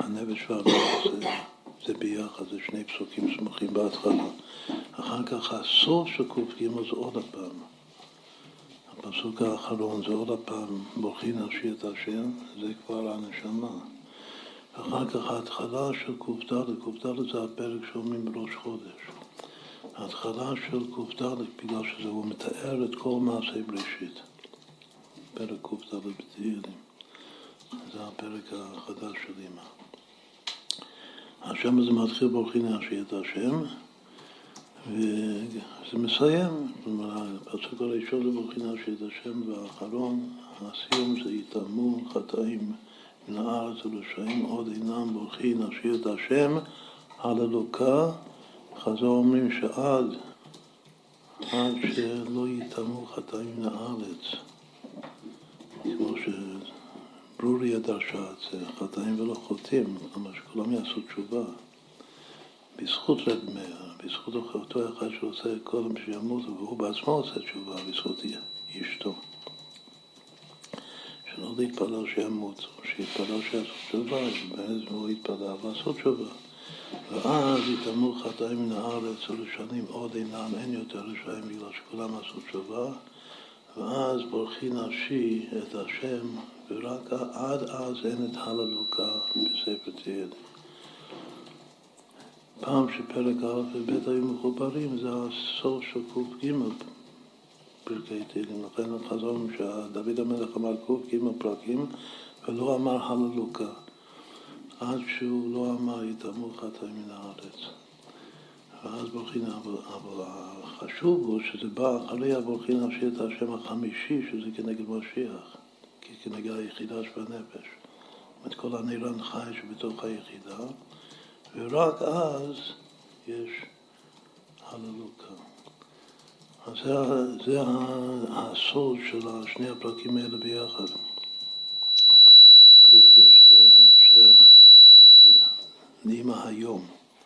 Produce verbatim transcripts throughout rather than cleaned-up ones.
הנפש והרוח זה, זה ביחד, זה שני פסוקים סמוכים בהתחלה. אחר כך הסוף של ק"ג זה עוד הפעם. הפסוק האחרון זה עוד הפעם, ברכי נפשי את השם, זה כבר הנשמה. אחר כך ההתחלה של ק"ד, ק"ד זה הפרק שאומרים בראש חודש. ההתחלה של ק"ד, בגלל שזה הוא מתאר את כל מעשי בראשית. פרק ק"ד בתהילים. זה הפרק החדש של אמא. השם הזה מתחיל ברכי נפשי את השם, וזה מסיים. זאת אומרת, הפסוק הראשון זה ברכי נפשי את השם, והאחרון, הסיום זה יטמאו חטאים מן הארץ ולשעים עוד אינם ברכי נפשי את השם, הללוקה. חז"ל אומרים שעד עד שלא יטמאו חטאים מן הארץ, כמו שברוריה דרשה את זה, חטאים ולא חוטאים, כלומר שכולם יעשו תשובה. בזכות רב מאיר, בזכות אותו אחד שעושה קודם שימות, והוא בעצמו עושה תשובה, בזכות אשתו. שלא להתפלל שימות, או שיתפלל שיעשו תשובה, ואז הוא יתפלל לעשות תשובה. ואז יטמאו חטאים מן הארץ ולשנים עוד אינם, אין יותר רשעים בגלל שכולם עשו תשובה. ואז ברכי נפשי את השם, ורק עד אז אין את הללוקה בספר תהילים. פעם שפרק א' וב' היו מחוברים, זה הסוף של ק"ג פרקי תהילים. לכן חזרנו שדוד המלך אמר ק"ג פרקים ולא אמר הללוקה, עד שהוא לא אמר יטמאו חטאים מן הארץ. ואז ברכי נפשי, אבל החשוב הוא שזה בא אחרי הברכי נפשי את השם החמישי, שזה כנגד משיח, כי כנגד היחידה שבנפש. את כל הנירן חי שבתוך היחידה, ורק אז יש הללוקה. אז זה, זה הסוד של שני הפרקים האלה ביחד. ק"ג שזה שייך לאמא היום.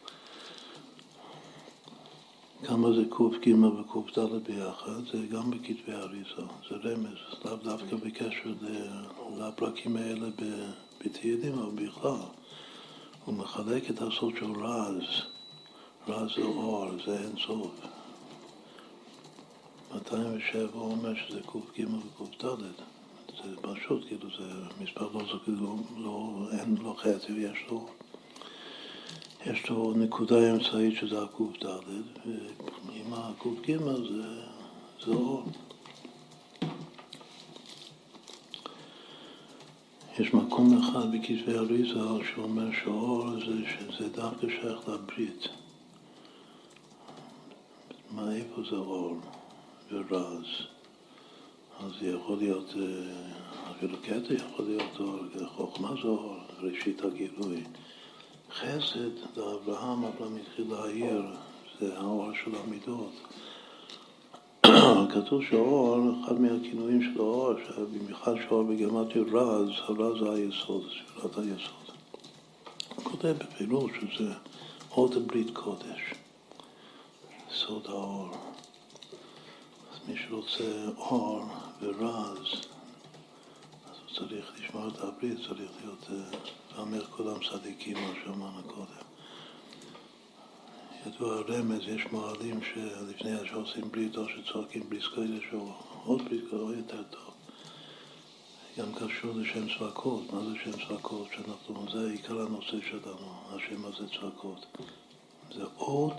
כמה זה ק"ג וק"ד ביחד, זה גם בכתבי אריז"ל, זה רמז, לאו דווקא בקשר לפרקים האלה בתהילים, אבל בכלל. הוא מחלק את הסוד של רז, רז זה אור, זה אין סוף. מאתיים ושבע אומר שזה ק"ג וק"ד, זה פשוט, כאילו זה מספר לא זוכר, לא, אין לו חצי ויש לו, יש לו נקודה אמצעית שזה הק"ד, ועם הק"ג זה, זה אור. יש מקום אחד בכתבי אריז"ל שאומר שאור זה, שזה דווקא שייך לברית. מה איפה זה אור ורז? אז זה יכול להיות, אפילו קטע יכול להיות אור, חוכמה זה אור, ראשית הגילוי. חסד לאברהם, אברהם התחיל להעיר, זה האור של המידות. כתוב שאור, אחד מהכינויים של האור, במיוחד שאור בגרמטיה רז, הרז זה היסוד, ספירת היסוד. הוא כותב בפירוש שזה אות הברית קודש, סוד האור. אז מי שרוצה אור ורז, אז הוא צריך לשמור את הברית, צריך להיות, ואמר כולם צדיקים, מה שאמרנו קודם. ידוע הרמז, יש מועלים שלפני שעושים ברית או שצועקים בריס קודש או עוד ברית קודש או יותר טוב. גם קשור לשם צבקות. מה זה שם צבקות? שאנחנו, זה עיקר הנושא שלנו, השם הזה צבקות. זה אות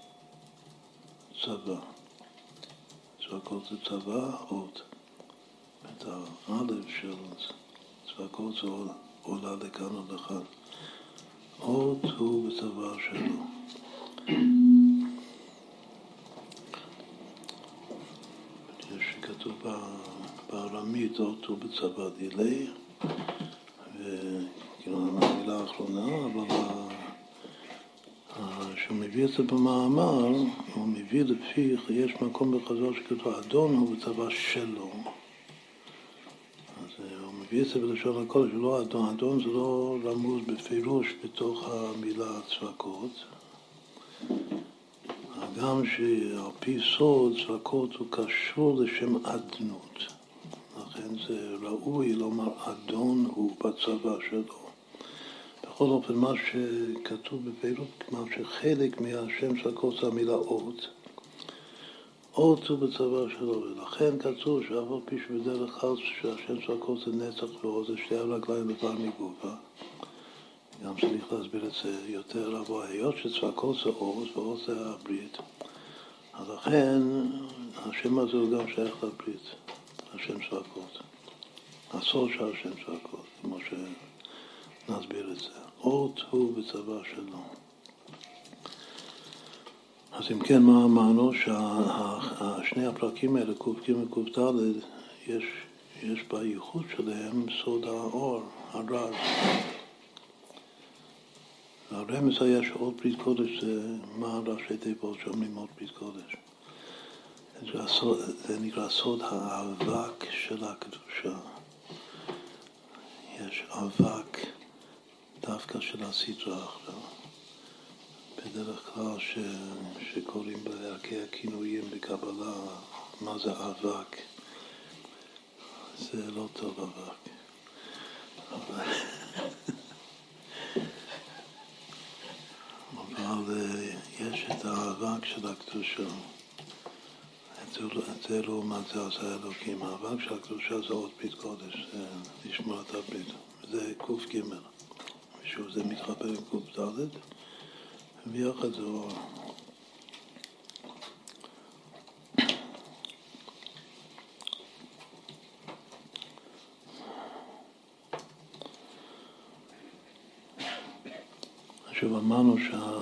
צבא. צבקות זה צבא, אות. את האלף של צבקות זה עולה לכאן או לכאן. אות הוא בצבא שלו. יש שכתוב בארמית אות הוא בצבא דילי, וכאילו המילה האחרונה, אבל כשהוא מביא את זה במאמר, הוא מביא לפיך, יש מקום בחז"ל שכתוב אדון הוא בצבא שלו. אז הוא מביא את זה בלשון הקודש, לא אדון, אדון זה לא רמוז בפירוש בתוך המילה צבקות. גם שעל פי סוד צבקות הוא קשור לשם אדנות. לכן זה ראוי לומר אדון הוא בצבא שלו. בכל אופן, מה שכתוב בפירוט, מה שחלק מהשם צבקות זה המילה אות, אות הוא בצבא שלו, ולכן כתוב שאף על פי שבדרך כלל שהשם צבקות זה נצח ועוז, זה שתי הרגליים דבר מגופה. גם צריך להסביר את זה יותר, אבל היות שצבקות זה עוז, ועוז זה הברית, אז לכן השם הזה הוא גם שייך לברית, השם צבקות. הסוד של השם צבקות, כמו שנסביר את זה. אות הוא בצבא שלו. אז אם כן, מה אמרנו? ששני הפרקים האלה, ק"ג וק"ד, יש, יש בייחוד שלהם סוד האור, הרז. הרמז היה שעוד ברית קודש זה מה ראשי תיבות שאומרים עוד ברית קודש. זה, הסוד, זה נקרא סוד האבק של הקדושה. יש אבק דווקא של הסדרה עכשיו. בדרך כלל ש... שקוראים בערכי הכינויים בקבלה, מה זה אבק? זה לא טוב אבק. אבל, אבל יש את האבק של הקדושה. את זה לעומת זה עשה אלוקים. האבק של הקדושה זה עוד ברית קודש, זה לשמור את הברית. זה ק"ג. ושוב זה מתחבר עם ק"ד. ויחד זה אור. עכשיו אמרנו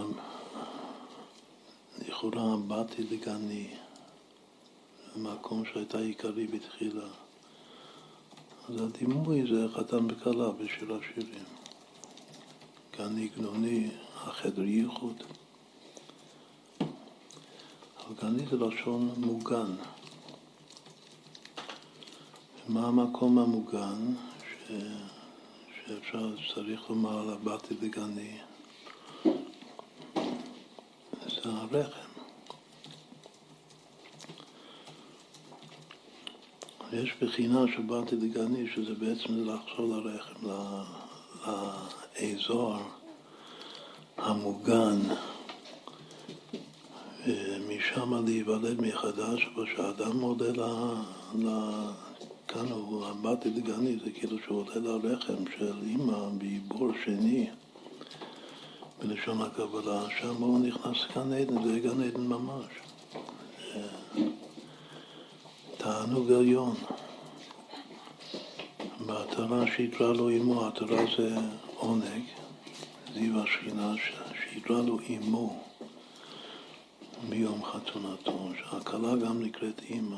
שלכאורה באתי לגני, במקום שהייתה עיקרי בתחילה. אז הדימוי זה חתן וכלה בשיר השירים. גני גנוני, החדר ייחוד. אבל גני זה לשון מוגן. מה המקום המוגן ש... שאפשר, צריך לומר עליו באתי לגני? זה הרחם. יש בחינה שבאתי לגני, שזה בעצם לחזור לרחם, לאזור המוגן, משם להיוולד מחדש, ושאדם מודה ל... כאן הוא באתי לגני, זה כאילו שהוא עולה לרחם של אמא בעיבור שני, בלשון הקבלה, שם הוא נכנס לגן עדן, זה גן עדן ממש. תענוג עליון. בהתרה שהתרה לו אמו, התרה זה עונג, זיו השכינה שהתרה לו אמו ביום חתונתו, שהכלה גם נקראת אמא.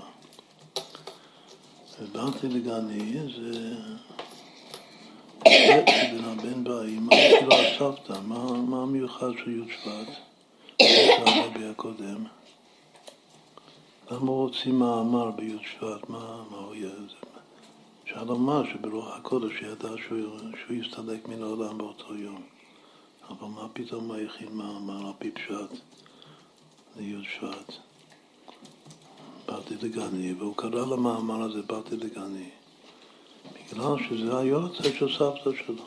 ובאתי לגני זה בין הבן באמא, כאילו הסבתא, מה, מה המיוחד של י' שבט? זה הרבי הקודם. למה רוצים מאמר בי' שבט? מה, מה הוא יהיה? אפשר לומר שברוח הקודש ידע שהוא, שהוא יסתלק מן העולם באותו יום. אבל מה פתאום מה הכין מאמר על פי פשט לי' שבט? באתי לגני, והוא קרא למאמר הזה באתי לגני. בגלל שזה היורצייט של סבתא שלו.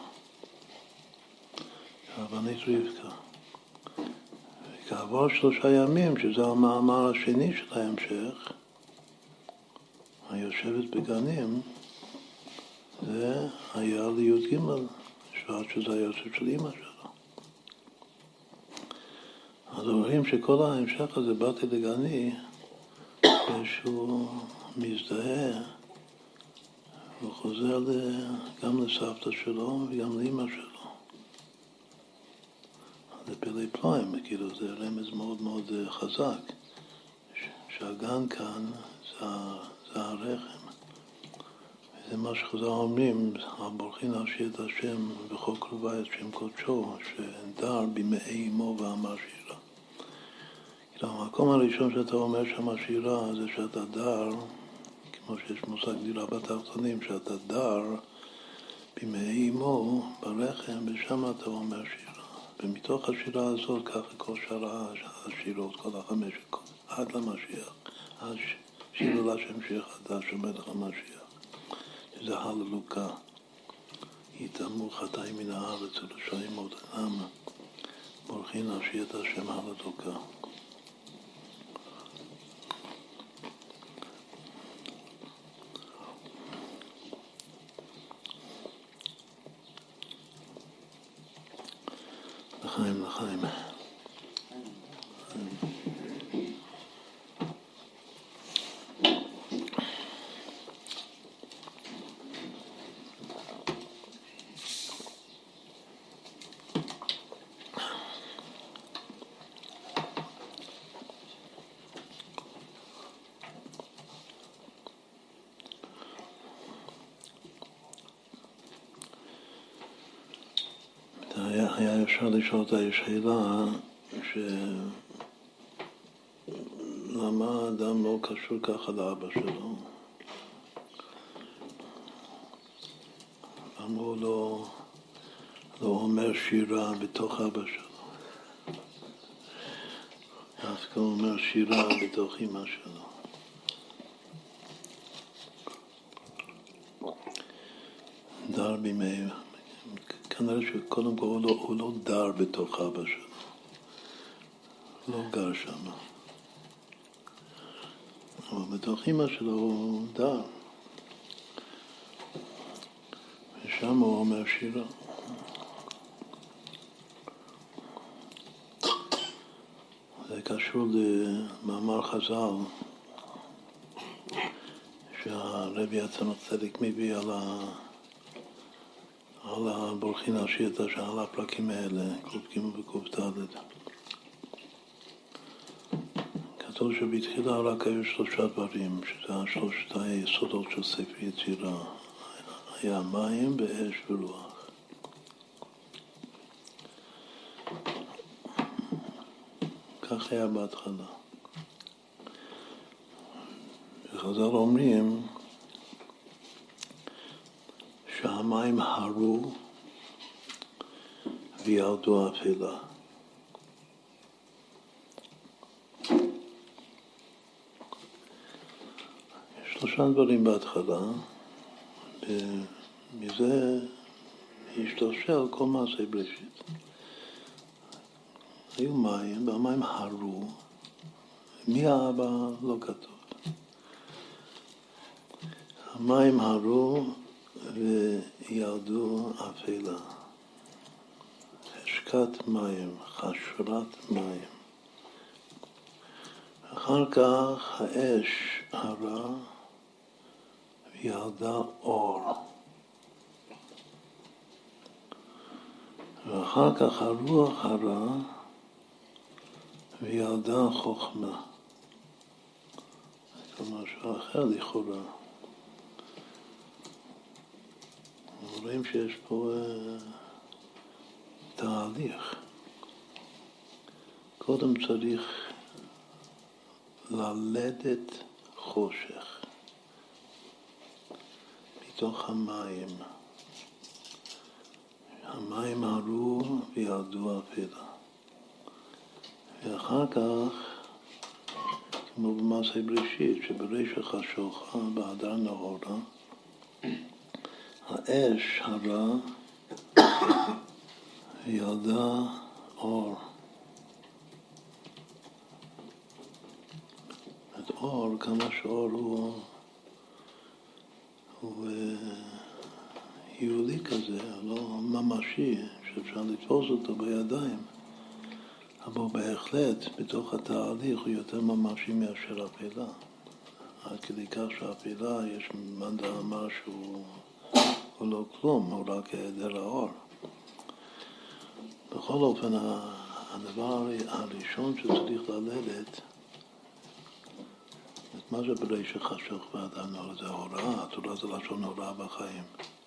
הרבנית רבקה. וכעבור שלושה ימים, שזה המאמר השני של ההמשך, היושבת בגנים, זה היה לי' ג' שבט שזה היורצייט של אמא שלו. אז אומרים שכל ההמשך הזה באתי לגני, שהוא מזדהה, הוא חוזר גם לסבתא שלו וגם לאמא שלו. זה פלאי פלאים, כאילו זה רמז מאוד מאוד חזק, שהגן כאן זה, זה הרחם. וזה מה שחז"ל אומרים, הבורחין להשאיר את השם בכל קרובה את שם קודשו, שדר בימי אמו ואמר שירה. המקום הראשון שאתה אומר שם השירה זה שאתה דר, כמו שיש מושג דירה בתחתונים, שאתה דר בימי אמו ברחם, ושם אתה אומר שירה. ומתוך השירה הזאת ככה כל שאר השירות, כל החמש, עד למשיח, עד שיר להשם שיר חדש עומד לך משיח, שזה הללוקה. יתאמו חטאים מן הארץ ולשעים מותנם, בורחין נפשי את השם הלדוקה. לחיים, לחיים. היה, היה אפשר לשאול את השאלה שלמה אדם לא קשור ככה לאבא שלו? למה הוא לא, לא אומר שירה בתוך אבא שלו? דווקא הוא אומר שירה בתוך אמא שלו. דר בימי... כנראה שקודם כל הוא לא, הוא לא דר בתוך אבא שלו, לא גר שם, אבל בתוך אמא שלו הוא דר, ושם הוא אומר שירה. זה קשור למאמר חז"ל שהרבי הצדיק צדיק מביא על ה... על הבורחין נפשי את השם, על הפרקים האלה, ק"ג וק"ד. כתוב שבתחילה רק היו שלושה דברים, שזה שלושת היסודות של ספר יצירה, היה מים ואש ורוח. כך היה בהתחלה. וחז"ל אומרים שהמים הרו וירדו אפלה. יש שלושה דברים בהתחלה, ומזה השתלשל כל מעשה בראשית. היו מים, והמים הרו, מי האבא לא כתוב. המים הרו וירדו אפלה, השקת מים, חשרת מים. אחר כך האש הרה וירדה אור. ואחר כך הרוח הרה וירדה חוכמה. זה משהו אחר לכאורה. רואים שיש פה uh, תהליך. קודם צריך ללדת חושך מתוך המים. המים הרו וירדו אפלה. ואחר כך, כמו במעשה בראשית, שבריש החשוכה בהדר נאורה, האש הרה ילדה אור. את אור, כמה שאור הוא, הוא יהודי כזה, לא ממשי, שאפשר לתפוס אותו בידיים, אבל בהחלט בתוך התהליך הוא יותר ממשי מאשר אפלה. עד כדי כך שהאפלה יש מנדה אמר שהוא הוא לא כלום, הוא רק היעדר האור. בכל אופן, הדבר הראשון שצריך ללדת, מה זה בריש החשוך והדר נאורה? זה הוראה, התורה זה לשון הוראה בחיים.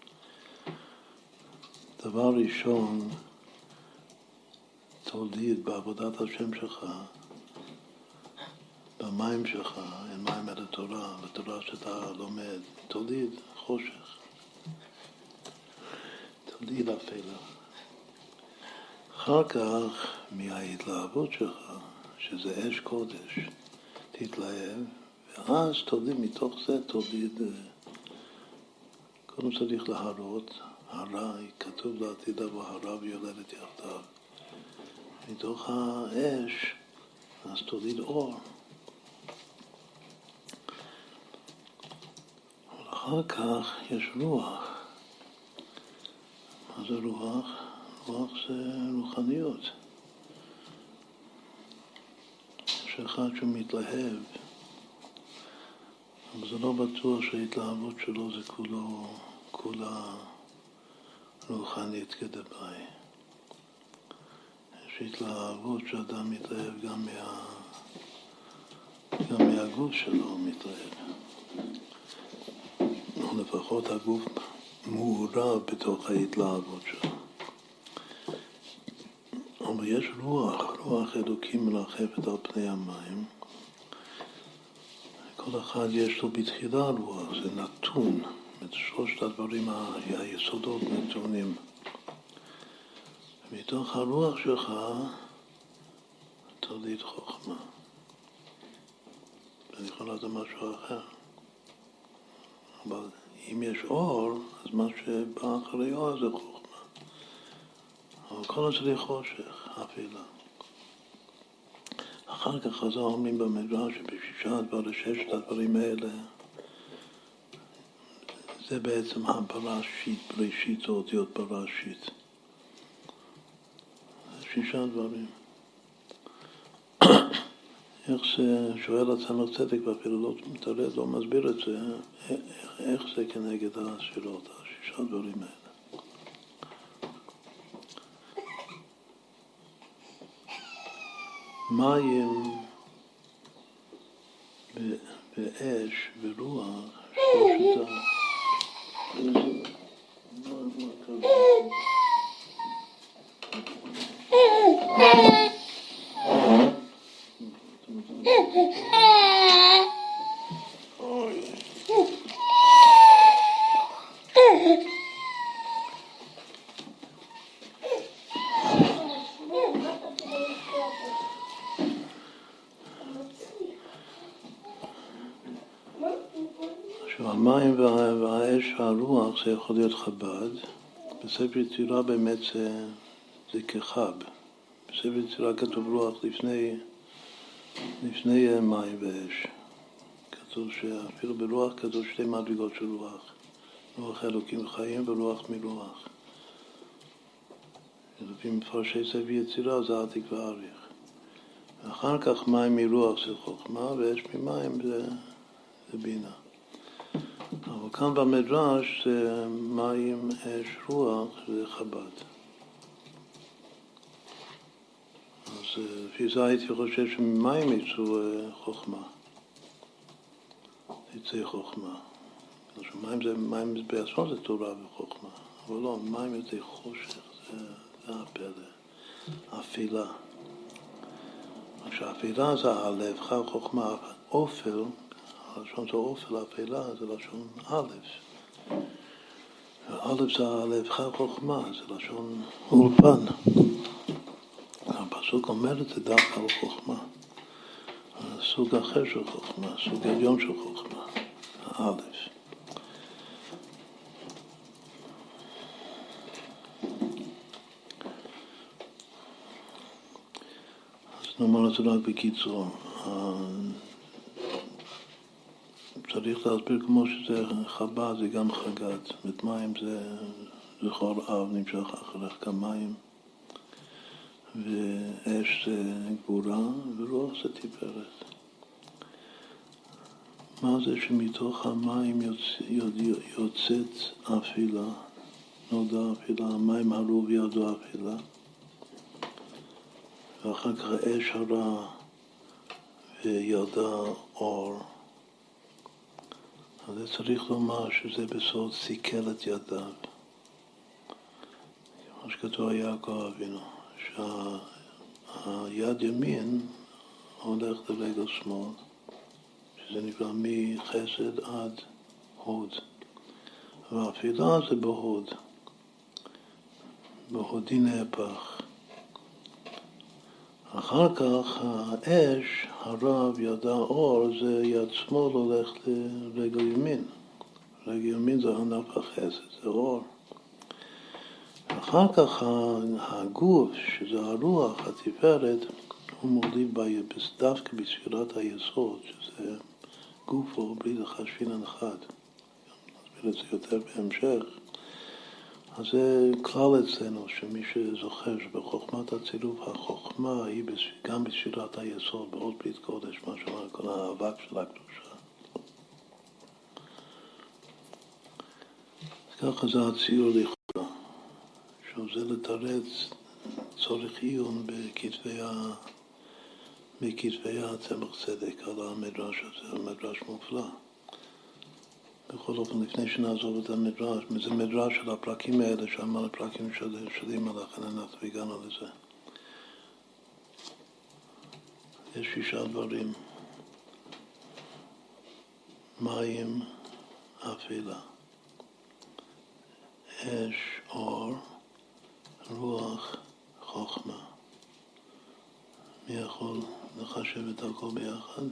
דבר ראשון, תוליד בעבודת השם שלך, במים שלך, אין מים אל התורה, בתורה שאתה לומד, תוליד חושך. תוליד אפלה. אחר כך, מההתלהבות שלך, שזה אש קודש, תתלהב, ואז תוליד, מתוך זה תוליד, קודם צריך להרות, הרע, כתוב לעתיד לבוא, הרע ויולדת יחדיו. מתוך האש, אז תוליד אור. אחר כך יש רוח. מה זה רוח? רוח זה רוחניות. יש אחד שמתלהב, אבל זה לא בטוח שההתלהבות שלו זה כולו, כולה רוחנית כדבעי. יש התלהבות שאדם מתלהב גם, מה, גם מהגוף שלו הוא מתלהב. או לפחות הגוף מעורב בתוך ההתלהבות שלו. אבל יש רוח, רוח אלוקים מרחפת על פני המים. כל אחד יש לו בתחילה רוח, זה נתון. את שלושת הדברים, היסודות נתונים. מתוך הרוח שלך תוליד חוכמה. זה יכול להיות משהו אחר. אבל אם יש אור, אז מה שבא אחרי אור זה חוכמה. אבל כל זה חושך, אפלה. אחר כך חז"ל אומרים במדרש שבשישה הדברים, ששת הדברים האלה, זה בעצם הבראשית, בראשית, האותיות בראשית. שישה דברים. איך זה, שואל הצמח צדק, ואפילו לא מתרד, לא מסביר את זה, איך זה כנגד הספירות, השישה דברים האלה. מים ואש ורוח, שלושת ה... המים והאש והרוח זה יכול להיות חב"ד. בספר יצירה באמת זה, זה כחב. בספר יצירה כתוב רוח לפני, לפני מים ואש. כתוב שאפילו ברוח כתוב שתי מדרגות של רוח. רוח אלוקים חיים ורוח מרוח. לפי מפרשי ספר יצירה זה עתיק ואריך. ואחר כך מים מרוח זה חוכמה ואש ממים זה, זה בינה. אבל כאן במדרש זה מים, אש, רוח, זה חב"ד. אז לפי זה הייתי חושב שממים יצאו חוכמה. יצא חוכמה. מים זה, מים בעצמו זה תורה וחוכמה. אבל לא, מים יצא חושך, זה, זה הפלא. אפילה. כשאפילה זה הלב, חוכמה, אופל, הלשון זה אופל, אפלה, זה לשון א'. א' זה הלבך חוכמה, זה לשון אולפן. הפסוק אומר את זה דווקא על חוכמה. סוג אחר של חוכמה, סוג עליון של חוכמה, א'. אז נאמר את זה רק בקיצור. צריך להסביר כמו שזה חב"ד, זה גם חג"ד. זאת מים זה זכור אב, נמשך אחריך כמים. ואש זה גבורה, ורוח זה תפארת. מה זה שמתוך המים יוצא, יוצאת אפילה, נודע אפילה, המים הרו וידו אפילה. ואחר כך אש הרע וילדה אור. אז זה צריך לומר שזה בסוד סיכל את ידיו. כמו שכתוב על יעקב אבינו, שהיד ימין הולך לרגל שמאל, שזה נקרא מחסד עד הוד. והאפילה זה בהוד, בהודי נהפך. אחר כך האש, הרב, ידע אור, זה יד שמאל הולך לרגל ימין. רגל ימין זה ענף החסד, זה אור. אחר כך הגוף, שזה הרוח, התפארת, הוא מוליד דווקא בספירת היסוד, שזה גופו בלי לחשבינן אחד. נסביר את זה יותר בהמשך. אז זה כלל אצלנו, שמי שזוכר שבחוכמת הצילוף, החוכמה היא גם בספירת היסוד, בעוד ברית קודש, מה שאומר כל האבק של הקדושה. אז ככה זה הציור לכאורה, שזה לתרץ צורך עיון בכתבי ה... בכתבי הצמח צדק על המדרש הזה, המדרש מופלא. בכל אופן, לפני שנעזוב את המדרש, זה מדרש של הפרקים האלה, שאמר הפרקים שלים על לכן אנחנו הגענו לזה. יש שישה דברים. מים, אפלה, אש, אור, רוח, חוכמה. מי יכול לחשב את הכל ביחד?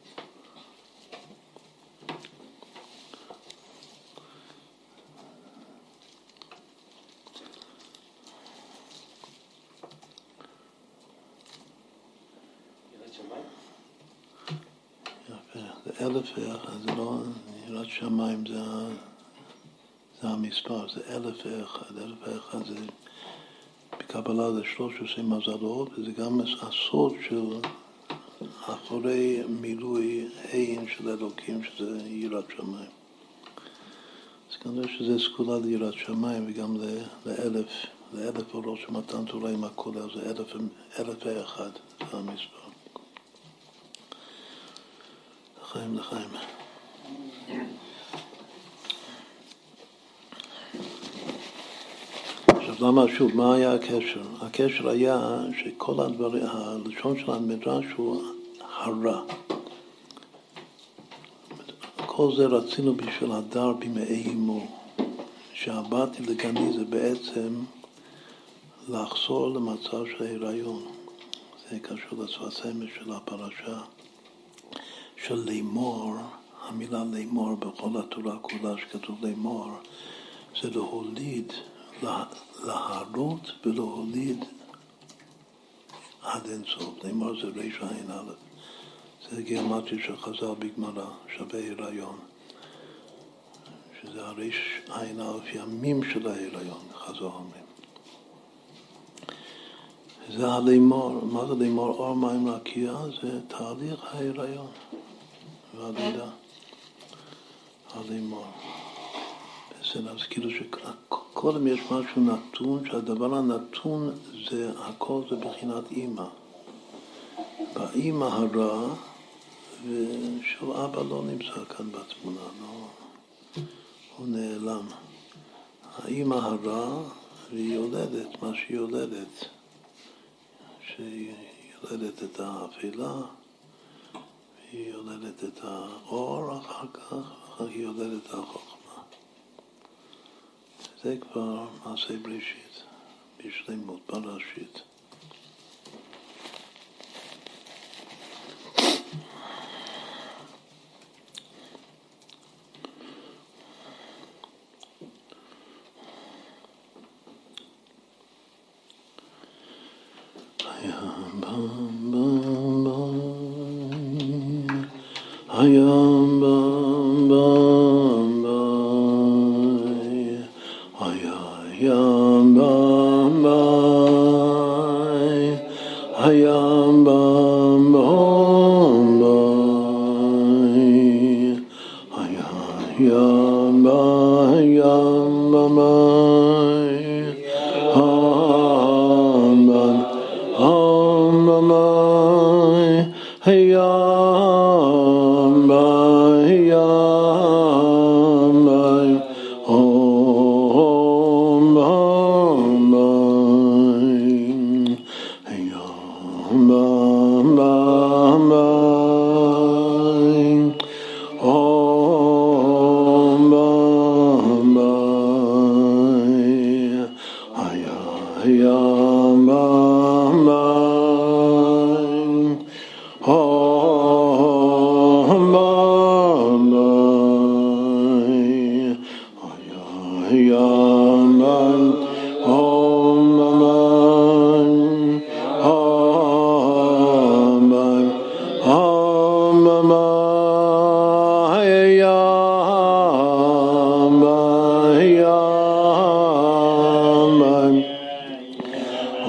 יפה, זה אלף ואחד, זה לא יראת שמיים, זה, זה המספר, זה אלף ואחד, אלף ואחד זה בקבלה זה שלוש עשרה מזלות, וזה גם הסוד של אחורי מילוי העין של אלוקים, שזה יראת שמיים. אז כנראה שזה סגולה ליראת שמיים, וגם לאלף, לאלף אורות שמתן תורה עם הכולל, זה אלף, אלף ואחד, זה המספר. לחיים, לחיים. עכשיו, למה שוב, מה היה הקשר? הקשר היה שכל הדברים, הלשון של המדרש הוא הרע. כל זה רצינו בשביל הדר בימי אמו, שהבאתי לגני זה בעצם לחזור למצב של ההיריון. זה קשור לשפת אמש של הפרשה של לימור, המילה לימור בכל התורה כולה שכתוב לימור, זה להוליד, להרות ולהוליד עד אינסוף. לימור זה ריש עין א', זה גיאומטרי שחז"ל בגמרא, שווה הריון, שזה הריש עין א', ימים של ההיריון, חז"ל אומרים. זה הלימור. מה זה לימור? אור מים רקיע, זה תהליך ההיריון והלידה. הלימור. בסדר, אז כאילו שקודם יש משהו נתון, שהדבר הנתון זה, הכל זה בחינת אימא. באימא הרע, ושל אבא לא נמצא כאן בתמונה, לא, הוא נעלם. האימא הרע, והיא יולדת, מה שהיא יולדת. שהיא יולדת את האפילה, היא יולדת את האור אחר כך, אחר כך היא יולדת את החוכמה. זה כבר מעשה בראשית, בשלמות, בראשית. Hayam bam bam bay, hayam bam bay, hayam bam bam bay, hayam bayam bay, ham bam ham bay, hayam. Bye.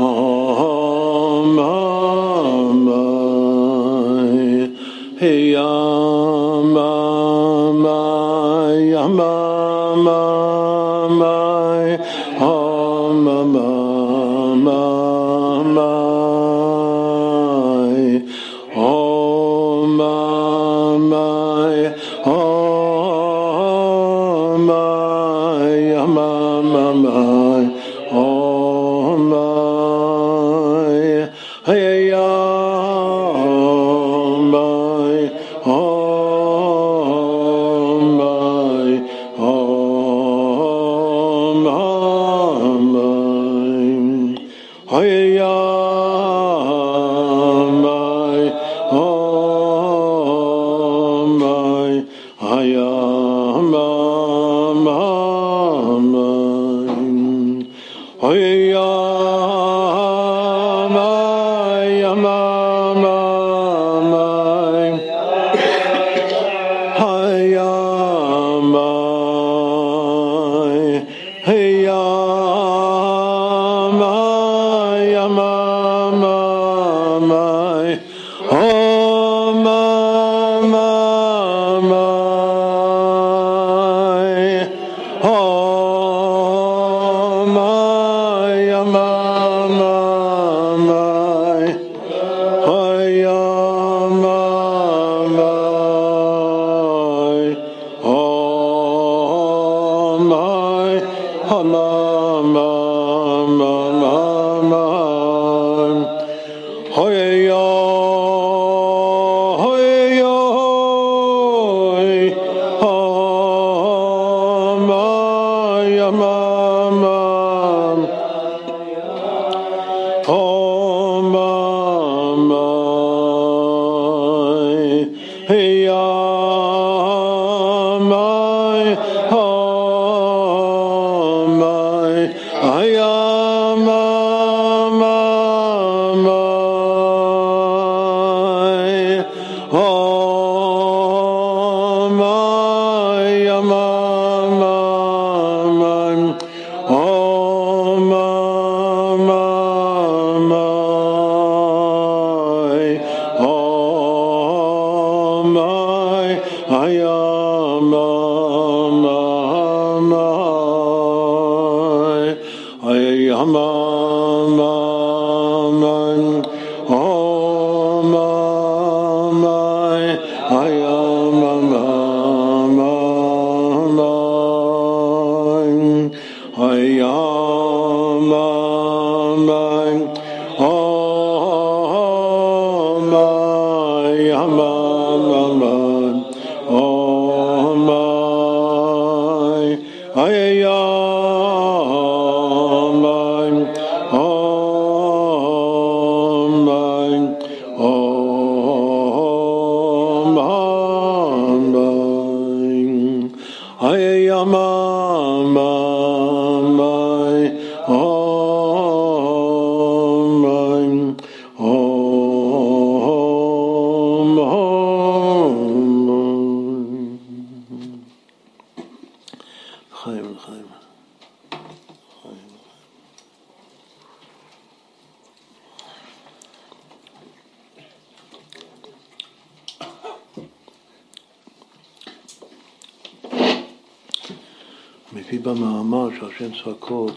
מביא במאמר שהשם צבקות,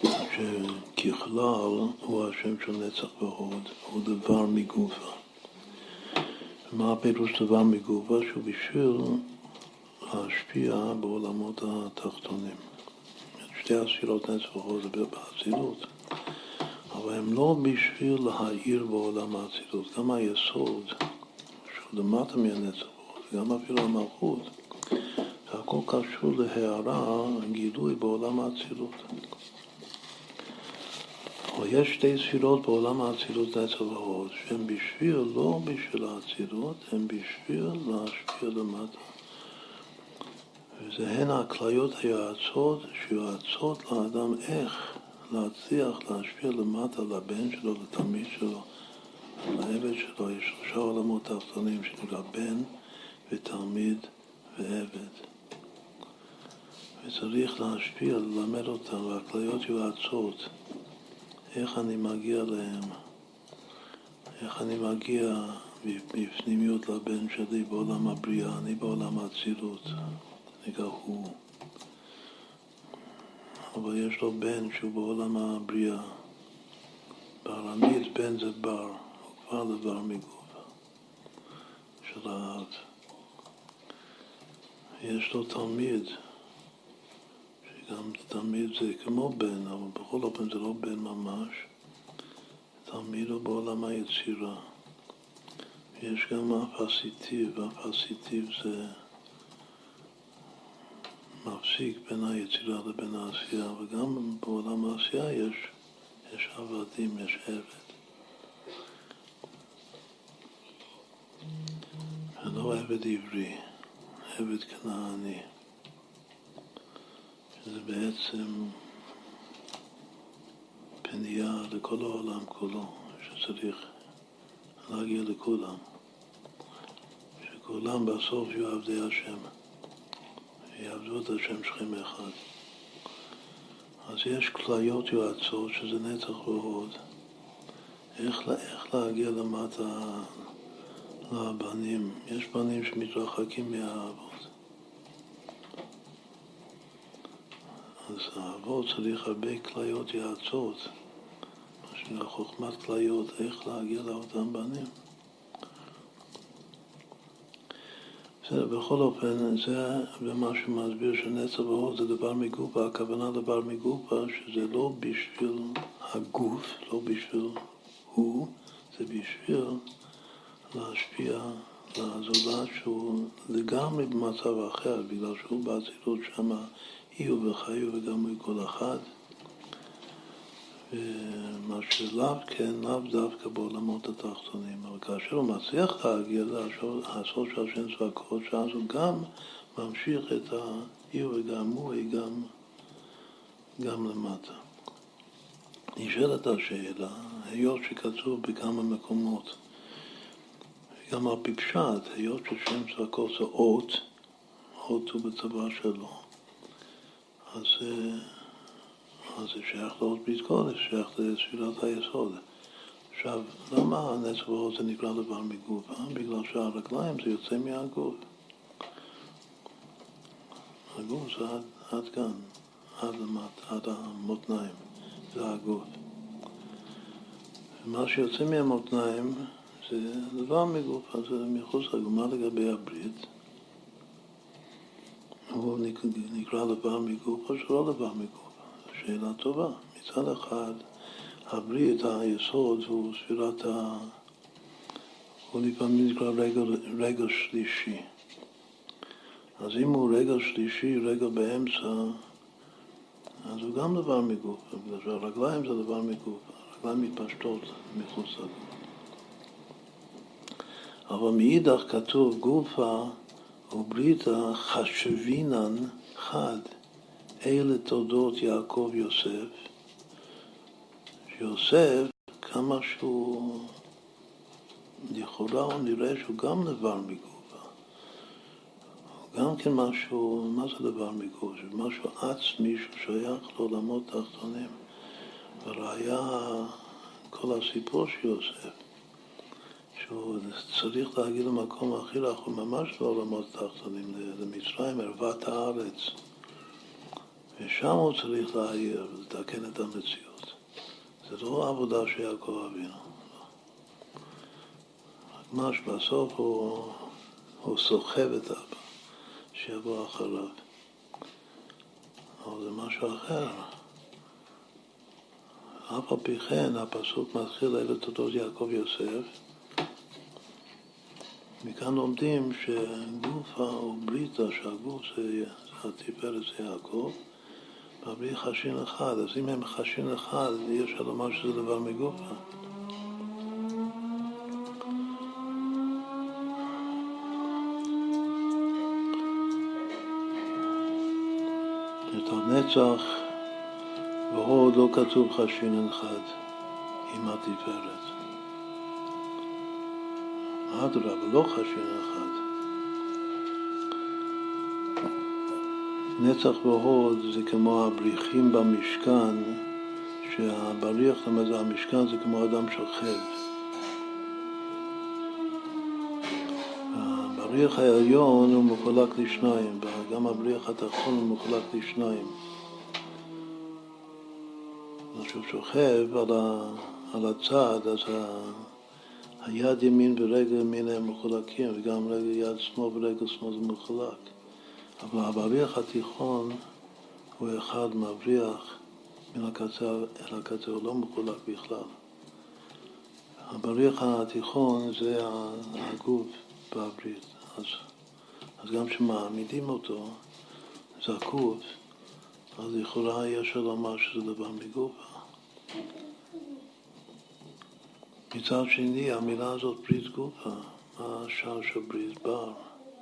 שככלל הוא השם של נצח והוד, הוא דבר מגופה. מה הפירוש דבר מגופה? שהוא בשביל להשפיע בעולמות התחתונים. שתי הספירות נצח והוד זה באצילות, אבל הם לא בשביל להאיר בעולם האצילות. גם היסוד, שהוא למטה מהנצח והוד, גם אפילו המלכות, הכל קשור להערה, גילוי בעולם האצילות. אבל יש שתי ספירות בעולם האצילות נצח והוד, שהן בשביל, לא בשביל האצילות, הן בשביל להשפיע למטה. וזה הן הכליות היועצות, שיועצות לאדם איך להצליח להשפיע למטה לבן שלו, לתלמיד שלו, לעבד שלו. יש שלושה עולמות תחתונים שנקרא בן ותלמיד ועבד. וצריך להשפיע, ללמד אותם, והכליות יועצות איך אני מגיע להם, איך אני מגיע בפנימיות לבן שלי בעולם הבריאה, אני בעולם האצילות, נקרא הוא. אבל יש לו בן שהוא בעולם הבריאה. בארמית בן זה בר, הוא כבר דבר מגוף של האב. יש לו תלמיד, שגם תלמיד זה כמו בן, אבל בכל אופן זה לא בן ממש. תלמיד הוא בעולם היצירה. יש גם אף הסיטיב, אף הסיטיב זה מפסיק בין היצירה לבין העשייה, וגם בעולם העשייה יש, יש עבדים, יש עבד. ולא עבד עברי, עבד כנעני, שזה בעצם פנייה לכל העולם כולו, שצריך להגיע לכולם, שכולם בסוף יהיו עבדי השם, יעבדו את השם שכם אחד. אז יש כליות יועצות שזה נצח והוד. איך, איך להגיע למטה לבנים? יש בנים שמתרחקים מהאבות. אז האבות צריך הרבה כליות יועצות, מה שנקרא חוכמת כליות, איך להגיע לאותם בנים. בסדר, בכל אופן, זה במה שמסביר שנצח והוד זה דבר מגופה, הכוונה דבר מגופה שזה לא בשביל הגוף, לא בשביל הוא, זה בשביל להשפיע לזולת שהוא לגמרי במצב אחר, בגלל שהוא באצילות שמה יהיו וחיו וגם הוא כל אחד. ומה שלאו כן, לאו דווקא בעולמות התחתונים, אבל כאשר הוא מצליח להגיע לעשות שלושים צבקות, שאז הוא גם ממשיך את העיר וגם הוא גם, גם למטה. נשאלת השאלה, היות שכתוב בכמה מקומות, גם על פי פשט, היות ששם צבקות זה אות, אות הוא בצבא שלו, אז אז זה שייך לעוד ברית קודש, שייך לספירת היסוד. עכשיו, למה הנצח והוד זה נקרא דבר מגוף? אה? בגלל שהרגליים זה יוצא מהגוף. הגוף זה עד, עד כאן, עד למט, עד המותניים, זה הגוף. ומה שיוצא מהמותניים זה דבר מגוף, אז זה מחוץ לגוף. מה לגבי הברית? הוא נקרא דבר מגוף או שלא דבר מגוף? שאלה טובה. מצד אחד, הברית, היסוד, הוא ספירת ה... הוא לפעמים נקרא רגל, רגל שלישי. אז אם הוא רגל שלישי, רגל באמצע, אז הוא גם דבר מגוף. בגלל שהרגליים זה דבר מגוף. הרגליים מתפשטות מחוץ לגוף. אבל מאידך כתוב גופה ובריתה חשבינן חד. אלה תולדות יעקב יוסף, שיוסף כמה שהוא לכאורה הוא נראה שהוא גם דבר מגופה, גם כן משהו, מה זה דבר מגופה? משהו עצמי ששייך לעולמות תחתונים, וראיה כל הסיפור של יוסף, שהוא צריך להגיע למקום הכי רחוק, ממש לעולמות תחתונים, למצרים, ערוות הארץ, ושם הוא צריך להעיר ולתקן את המציאות. זה לא עבודה שיעקב אבינו. ממש בסוף הוא, הוא סוחב את אבא, שיבוא אחריו. אבל זה משהו אחר. אף על פי כן, הפסוק מתחיל אלה תולדות יעקב יוסף. מכאן לומדים שגופה או בריתה, שהגוף זה התפארת זה יעקב, בלי חשין אחד, אז אם הם חשין אחד, יש לומר שזה דבר מגופה. את הנצח והוד לא כתוב חשין אחד עם התפארת. אדרבה, לא חשין אחד. נצח והוד זה כמו הבריחים במשכן שהבריח, זה המשכן, זה כמו אדם שוכב. הבריח העליון הוא מחולק לשניים, וגם הבריח התחתון הוא מחולק לשניים. כשהוא שוכב על, ה, על הצד, אז ה, היד ימין ורגל ימין הם מחולקים, וגם רגל יד שמאל ורגל שמאל זה מחולק. אבל הבריח התיכון הוא אחד מבריח מן הקצה אל הקצה, הוא לא מחולק בכלל. הבריח התיכון זה הגוף בברית. אז, אז גם כשמעמידים אותו, זקוף, אז לכאורה יש לומר שזה דבר מגופה. מצד שני, המילה הזאת ברית גופה, מה השאר של ברית בר?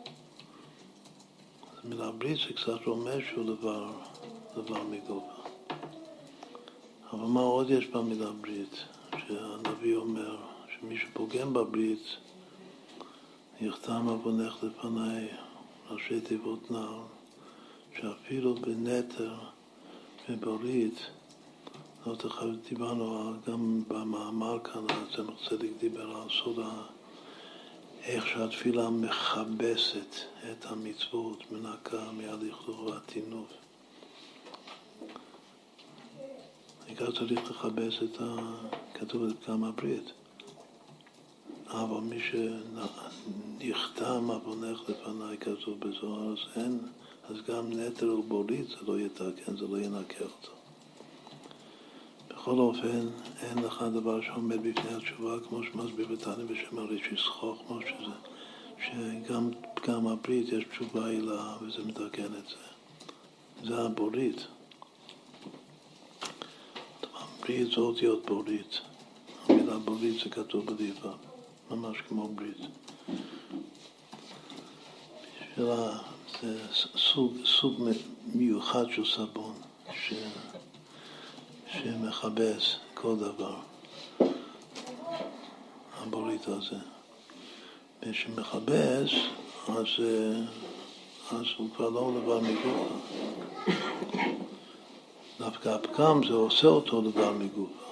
המילה ברית זה קצת רומז שהוא דבר, דבר מגופה. אבל מה עוד יש במילה ברית? שהנביא אומר שמי שפוגם בברית, יחתם אבונך לפני ראשי תיבות נער, שאפילו בנטר וברית, זאת אחת דיברנו גם במאמר כאן, הצמח צדק דיבר על סוד איך שהתפילה מכבסת את המצוות, מנקה מהלכלוך והטינוף. העיקר צריך לכבס את ה... כתוב גם הברית. אבל מי שנחתם אבונך לפני כתוב בזוהר, אז אין, אז גם נטר וברית זה לא יתקן, זה לא ינקה אותו. בכל אופן, אין לך דבר שעומד בפני התשובה, כמו שמסביר בתניא בשם הריש חוכמה, שזה, שגם פגם הברית יש תשובה עילה, וזה מתקן את זה. זה הברית. ברית זה אותיות ברית. המילה ברית זה כתוב בדיבה, ממש כמו ברית. בשבילה זה סוג, סוג מיוחד של סבון, ש... שמחבס כל דבר, הברית הזה. ושמחבס, אז, אז הוא כבר לא דבר מגופה. דווקא הפגם זה עושה אותו דבר מגופה.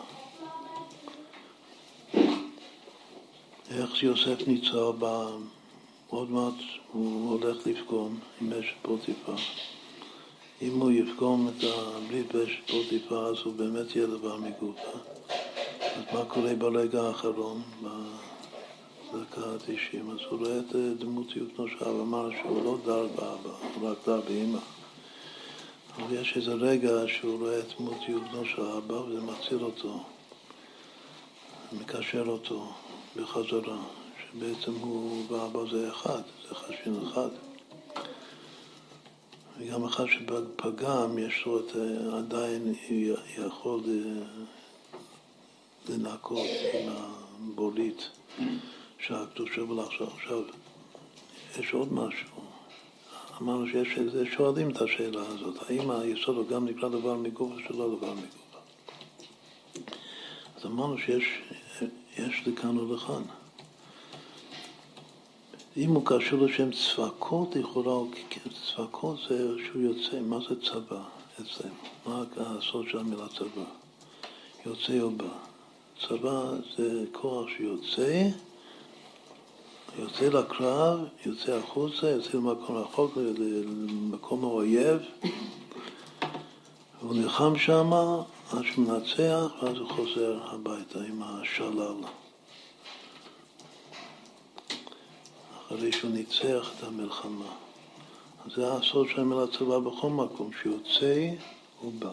איך יוסף ניצר בה, עוד מעט הוא הולך לפגום עם אשת פוטיפר. אם הוא יפגום את הברית באשת פוטיפר, אז הוא באמת יהיה דבר מגופה. אז מה קורה ברגע האחרון, בדקה ה-תשעים? אז הוא רואה את דמותיות נושה, ואמר שהוא לא דר באבא, הוא רק דר באמא. אבל יש איזה רגע שהוא רואה את דמותיות נושה אבא, וזה מציל אותו, מקשר אותו בחזרה, שבעצם הוא ואבא זה אחד, זה חשבין אחד. וגם אחד שפגם, יש לו את, עדיין יכול לנקות עם הבולית שהקדושה ולחשוב. עכשיו, יש עוד משהו. אמרנו שיש איזה שואלים את השאלה הזאת. האם היסוד הוא גם נקרא דבר מגופה שלא דבר מגופה? אז אמרנו שיש יש לכאן ולכאן. אם הוא קשור לשם צפקות, לכאורה, צפקות זה שהוא יוצא, מה זה צבא אצלנו? מה הסוד של המילה צבא? יוצא או בא. צבא זה כוח שיוצא, יוצא לקרב, יוצא החוצה, יוצא למקום רחוק, למקום האויב, והוא נלחם שם עד שמנצח, ואז הוא חוזר הביתה עם השלל. אחרי שהוא ניצח את המלחמה. אז זה הסוד של המילה צבא בכל מקום, שיוצא הוא בא.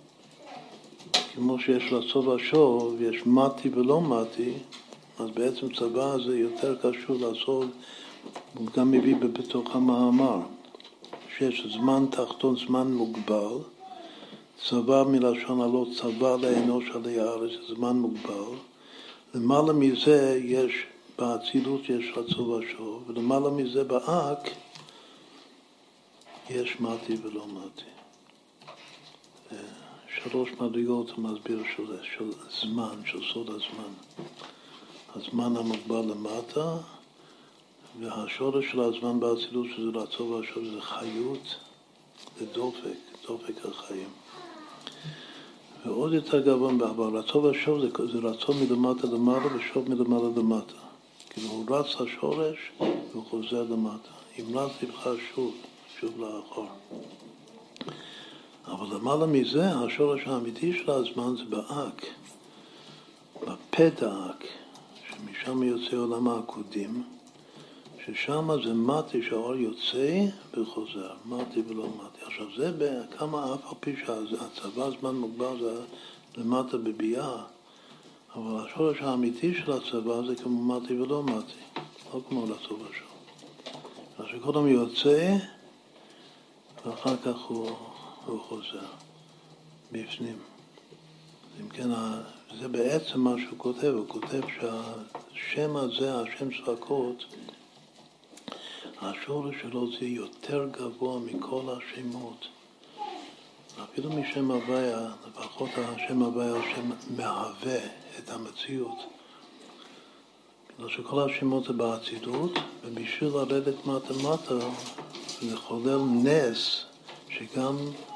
כמו שיש לצבא שוב, יש מתי ולא מתי, אז בעצם צבא זה יותר קשור לעשות, הוא גם מביא בתוך המאמר, שיש זמן תחתון, זמן מוגבל, צבא מלשון הלא צבא לאנוש עלי הארץ, זמן מוגבל, למעלה מזה יש, באצילות יש רצו ושוב, ולמעלה מזה באק יש מתי ולא מתי. שלוש מדרגות המסביר של, של זמן, של סוד הזמן. הזמן המוגבל למטה, והשורש של הזמן באצילות שזה רצו ושוב זה חיות, זה דופק, דופק החיים. ועוד יותר גבוה, אבל רצון ושוב זה, זה רצון מלמטה למעלה ושוב מלמעלה למטה. כאילו הוא רץ השורש והוא חוזר למטה. אם רץ יבחר שוב, שוב לאחור. אבל למעלה מזה, השורש האמיתי של הזמן זה באק, בפתע האק, שמשם יוצא עולם העקודים, ששם זה מתי שהאור יוצא וחוזר, מתי ולא מתי. עכשיו זה בכמה אף על פי שהצבא זמן מוגבל זה למטה בביאה, אבל השורש האמיתי של הצבא זה כמו מתי ולא מתי, לא כמו לצוב השור. אז שקודם יוצא ואחר כך הוא, הוא חוזר בפנים. אם כן, זה בעצם מה שהוא כותב, הוא כותב שהשם הזה, השם ספקות, השורש שלו זה יותר גבוה מכל השמות. אפילו משם הוויה, לפחות השם הוויה, השם מהווה את המציאות. בגלל שכל השמות זה באצילות, ובשביל לרדת מטה-מטה, לחולל נס, שגם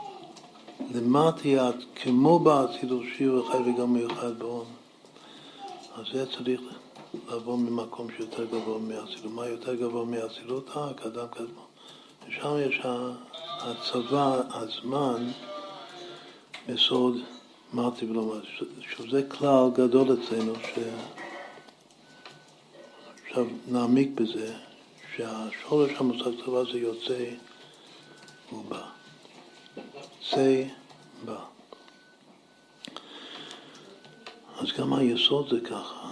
למטה כמו באצילות שיר וחי וגם מיוחד בהון. אז זה צריך לבוא ממקום שיותר גבוה מהאצילות. מה יותר גבוה מהאצילות? אה, קדם קדמו. ושם יש הצבא, הזמן, בסוד מתי ולא מתי. שזה כלל גדול אצלנו, ש... עכשיו נעמיק בזה, שהשורש המושג צבא זה יוצא ובא. צא, בא. אז גם היסוד זה ככה.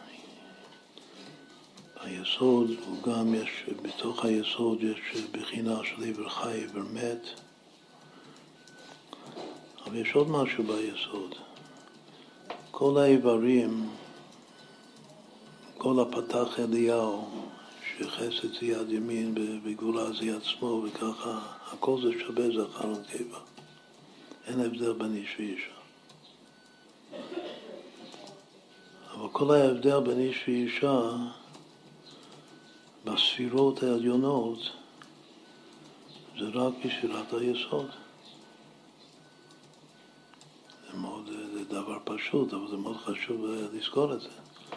היסוד הוא גם יש, בתוך היסוד יש בחינה של עבר חי, עבר מת. אבל יש עוד משהו ביסוד. כל האיברים, כל הפתח אליהו, שחסד זה יד ימין וגבולה זה יד שמאל וככה, הכל זה שווה זכר ונקבה. אין הבדל בין איש ואישה. אבל כל ההבדל בין איש ואישה בספירות העליונות זה רק בשבירת היסוד. זה מאוד, זה דבר פשוט, אבל זה מאוד חשוב לזכור את זה.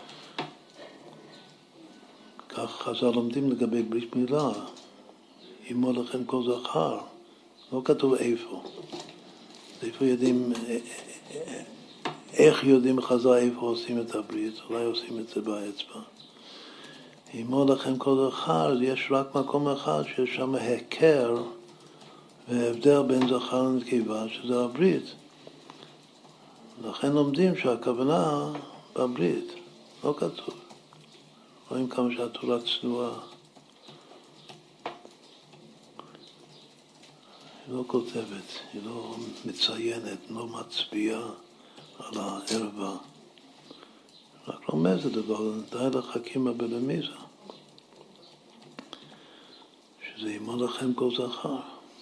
כך חז"ל לומדים לגבי ברית מילה. אמו לכם כל זכר. לא כתוב איפה. איפה יודעים, איך יודעים חז"ל איפה עושים את הברית? אולי עושים את זה באצבע. אמו לכם כל זכר, יש רק מקום אחד שיש שם הכר והבדל בין זכר לנקבה, שזה הברית. לכן לומדים שהכוונה בברית. לא כתוב. רואים כמה שהתורה צנועה. היא לא כותבת, היא לא מציינת, לא מצביעה על הערווה. רק רומזת, אבל די לחכימה בלמיזה. שזה ימו לכם כל זכר.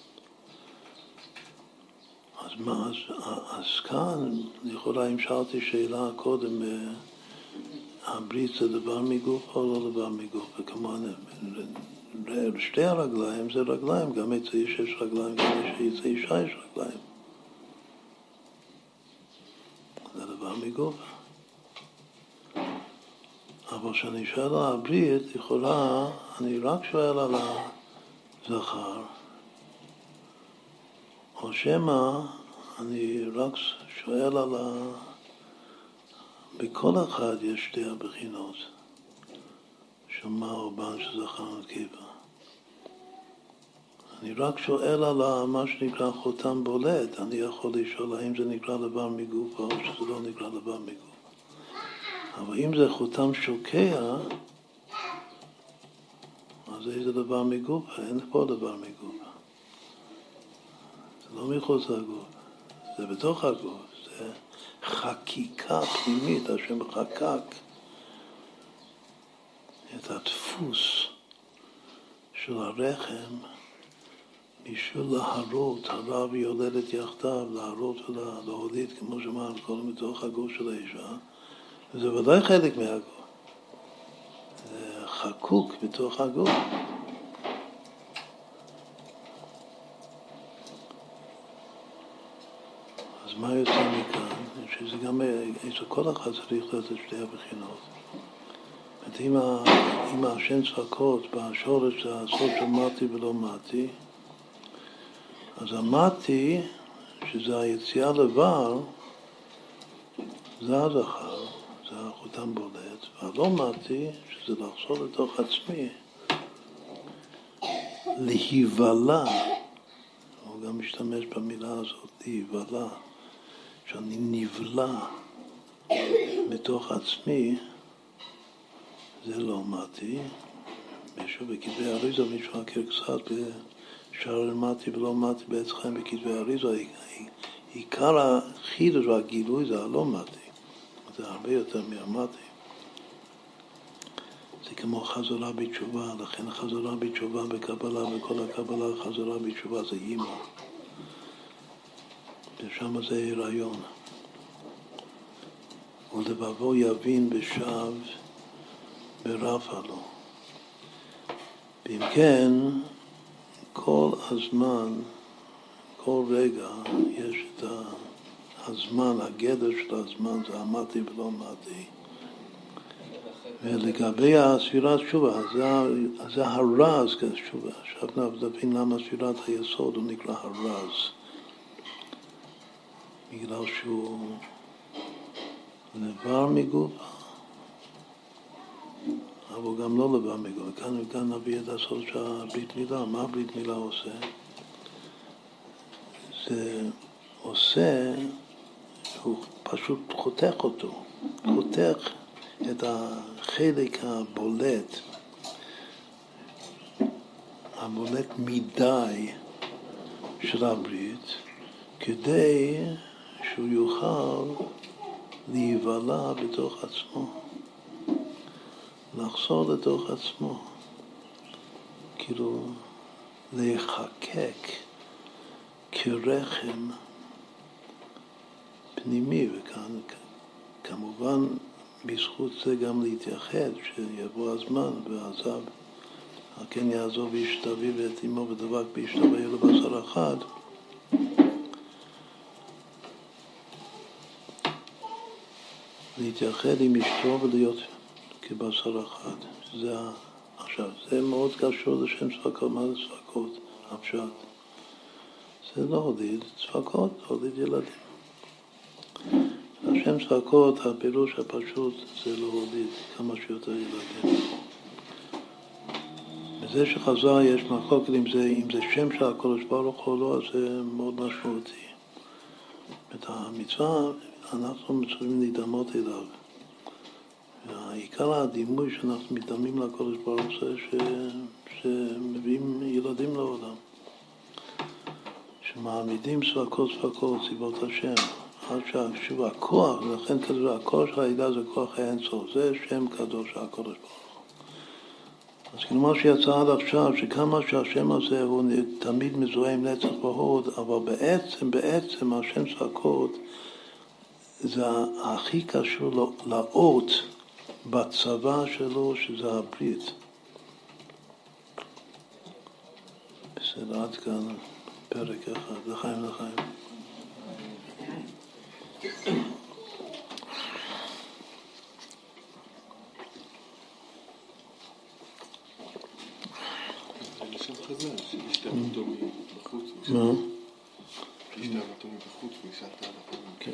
אז מה, אז, אז כאן, לכאורה אם שאלתי שאלה קודם, הברית זה דבר מגוף או לא דבר מגוף? וכמובן, שתי הרגליים זה רגליים, גם אצל איש יש רגליים, גם אצל אישה יש רגליים. זה דבר מגוף. אבל כשאני שואל על הברית, לכאורה, אני רק שואל על הזכר, או שמה, אני רק שואל על ה... בכל אחד יש שתי הבחינות, של מה או בן שזכר ונקבה. אני רק שואל על מה שנקרא חותם בולט, אני יכול לשאול האם זה נקרא דבר מגוף או שזה לא נקרא דבר מגוף. אבל אם זה חותם שוקע, אז איזה דבר מגוף? אין פה דבר מגוף. זה לא מחוץ לגוף, זה בתוך הגוף, זה חקיקה פנימית, השם חקק את הדפוס של הרחם בשביל להרות, הרב יולדת יחדיו, להרות ולהוליד, כמו שאמרנו, כל מתוך הגוף של האישה, וזה ודאי חלק מהגוף. זה חקוק בתוך הגוף. אז מה יוצא מכאן? שזה גם, כל אחד צריך להיות את שתי הבחינות. אם, אם השן צחקות בשורש זה הסוד של מתי ולא מתי, אז המתי, שזה היציאה לבר, זה הזכר, זה החותם בולט, והלא מתי, שזה לחזור לתוך עצמי, להיוולע, הוא גם משתמש במילה הזאת, להיוולע, שאני נבלע מתוך עצמי, זה לא מתי. מישהו בכתבי אריזה, מישהו מכיר קצת בשער מתי ולא מתי בעץ חיים בכתבי אריזה, עיקר החידוש והגילוי זה הלא מתי, זה הרבה יותר מהמתי. זה כמו חזרה בתשובה, לכן חזרה בתשובה בקבלה, בכל הקבלה חזרה בתשובה זה אימא. ושם זה היריון. ולבבו יבין בשב ברפה לו. ואם כן, כל הזמן, כל רגע, יש את הזמן, הגדר של הזמן, זה המתי ולא מתי. ולגבי הספירת תשובה, זה, זה הרז כתשובה. עכשיו נבין למה ספירת היסוד הוא נקרא הרז. בגלל שהוא לבר מגוף, אבל הוא גם לא לבר מגוף. כאן וכאן נביא את הסוד של הברית מילה. מה הברית מילה עושה? זה עושה, הוא פשוט חותך אותו, חותך את החלק הבולט, הבולט מדי של הברית, כדי שהוא יוכל להיוולע בתוך עצמו, לחזור לתוך עצמו, כאילו להיחקק כרחם פנימי, וכאן כמובן בזכות זה גם להתייחד, שיבוא הזמן ועזב, כן יעזוב איש את אביו ואת אמו ודבק באיש אביו יהיה לו בשר אחד. להתייחד עם אשתו ולהיות כבשר אחד. זה, עכשיו, זה מאוד קשור לשם צפקות. מה זה צפקות? הפשט. זה לא הוליד, צפקות, הוליד ילדים. השם צפקות, הפירוש הפשוט, זה לא הוליד כמה שיותר ילדים. בזה שחזר יש מחלוקת אם זה, אם זה שם של הקדוש ברוך הוא לא, אז זה מאוד משמעותי. את המצווה אנחנו מצווים להידמות אליו. העיקר הדימוי שאנחנו מתדמים לקדוש ברוך הוא זה ש... שמביאים ילדים לעולם. שמעמידים צפקות צפקות, סיבות השם. עד שוב הכוח, ולכן כזה, הכוח של הידע זה כוח האינסוף. זה שם קדוש של הקדוש ברוך הוא. אז כאילו מה שיצא עד עכשיו, שכמה שהשם הזה הוא תמיד מזוהה עם נצח והוד, אבל בעצם, בעצם השם צפקות זה הכי קשור לאות בצבא שלו, שזה הברית. בסדר, עד כאן פרק אחד, לחיים לחיים. לשם חזר, שהשתם אותו מבחוץ. מה? שהשתם אותו מבחוץ, ניסעת על הפעם. כן.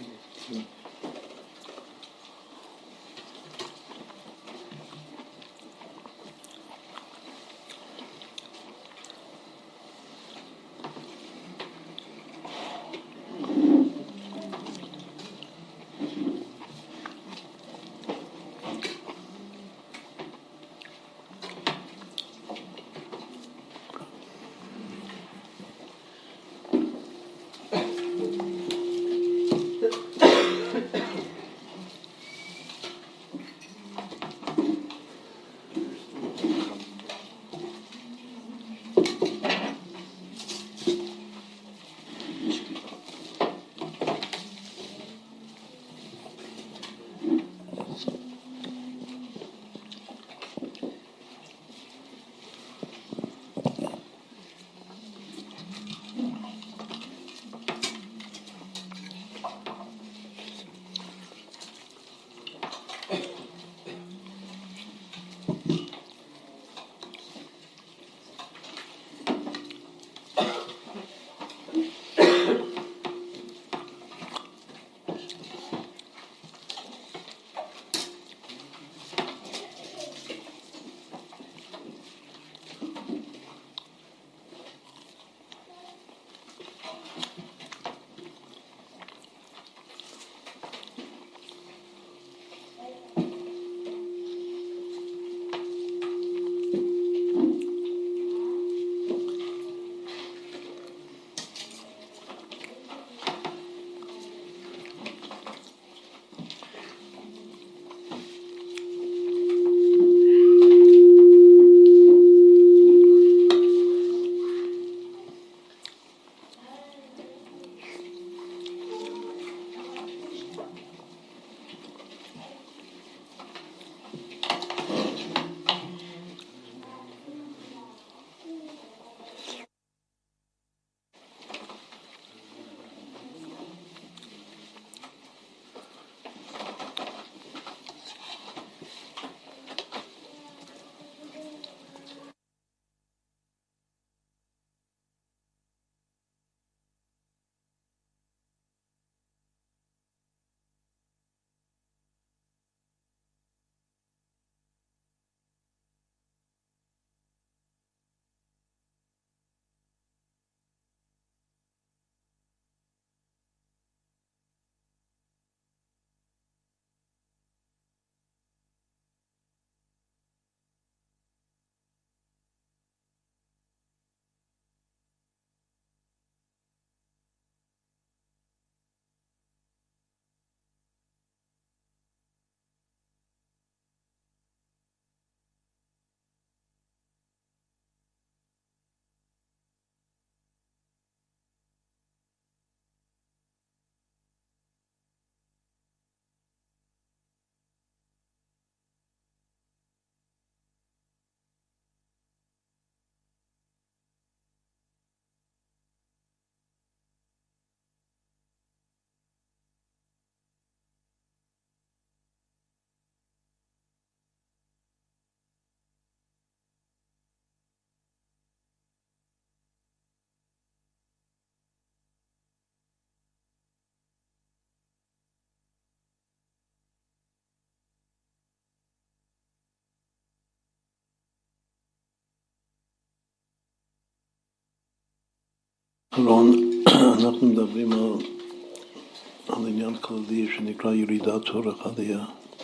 רון, אנחנו מדברים על, על עניין כללי שנקרא ירידת אורך עלייה.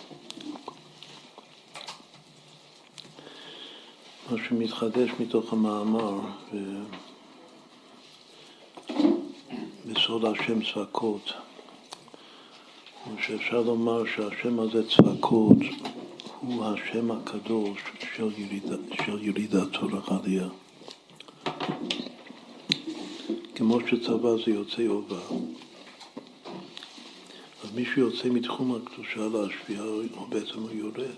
מה שמתחדש מתוך המאמר, ו... בסוד השם צבקות, הוא שאפשר לומר שהשם הזה צבקות הוא השם הקדוש של ירידת, של ירידת אורך עלייה. כמו שצבא זה יוצא אובה. אז מישהו יוצא מתחום הקדושה להשפיע, הוא בעצם הוא יורד.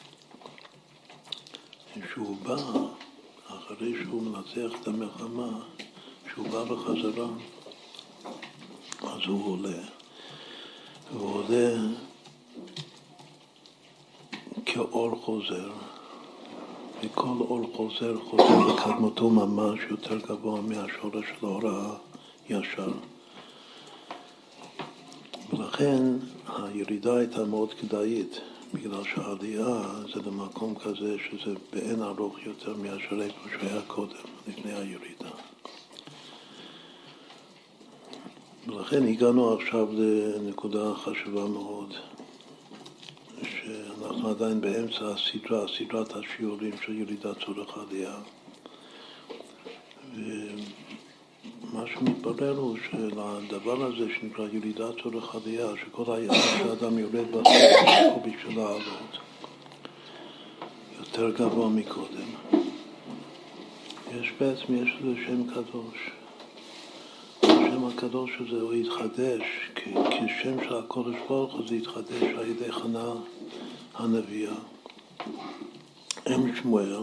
כשהוא בא, אחרי שהוא מנצח את המלחמה, כשהוא בא בחזרה, אז הוא עולה. הוא עולה כאור חוזר, וכל אור חוזר חוזר לקדמותו ממש יותר גבוה מהשורש של האור הישר. ולכן הירידה הייתה מאוד כדאית, בגלל שהעלייה זה למקום כזה שזה באין ארוך יותר מאשר איפה שהיה קודם, לפני הירידה. ולכן הגענו עכשיו לנקודה חשובה מאוד, שאנחנו עדיין באמצע הסדרה, סדרת השיעורים של ירידת אורך עלייה. ומה שמתברר הוא שלדבר הזה שנקרא ירידת אורך עלייה, שכל היעד שהאדם יורד בסדר הוא בשביל לעלות יותר גבוה מקודם. יש בעצם, יש לזה שם קדוש. השם הקדוש הזה הוא יתחדש, כשם של הקודש ברוך הוא זה יתחדש על ידי חנה הנביאה, אם שמואל.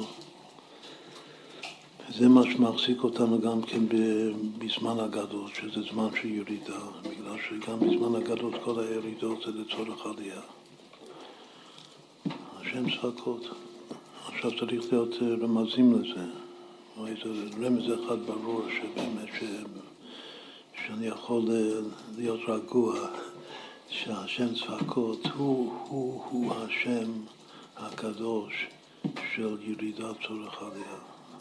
זה מה שמחזיק אותנו גם כן בזמן הגדות, שזה זמן של ירידה, בגלל שגם בזמן הגדות כל הירידות זה לצורך עלייה. השם צבקות. עכשיו צריך להיות רמזים לזה, או איזה רמז אחד ברור שבאמת ש... שאני יכול להיות רגוע שהשם צבקות הוא, הוא, הוא השם הקדוש של ירידת אורך עלייה.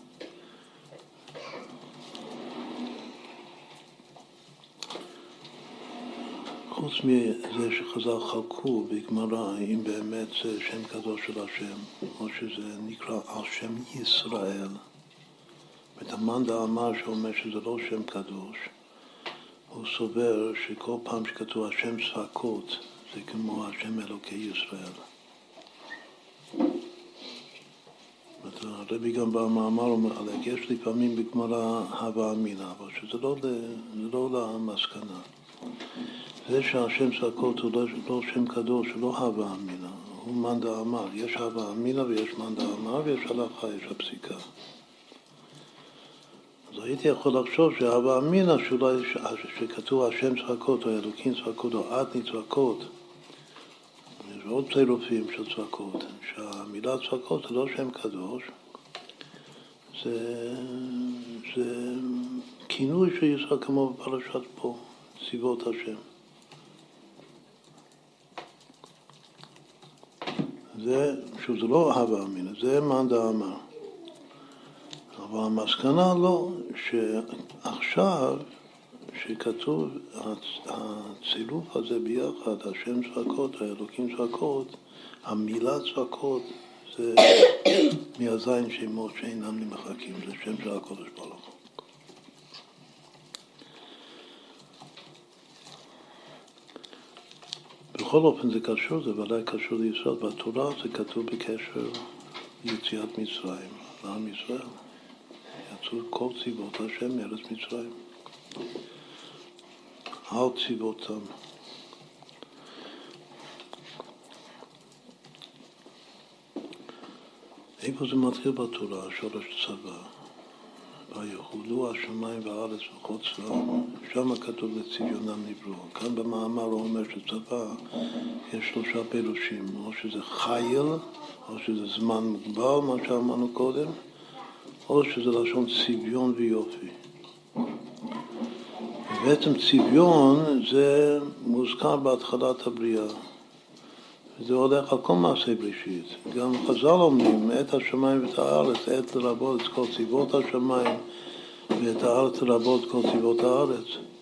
חוץ מזה שחז"ל חלקו בגמרא אם באמת זה שם קדוש של השם, או שזה נקרא על שם ישראל. ותמן דאמר שאומר שזה לא שם קדוש, הוא סובר שכל פעם שכתוב השם צבקות זה כמו השם אלוקי ישראל. הרבי גם במאמר אומר, יש לפעמים בגמרא הווה אמינא, אבל שזה לא, זה לא למסקנה. זה שהשם צבקות הוא לא, לא שם קדוש, הוא לא הווה אמינא, הוא מאן דאמר. יש הווה אמינא ויש מאן דאמר ויש הלכה, יש הפסיקה. אז הייתי יכול לחשוב שהווה אמינא שאולי שכתוב השם צבקות או אלוקים צבקות או אתני צבקות, יש עוד צירופים של צבקות, שהמילה צבקות זה לא שם קדוש, זה, זה כינוי של ישראל כמו בפרשת פה, צבאות השם. זה, שזה לא הווה אמינא, זה מאן דאמר. אבל המסקנה לא, שעכשיו שכתוב הצילוף הזה ביחד, השם צבקות, האלוקים צבקות, המילה צבקות זה מהזין שמות שאינם נמחקים, זה שם של הקודש ברוך הוא. בכל אופן זה קשור, זה ודאי קשור לישראל, בתורה זה כתוב בקשר ליציאת מצרים, לעם ישראל. יצאו כל צבאות השם מארץ מצרים. על צבאותם. איפה זה מתחיל בתורה, שורש צבא? ויחולו השמיים והארץ וכל צבאם. שם כתוב לצביונם נבראו. כאן במאמר הוא אומר שצבא יש שלושה פירושים, או שזה חיל, או שזה זמן מוגבל, מה שאמרנו קודם, או שזה לשון צביון ויופי. בעצם צביון זה מוזכר בהתחלת הבריאה. זה הולך על כל מעשה בראשית. גם חז"ל אומרים, את השמיים ואת הארץ, את לרבות את כל צבאות השמיים ואת הארץ לרבות כל צבאות הארץ.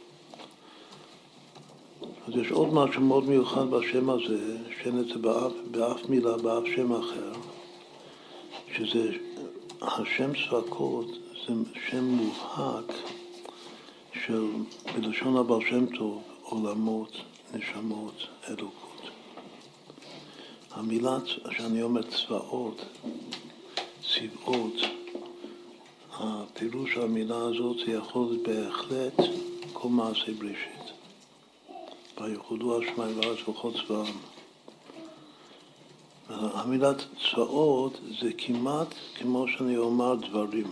אז יש עוד משהו מאוד מיוחד בשם הזה, שאין את זה באף, באף מילה, באף שם אחר, שזה השם ספקות, זה שם מובהק של, בלשון הבעל שם טוב, עולמות, נשמות, אלוקות. המילה שאני אומר צבאות, צבאות, הפירוש של המילה הזאת זה יכול להיות בהחלט כל מעשה בראשית. ויחולו השמיים והארץ וכל צבאם. המילה צבאות זה כמעט כמו שאני אומר דברים.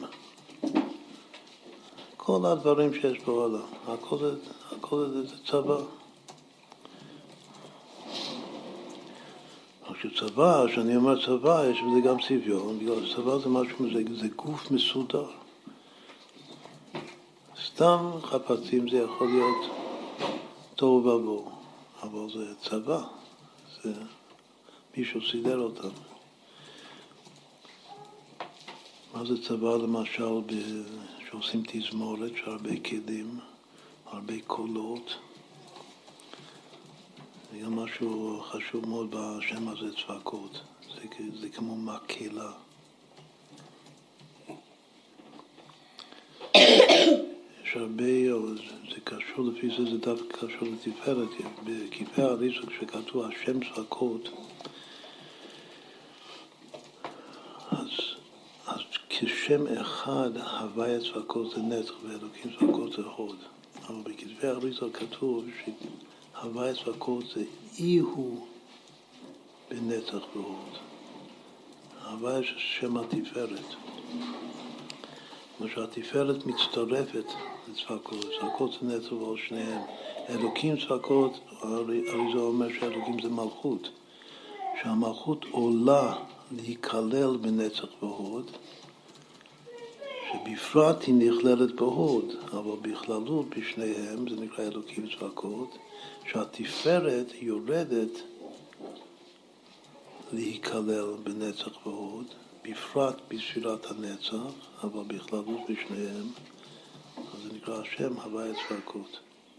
כל הדברים שיש בעולם, הכל זה, הכל זה, זה צבא. עכשיו צבא, כשאני אומר צבא, יש בזה גם צביון, בגלל צבא זה משהו, זה, זה גוף מסודר. סתם חפצים זה יכול להיות טוב ובוא, אבל זה צבא, זה מישהו סידר אותם. מה זה צבא למשל שעושים תזמורת, שהרבה כלים, הרבה קולות. זה גם משהו חשוב מאוד בשם הזה, צבקות. זה, זה כמו מקהלה. יש הרבה, זה קשור לפי זה, זה דווקא קשור לתפארת. בכיפי האריזות כשכתוב השם צבקות, אז, אז כשם אחד הוויה צבקות זה נצח ואלוקים צבקות זה הוד. אבל בכתבי האריזות כתוב שהוויה צבקות זה אי הוא בנצח והוד. הוויה של שם התפארת. כמו שהתפארת מצטרפת לצבקות, צבקות זה נצח ועוד שניהם. אלוקים צבקות, הריזו אומר שאלוקים זה מלכות. שהמלכות עולה להיכלל בנצח והוד, שבפרט היא נכללת בהוד, אבל בכללות בשניהם, זה נקרא אלוקים צבקות, שהתפארת יורדת להיכלל בנצח והוד, בפרט בספירת הנצח, אבל בכללות בשניהם, אז זה נקרא השם הוויה צבקות.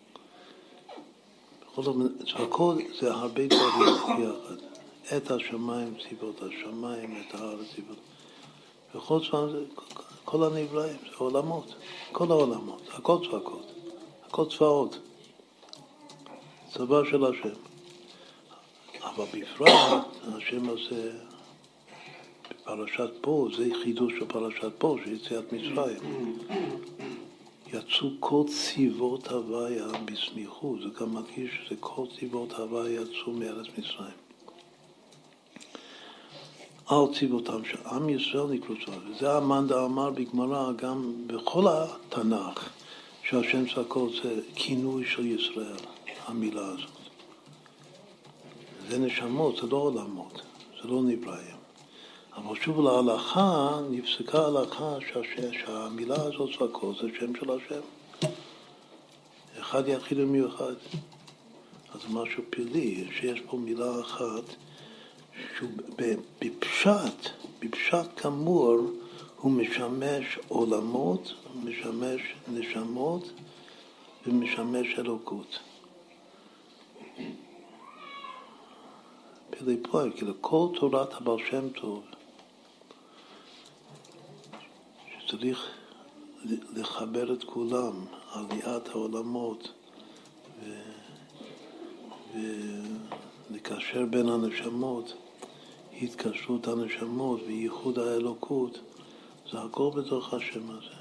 בכל זאת, צבקות זה הרבה דברים יחד. את השמיים, צבאות השמיים, את הארץ, צבאות. וכל צבאות זה, כל הנבראים, זה עולמות, כל העולמות, הכל צבקות, הכל צבאות. צבא של השם. אבל בפרט, השם הזה, בפרשת פה, זה חידוש של פרשת פה, שיציאת מצרים. יצאו כל צבאות הוויה בסמיכות, זה גם מדגיש שזה כל צבאות הוויה יצאו מארץ מצרים. על צבאותם שעם ישראל נקראו צבא, וזה המאן דאמר בגמרא גם בכל התנ"ך, שהשם צבקות זה כינוי של ישראל, המילה הזאת. זה נשמות, זה לא עולמות, זה לא נבראים. אבל שוב להלכה, נפסקה ההלכה שהמילה הזאת צבקות זה שם של השם. אחד יחיד ומיוחד. אז זה משהו פלאי, שיש פה מילה אחת, שהוא בפשט, בפשט כמור, הוא משמש עולמות, משמש נשמות ומשמש אלוקות. פלאי פלאי, כאילו כל תורת הבעל שם טוב, שצריך לחבר את כולם, עליית העולמות, ו... ולקשר בין הנשמות, התקשרות הנשמות וייחוד האלוקות, זה הכל בתוך השם הזה.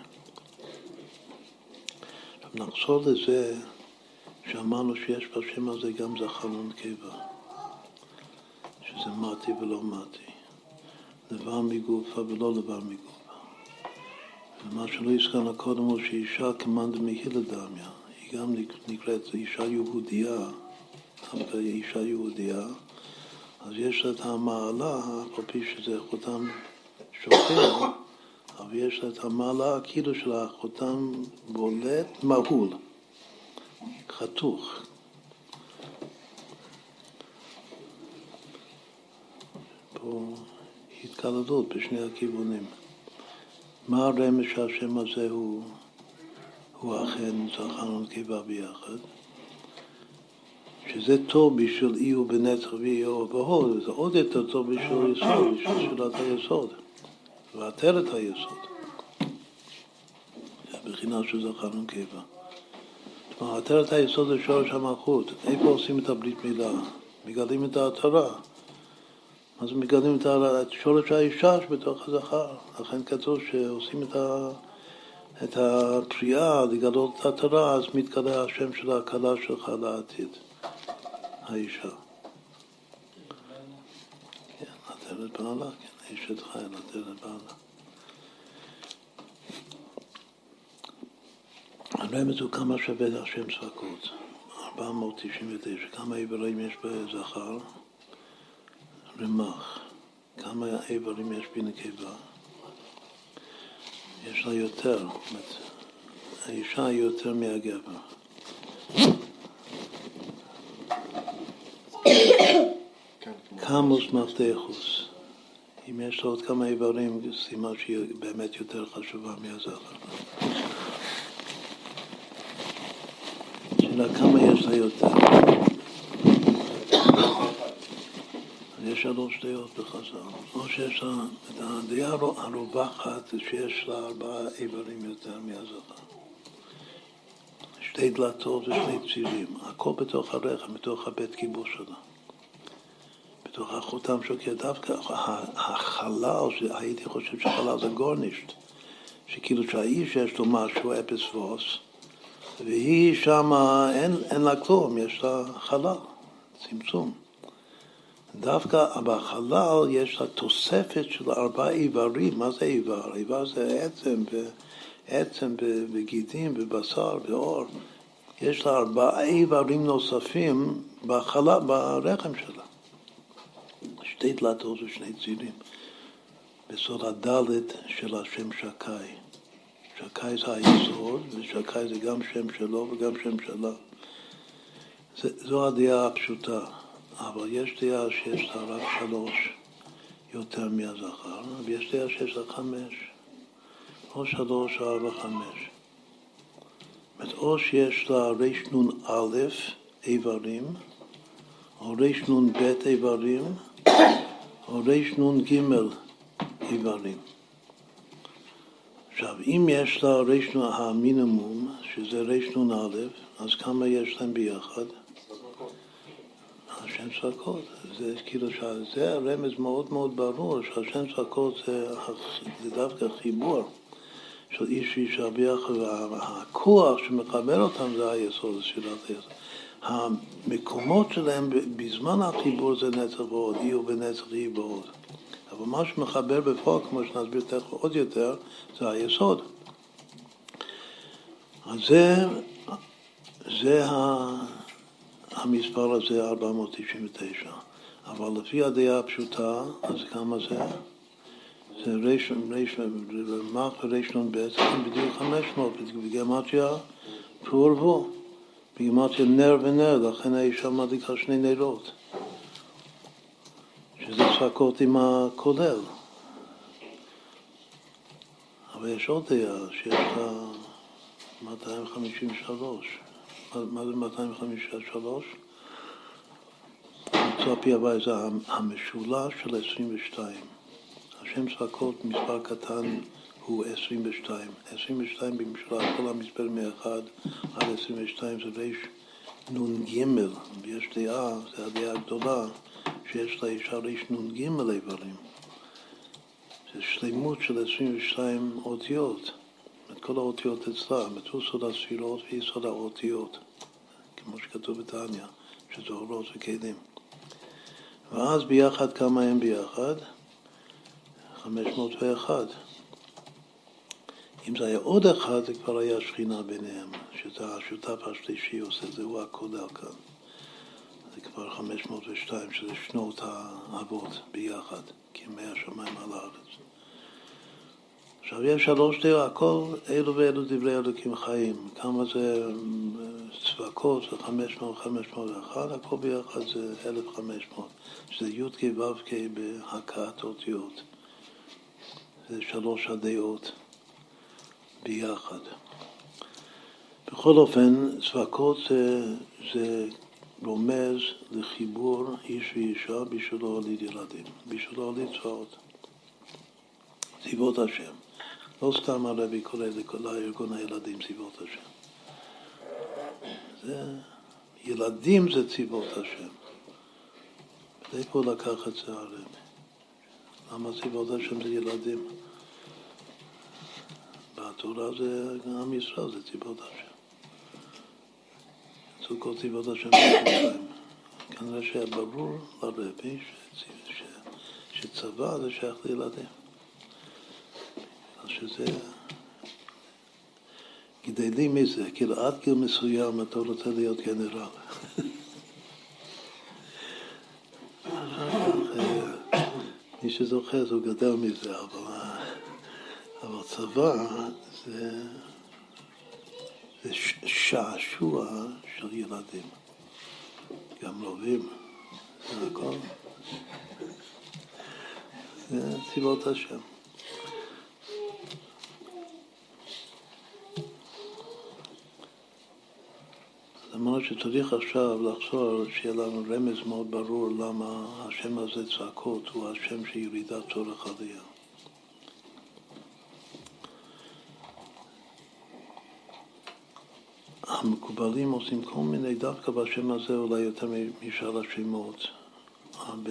עכשיו נחזור לזה שאמרנו שיש בשם הזה גם זכר ונקבה, שזה מתי ולא מתי, דבר מגופה ולא דבר מגופה. ומה שלא הזכרנו קודם הוא שאישה כמאן דמהילה דמיא, היא גם נקראת אישה יהודייה, דווקא אישה יהודייה, אז יש לה את המעלה, על פי שזה חותם שופר, אבל יש לה את המעלה כאילו של החותם בולט מהול, חתוך. פה התקלדות בשני הכיוונים. מה הרמז שהשם הזה הוא הוא אכן זכר ונקבה ביחד, שזה טוב בשביל אי ובנצח ואי ובהוד, זה עוד יותר טוב בשביל יסוד, בשביל שאלת היסוד, ועטרת היסוד. זה בחינה של זכר ונקבה. עטרת היסוד זה שורש המלכות. איפה עושים את הברית מילה? מגלים את העטרה. אז מגלים את, את שורש האישה שבתוך הזכר. לכן כתוב שעושים את, ה, את הפריאה, לגלות את העטרה, אז מתגלה השם של הכלה שלך לעתיד, האישה. כן, עטרת בעלה, כן, אשת חיל, עטרת בעלה. הרמז הוא כמה שווה השם ספקות, ארבע מאות תשעים ותשע, כמה איברים יש בזכר, רמ"ח, כמה איברים יש בנקבה, יש לה יותר, זאת אומרת, האישה היא יותר מהגבר. כמוס מפתחוס, אם יש לה עוד כמה איברים, סימן שהיא באמת יותר חשובה מהזכר. שאלה כמה יש לה יותר. יש שלוש דעות בחז"ל. או שיש לה את הדעה הרווחת שיש לה ארבעה איברים יותר מהזכר. שתי דלתות ושני צירים. הכל בתוך הרחם, בתוך הבית כיבוש שלה. בתוך החותם שוקר דווקא. החלל, הייתי חושב שחלל זה גורנישט. שכאילו שהאיש יש לו משהו אפס ווס. והיא שמה, אין, אין לה כלום, יש לה חלל, צמצום. דווקא בחלל יש לה תוספת של ארבעה איברים. מה זה איבר? איבר זה עצם, עצם בגידים, בבשר, באור. יש לה ארבעה איברים נוספים בחלל, ברחם שלה. שתי דלתות ושני צירים. בסוד הדלת של השם שקאי. שקאי זה היסוד, ושקאי זה גם שם שלו וגם שם שלה. זו הדעה הפשוטה. אבל יש דעה שיש לה רק שלוש יותר מהזכר, ויש דעה שיש לה חמש. או שלוש, ארבע, חמש. או שיש לה ריש נון א' איברים, או ריש נון ב' איברים, או ריש נון ג' איברים. עכשיו, אם יש לה ריש נון המינימום, שזה ריש נון א', אז כמה יש להם ביחד? השם ספקות. זה כאילו שזה הרמז מאוד מאוד ברור, שהשם ספקות זה, זה דווקא חיבור של איש ואישה ביחד, והכוח שמחבר אותם זה היסוד, זה שאלת היסוד. המקומות שלהם בזמן החיבור זה נצח ועוד, אי ובנצח אי ועוד. אבל מה שמחבר בפועל, כמו שנסביר תכף עוד יותר, זה היסוד. אז זה, זה ה... המספר הזה ארבע מאות תשעים ותשע. אבל לפי הדעה הפשוטה, אז כמה זה? זה ריש, ריש, רמ"ח וריש נון ב', זה בדיוק חמש מאות, בגימטריה פרו ורבו. בגימטריה נר ונר, לכן האישה מדליקה שני נרות. שזה ספקות עם הכולל. אבל יש עוד דעה שיש לה מאתיים חמישים ושלוש. מה זה מאתיים חמישים ושלוש? מצוא פי הוואי זה המשולש של עשרים ושתיים. השם ספקות מספר קטן הוא עשרים ושתיים. עשרים ושתיים במשולש, כל המספר מאחד עד עשרים ושתיים זה ריש נון ג', ויש דעה, זה הדעה הגדולה, שיש לה אישה ריש נון ג' איברים. זה שלמות של עשרים ושתיים אותיות. את כל האותיות אצלה, את סוד הספירות והיא סוד האותיות, כמו שכתוב בתניא, שזה אורות וכלים. ואז ביחד, כמה הם ביחד? חמש מאות ואחת. אם זה היה עוד אחד, זה כבר היה שכינה ביניהם, שזה השותף השלישי עושה, זהו הכולל כאן. זה כבר חמש מאות ושתיים, שזה שנות האבות ביחד, כימי השמיים על הארץ. עכשיו יש שלוש דעות, הכל אלו ואלו דברי אלוקים חיים. כמה זה צבקות, זה חמש מאות, חמש מאות ואחת, הכל ביחד זה אלף וחמש מאות. שזה י' כ' ו' כ' בהכאת אותיות. זה שלוש הדעות ביחד. בכל אופן, צבקות זה, זה רומז לחיבור איש ואישה בשביל להוליד ילדים, בשביל להוליד צבאות. צבאות השם. לא סתם הרבי קורא לכל הארגון הילדים צבאות השם. זה, ילדים זה צבאות השם. איפה הוא לקח את זה הרבי? למה צבאות השם זה ילדים? בתורה זה, עם ישראל זה צבאות השם. זו כל צבאות השם בחוציים. כנראה שהיה ברור לרבי ש, ש, שצבא זה שייך לילדים. שזה גדלים מזה, כאילו עד גיל מסוים אתה רוצה להיות גנרל. מי שזוכר הוא גדל מזה, אבל, אבל צבא זה, זה שעשוע של ילדים, גם רובים, זה הכל. זה צבאות השם. אמרנו שצריך עכשיו לחזור, שיהיה לנו רמז מאוד ברור למה השם הזה צעקות הוא השם שירידת צורך עלייה. המקובלים עושים כל מיני, דווקא בשם הזה אולי יותר משאר השמות, הרבה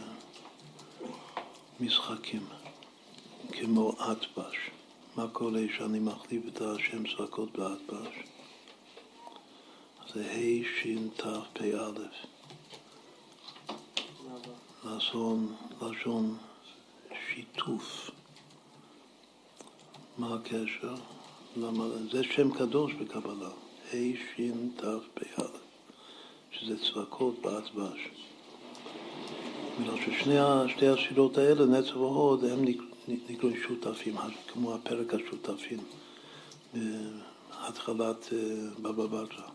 משחקים, כמו אטבש. מה קורה שאני מחליף את השם צעקות באטבש? זה ה' שין ת' פ' א'. לשון, לשון שיתוף. מה הקשר? למה? זה שם קדוש בקבלה. ה' שין ת' פ' א'. שזה צבקות באטבש. בגלל ששתי השירות האלה, נצח והוד, הם נקראים שותפים, כמו הפרק השותפים. בהתחלת בבא בתרא.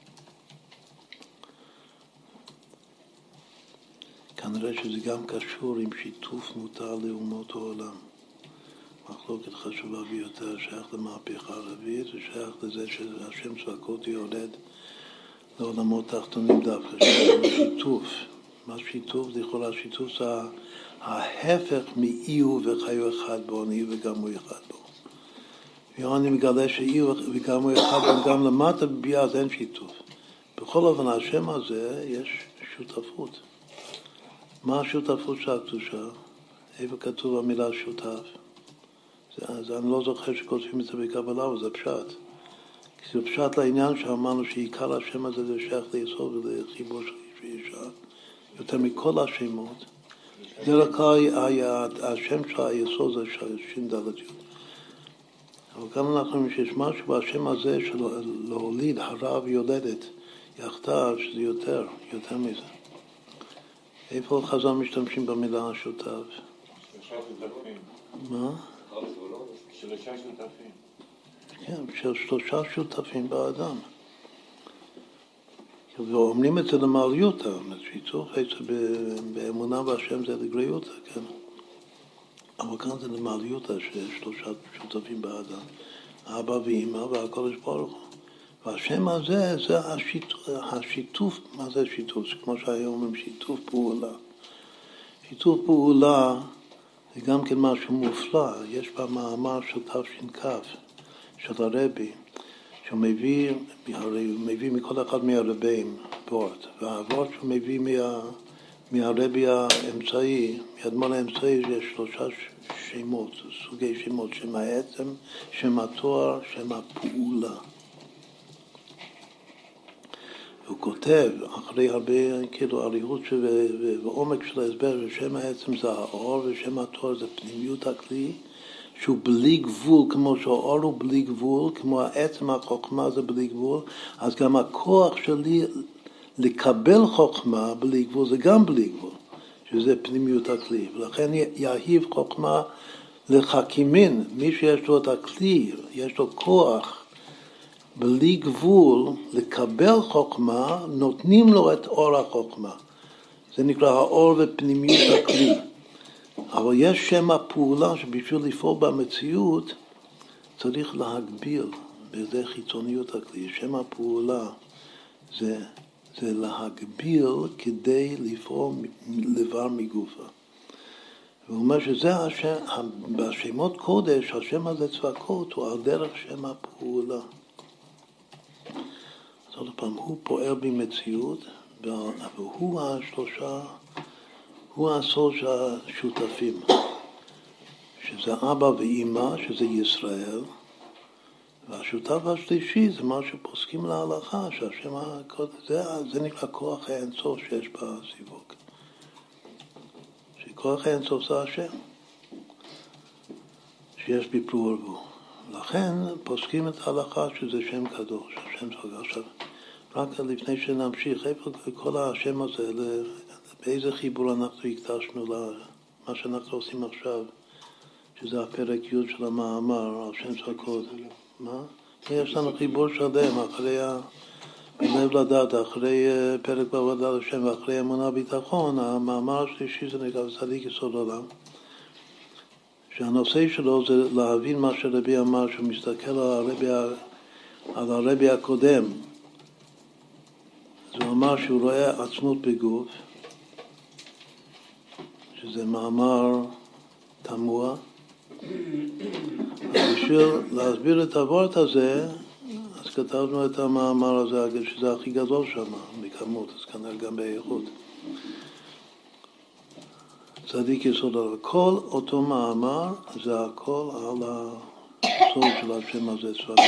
כנראה שזה גם קשור עם שיתוף מותר לאומות העולם. מחלוקת חשובה ביותר, שייך למהפכה הרביעית, ושייך לזה שהשם צבקות יורד לעולמות תחתונים דווקא, שזה שיתוף. מה שיתוף? לכאורה שיתוף זה ההפך מאיהו וחיו אחד בו, אני וגם הוא אחד בו. ואם אני מגלה שאיהו וגם הוא אחד בו, גם למטה בביאה אז אין שיתוף. בכל אופן, השם הזה יש שותפות. מה השותפות של הקדושה? איפה כתוב המילה שותף? אז אני לא זוכר שכותבים את זה בקבלה, אבל זה פשט. כי זה פשט לעניין שאמרנו שעיקר השם הזה זה שייך ליסוד ולחיבור של איש ואישה, יותר מכל השמות. דרך כלל השם של היסוד זה שין דלת יוד. אבל כאן אנחנו רואים שיש משהו בשם הזה של להוליד הרע ויולדת יחדיו, שזה יותר, יותר מזה. איפה חז"ל משתמשים במילה השותף? שלושה שותפים. מה? שלושה שותפים. כן, של שלושה שותפים באדם. ואומרים את זה למעליותה, שיתוף באמונה בהשם זה לגריותה, כן? אבל כאן זה למעליותה שיש שלושה שותפים באדם. אבא ואמא והקדוש ברוך הוא. והשם הזה זה השיתוף, השיתוף, מה זה שיתוף? זה כמו שהיום אומרים שיתוף פעולה. שיתוף פעולה זה גם כן משהו מופלא. יש במאמר של תש"כ של הרבי, שהוא מביא, הרי הוא מביא מכל אחד מהרבים וורט, והוורט שהוא מביא מה, מהרבי האמצעי, מהאדמו"ר האמצעי, יש שלושה שמות, סוגי שמות, שם העצם, שם התואר, שם הפעולה. הוא כותב, אחרי הרבה כאילו אריכות ועומק של ההסבר, ושם העצם זה האור, ושם התואר זה פנימיות הכלי, שהוא בלי גבול, כמו שהאור הוא בלי גבול, כמו העצם החוכמה זה בלי גבול, אז גם הכוח שלי לקבל חוכמה בלי גבול זה גם בלי גבול, שזה פנימיות הכלי. ולכן יהיב חוכמה לחכימין, מי שיש לו את הכלי, יש לו כוח, בלי גבול, לקבל חוכמה, נותנים לו את אור החוכמה. זה נקרא האור ופנימיות הכלי. אבל יש שם הפעולה שבשביל לפעול במציאות צריך להגביל, וזה חיצוניות הכלי. שם הפעולה זה, זה להגביל כדי לפעול דבר מגופה. והוא אומר שזה השם, בשמות קודש, השם הזה צבקות הוא על דרך שם הפעולה. אז עוד פעם, הוא פועל במציאות, והוא השלושה, הוא הסוד של השותפים, שזה אבא ואמא, שזה ישראל, והשותף השלישי זה מה שפוסקים להלכה, שהשם הקודש, זה, זה נקרא כוח האינסוף שיש בסיווג. שכוח האינסוף זה השם, שיש בפרו ורבו. לכן פוסקים את ההלכה שזה שם קדוש, השם סוגר. עכשיו, רק לפני שנמשיך, איפה כל השם הזה, באיזה חיבור אנחנו הקדשנו למה שאנחנו עושים עכשיו, שזה הפרק י' של המאמר, על שם סוכות. מה? יש לנו חיבור שלם, אחרי הלב לדעת, אחרי פרק בעבודה לשם ואחרי אמונה ביטחון, המאמר השלישי זה נקרא צדיק יסוד עולם. שהנושא שלו זה להבין מה שרבי אמר, שהוא מסתכל על הרבי, על הרבי הקודם. אז הוא אמר שהוא רואה עצמות בגוף, שזה מאמר תמוה. בשביל להסביר את הוורט הזה, אז כתבנו את המאמר הזה, שזה הכי גדול שם, בכמות, אז כנראה גם באיכות. צדיק יסוד עליו. כל אותו מאמר זה הכל על הסוד של השם הזה צבקות.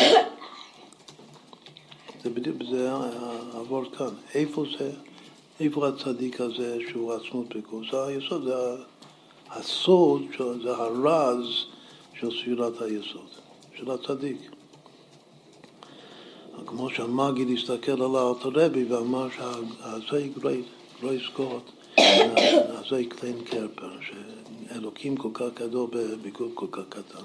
זה בדיוק, זה העבור כאן. איפה זה? איפה הצדיק הזה שהוא עצמות בגוף? זה היסוד, זה הסוד, זה הרז של ספירת היסוד, של הצדיק. כמו שהמגיד הסתכל על אותו רבי ואמר שזה גרייס גוד, זה קליין קרפר, שאלוקים כל כך גדול בגוף כל כך קטן.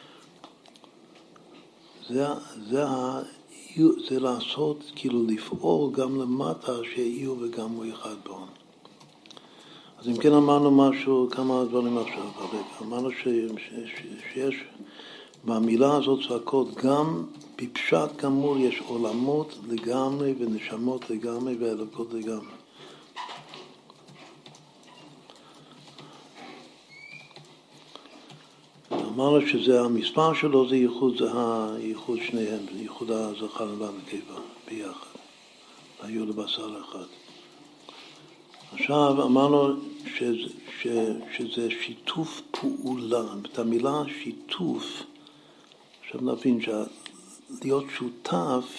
זה, זה, זה לעשות, כאילו לפעול גם למטה שיהיו וגם הוא אחד בהם. אז אם כן אמרנו משהו, כמה דברים עכשיו, אמרנו ש, ש, ש, שיש במילה הזאת צעקות, גם בפשט גמור יש עולמות לגמרי ונשמות לגמרי ואלוקות לגמרי. אמרנו שזה המספר שלו, זה ייחוד, זה הייחוד שניהם, ייחוד הזכר והנקבה ביחד, היו לבשר אחד. עכשיו אמרנו שזה, ש, שזה שיתוף פעולה, את המילה שיתוף, עכשיו נבין שלהיות שותף,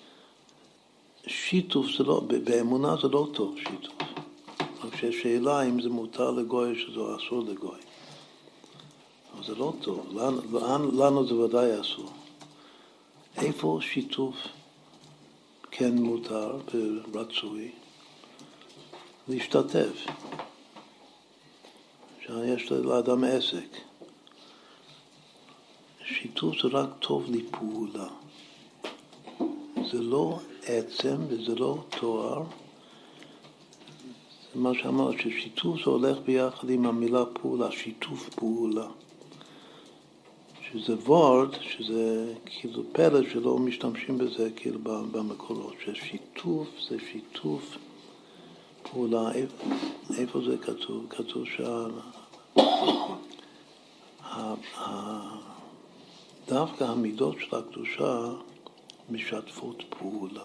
שיתוף זה לא, באמונה זה לא טוב שיתוף. רק שיש שאלה אם זה מותר לגוי שזה אסור לגוי. אבל זה לא טוב, לנו, לנו זה ודאי אסור. איפה שיתוף כן מותר ורצוי? להשתתף. שיש לאדם עסק. שיתוף זה רק טוב לפעולה. זה לא עצם וזה לא תואר. זה מה שאמרת, ששיתוף זה הולך ביחד עם המילה פעולה, שיתוף פעולה. שזה וורד, שזה כאילו פלט שלא משתמשים בזה כאילו במקורות. ששיתוף זה שיתוף פעולה, איפה זה כתוב? כתוב שדווקא המידות של הקדושה משתפות פעולה.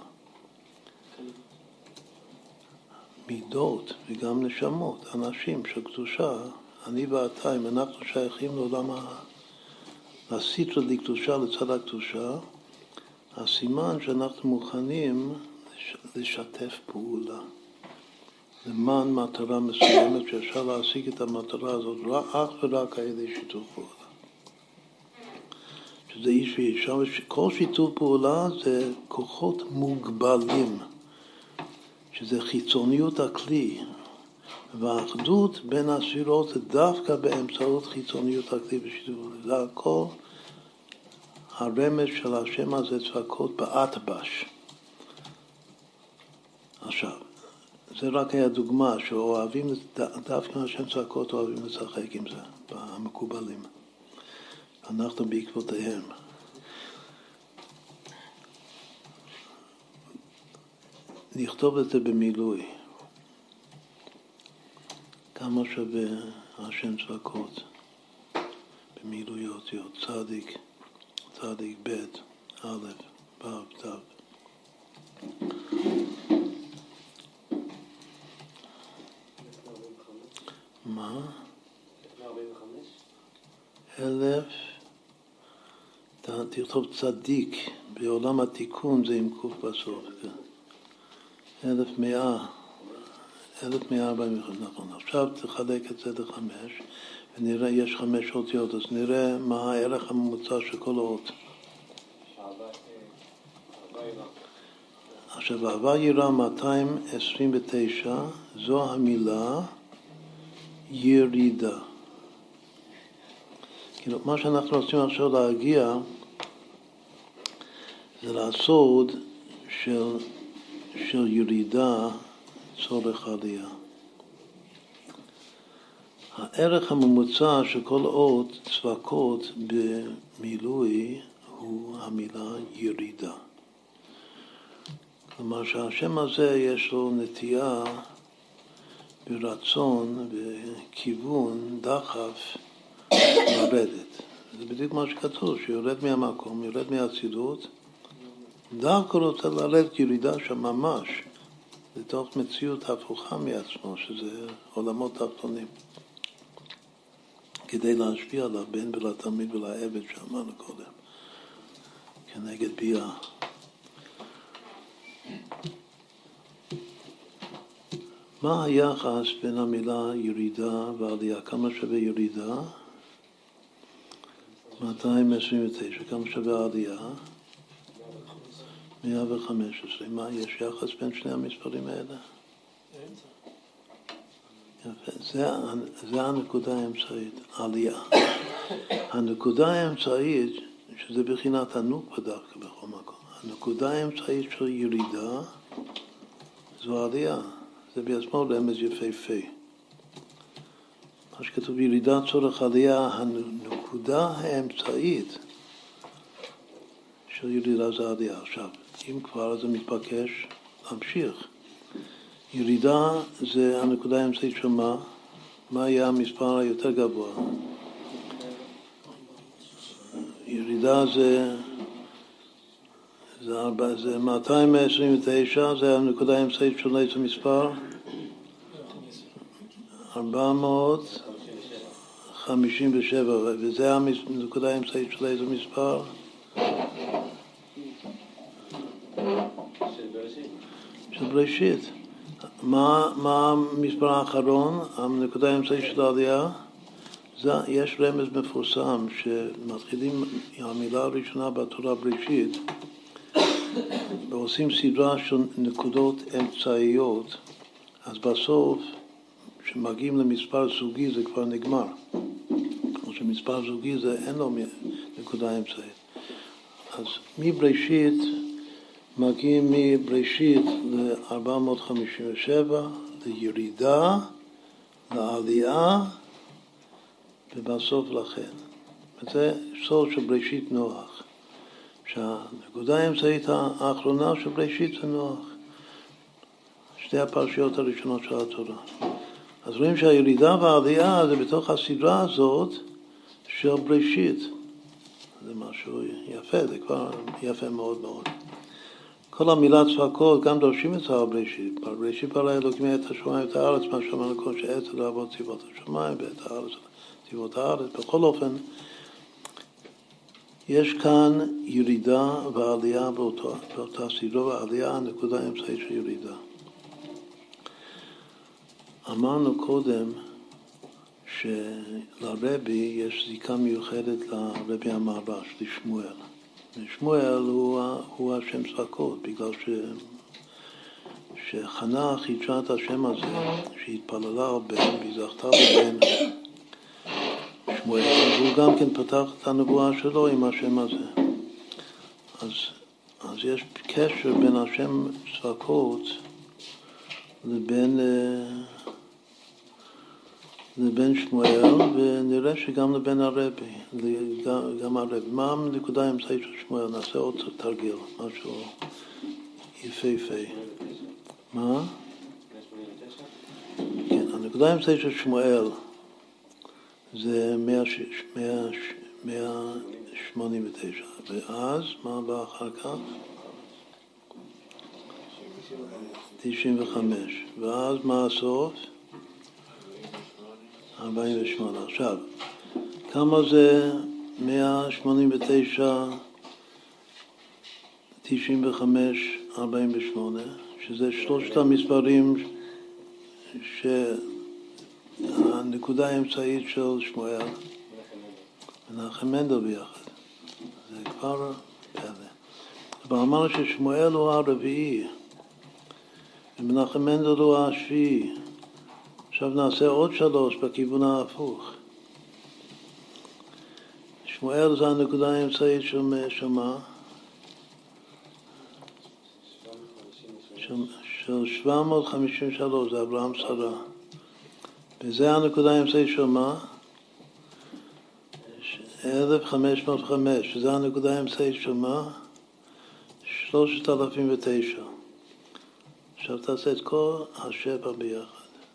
מידות וגם נשמות, אנשים של קדושה, אני ואתה, אם אנחנו שייכים לעולם הסיטרא לקדושה לצד הקדושה, הסימן שאנחנו מוכנים לשתף פעולה. למען מטרה מסוימת שאפשר להשיג את המטרה הזאת אך ורק על ידי שיתוף פעולה. שזה איש ואישה, וכל שיתוף פעולה זה כוחות מוגבלים, שזה חיצוניות הכלי, והאחדות בין הספירות זה דווקא באמצעות חיצוניות הכלי ושיתוף פעולה. זה הכל הרמז של השם הזה צעקות באטבש. עכשיו, זה רק היה דוגמה שאוהבים, דווקא השם צעקות אוהבים לשחק עם זה, המקובלים. אנחנו בעקבותיהם. נכתוב את זה במילוי. כמה שווה השם צבקות במילוי אותיות, צדיק, צדיק ב' א' ו' ת'. מה? אלף, תכתוב צדיק, בעולם התיקון זה עם קוף בסוף. אלף מאה, אלף מאה ארבעים וחמש, נכון. עכשיו תחלק את זה לחמש, ונראה, יש חמש אותיות, אז נראה מה הערך הממוצע של כל האות. עכשיו, אהבה יראה מאתיים עשרים ותשע, זו המילה ירידה. כאילו, מה שאנחנו רוצים עכשיו להגיע זה לסוד של, של ירידה צורך עלייה. הערך הממוצע של כל אות צבקות במילוי הוא המילה ירידה. כלומר שהשם הזה יש לו נטייה ברצון, בכיוון, דחף, לרדת. זה בדיוק מה שכתוב, שיורד מהמקום, יורד מהצילות, דווקא רוצה לרדת ירידה שם ממש, לתוך מציאות הפוכה מעצמו, שזה עולמות תחתונים. כדי להשפיע לבן ולתלמיד ולעבד שאמרנו קודם, כנגד ביאה. מה היחס בין המילה ירידה ועלייה? כמה שווה ירידה? מאתיים עשרים ותשע. כמה שווה עלייה? מאה וחמש עשרה. מה, יש יחס בין שני המספרים האלה? יפה. זה, זה הנקודה האמצעית, עלייה. הנקודה האמצעית, שזה בחינת הנוקבה דווקא בכל מקום, הנקודה האמצעית של ירידה זו עלייה. זה בעצמו רמז יפהפה. מה שכתוב ירידה צורך עלייה, הנקודה האמצעית של ירידה זה עלייה. עכשיו, אם כבר זה מתבקש להמשיך. ירידה זה הנקודה האמצעית של מה? מה יהיה המספר היותר גבוה? ירידה זה, זה, ארבע, זה מאתיים עשרים ותשע, זה הנקודה האמצעית של איזה מספר? ארבע מאות חמישים ושבע, וזה הנקודה האמצעית של איזה מספר? של בראשית. מה, מה המספר האחרון, הנקודה האמצעית של העלייה? זה, יש רמז מפורסם שמתחילים המילה הראשונה בתורה בראשית ועושים סדרה של נקודות אמצעיות, אז בסוף כשמגיעים למספר זוגי זה כבר נגמר. או שמספר זוגי זה אין לו נקודה אמצעית. אז מבראשית מגיעים מבראשית ל-ארבע מאות חמישים ושבע, לירידה, לעלייה, ובסוף לכן. וזה סוד של בראשית נוח. שהנקודה האמצעית האחרונה של בראשית זה נוח. שתי הפרשיות הראשונות של התורה. אז רואים שהירידה והעלייה זה בתוך הסדרה הזאת של בראשית. זה משהו יפה, זה כבר יפה מאוד מאוד. כל המילה צבקות, גם דורשים את זה על בראשית. בראשית ברא אלוקים את השמיים ואת הארץ, מה שאמרנו כל שעץ לעבוד צבאות השמיים ואת הארץ, צבאות הארץ. בכל אופן, יש כאן ירידה ועלייה באותו, באותה סדרה, ועלייה הנקודה האמצעית של ירידה. אמרנו קודם שלרבי יש זיקה מיוחדת לרבי המהר"ש, לשמואל. ושמואל הוא, הוא השם צבקות, בגלל ש, שחנה חידשה את השם הזה, שהתפללה על בן, והיא זכתה בבן שמואל, והוא גם כן פתח את הנבואה שלו עם השם הזה. אז, אז יש קשר בין השם צבקות לבין... לבין שמואל, ונראה שגם לבין הרבי, גם הרבי. מה הנקודה האמצעית של שמואל? נעשה עוד תרגיל, משהו יפה יפה. מה? כן, הנקודה האמצעית של שמואל זה מאה שמונים ותשע, ואז מה בא אחר כך? תשעים וחמש, ואז מה הסוף? ארבעים ושמונה. עכשיו, כמה זה מאה שמונים ותשע, תשעים וחמש, ארבעים ושמונה? שזה שלושת המספרים שהנקודה האמצעית של שמואל מנחם מנדל ביחד. זה כבר פלא. אבל אמרנו ששמואל הוא הרביעי ומנחם מנדל הוא השביעי. עכשיו נעשה עוד שלוש בכיוון ההפוך. שמואל זה הנקודה האמצעית של שמה? של, של שבע מאות חמישים ושלוש, זה אברהם שרה. וזה הנקודה האמצעית של מה? אלף חמש מאות וחמש, שזה הנקודה האמצעית של מה? שלושת אלפים ותשע. עכשיו תעשה את כל השבע ביחד.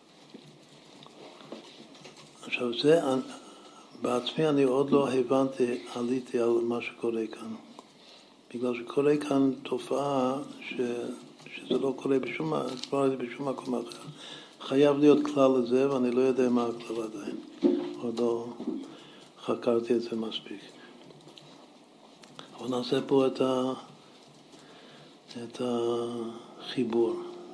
עכשיו זה, בעצמי אני עוד לא הבנתי, עליתי על מה שקורה כאן. בגלל שקורה כאן תופעה ש, שזה לא קורה בשום, לא בשום מקום אחר. חייב להיות כלל לזה, ואני לא יודע מה הכלל עדיין. עוד לא חקרתי את זה מספיק. אבל נעשה פה את, ה, את החיבור.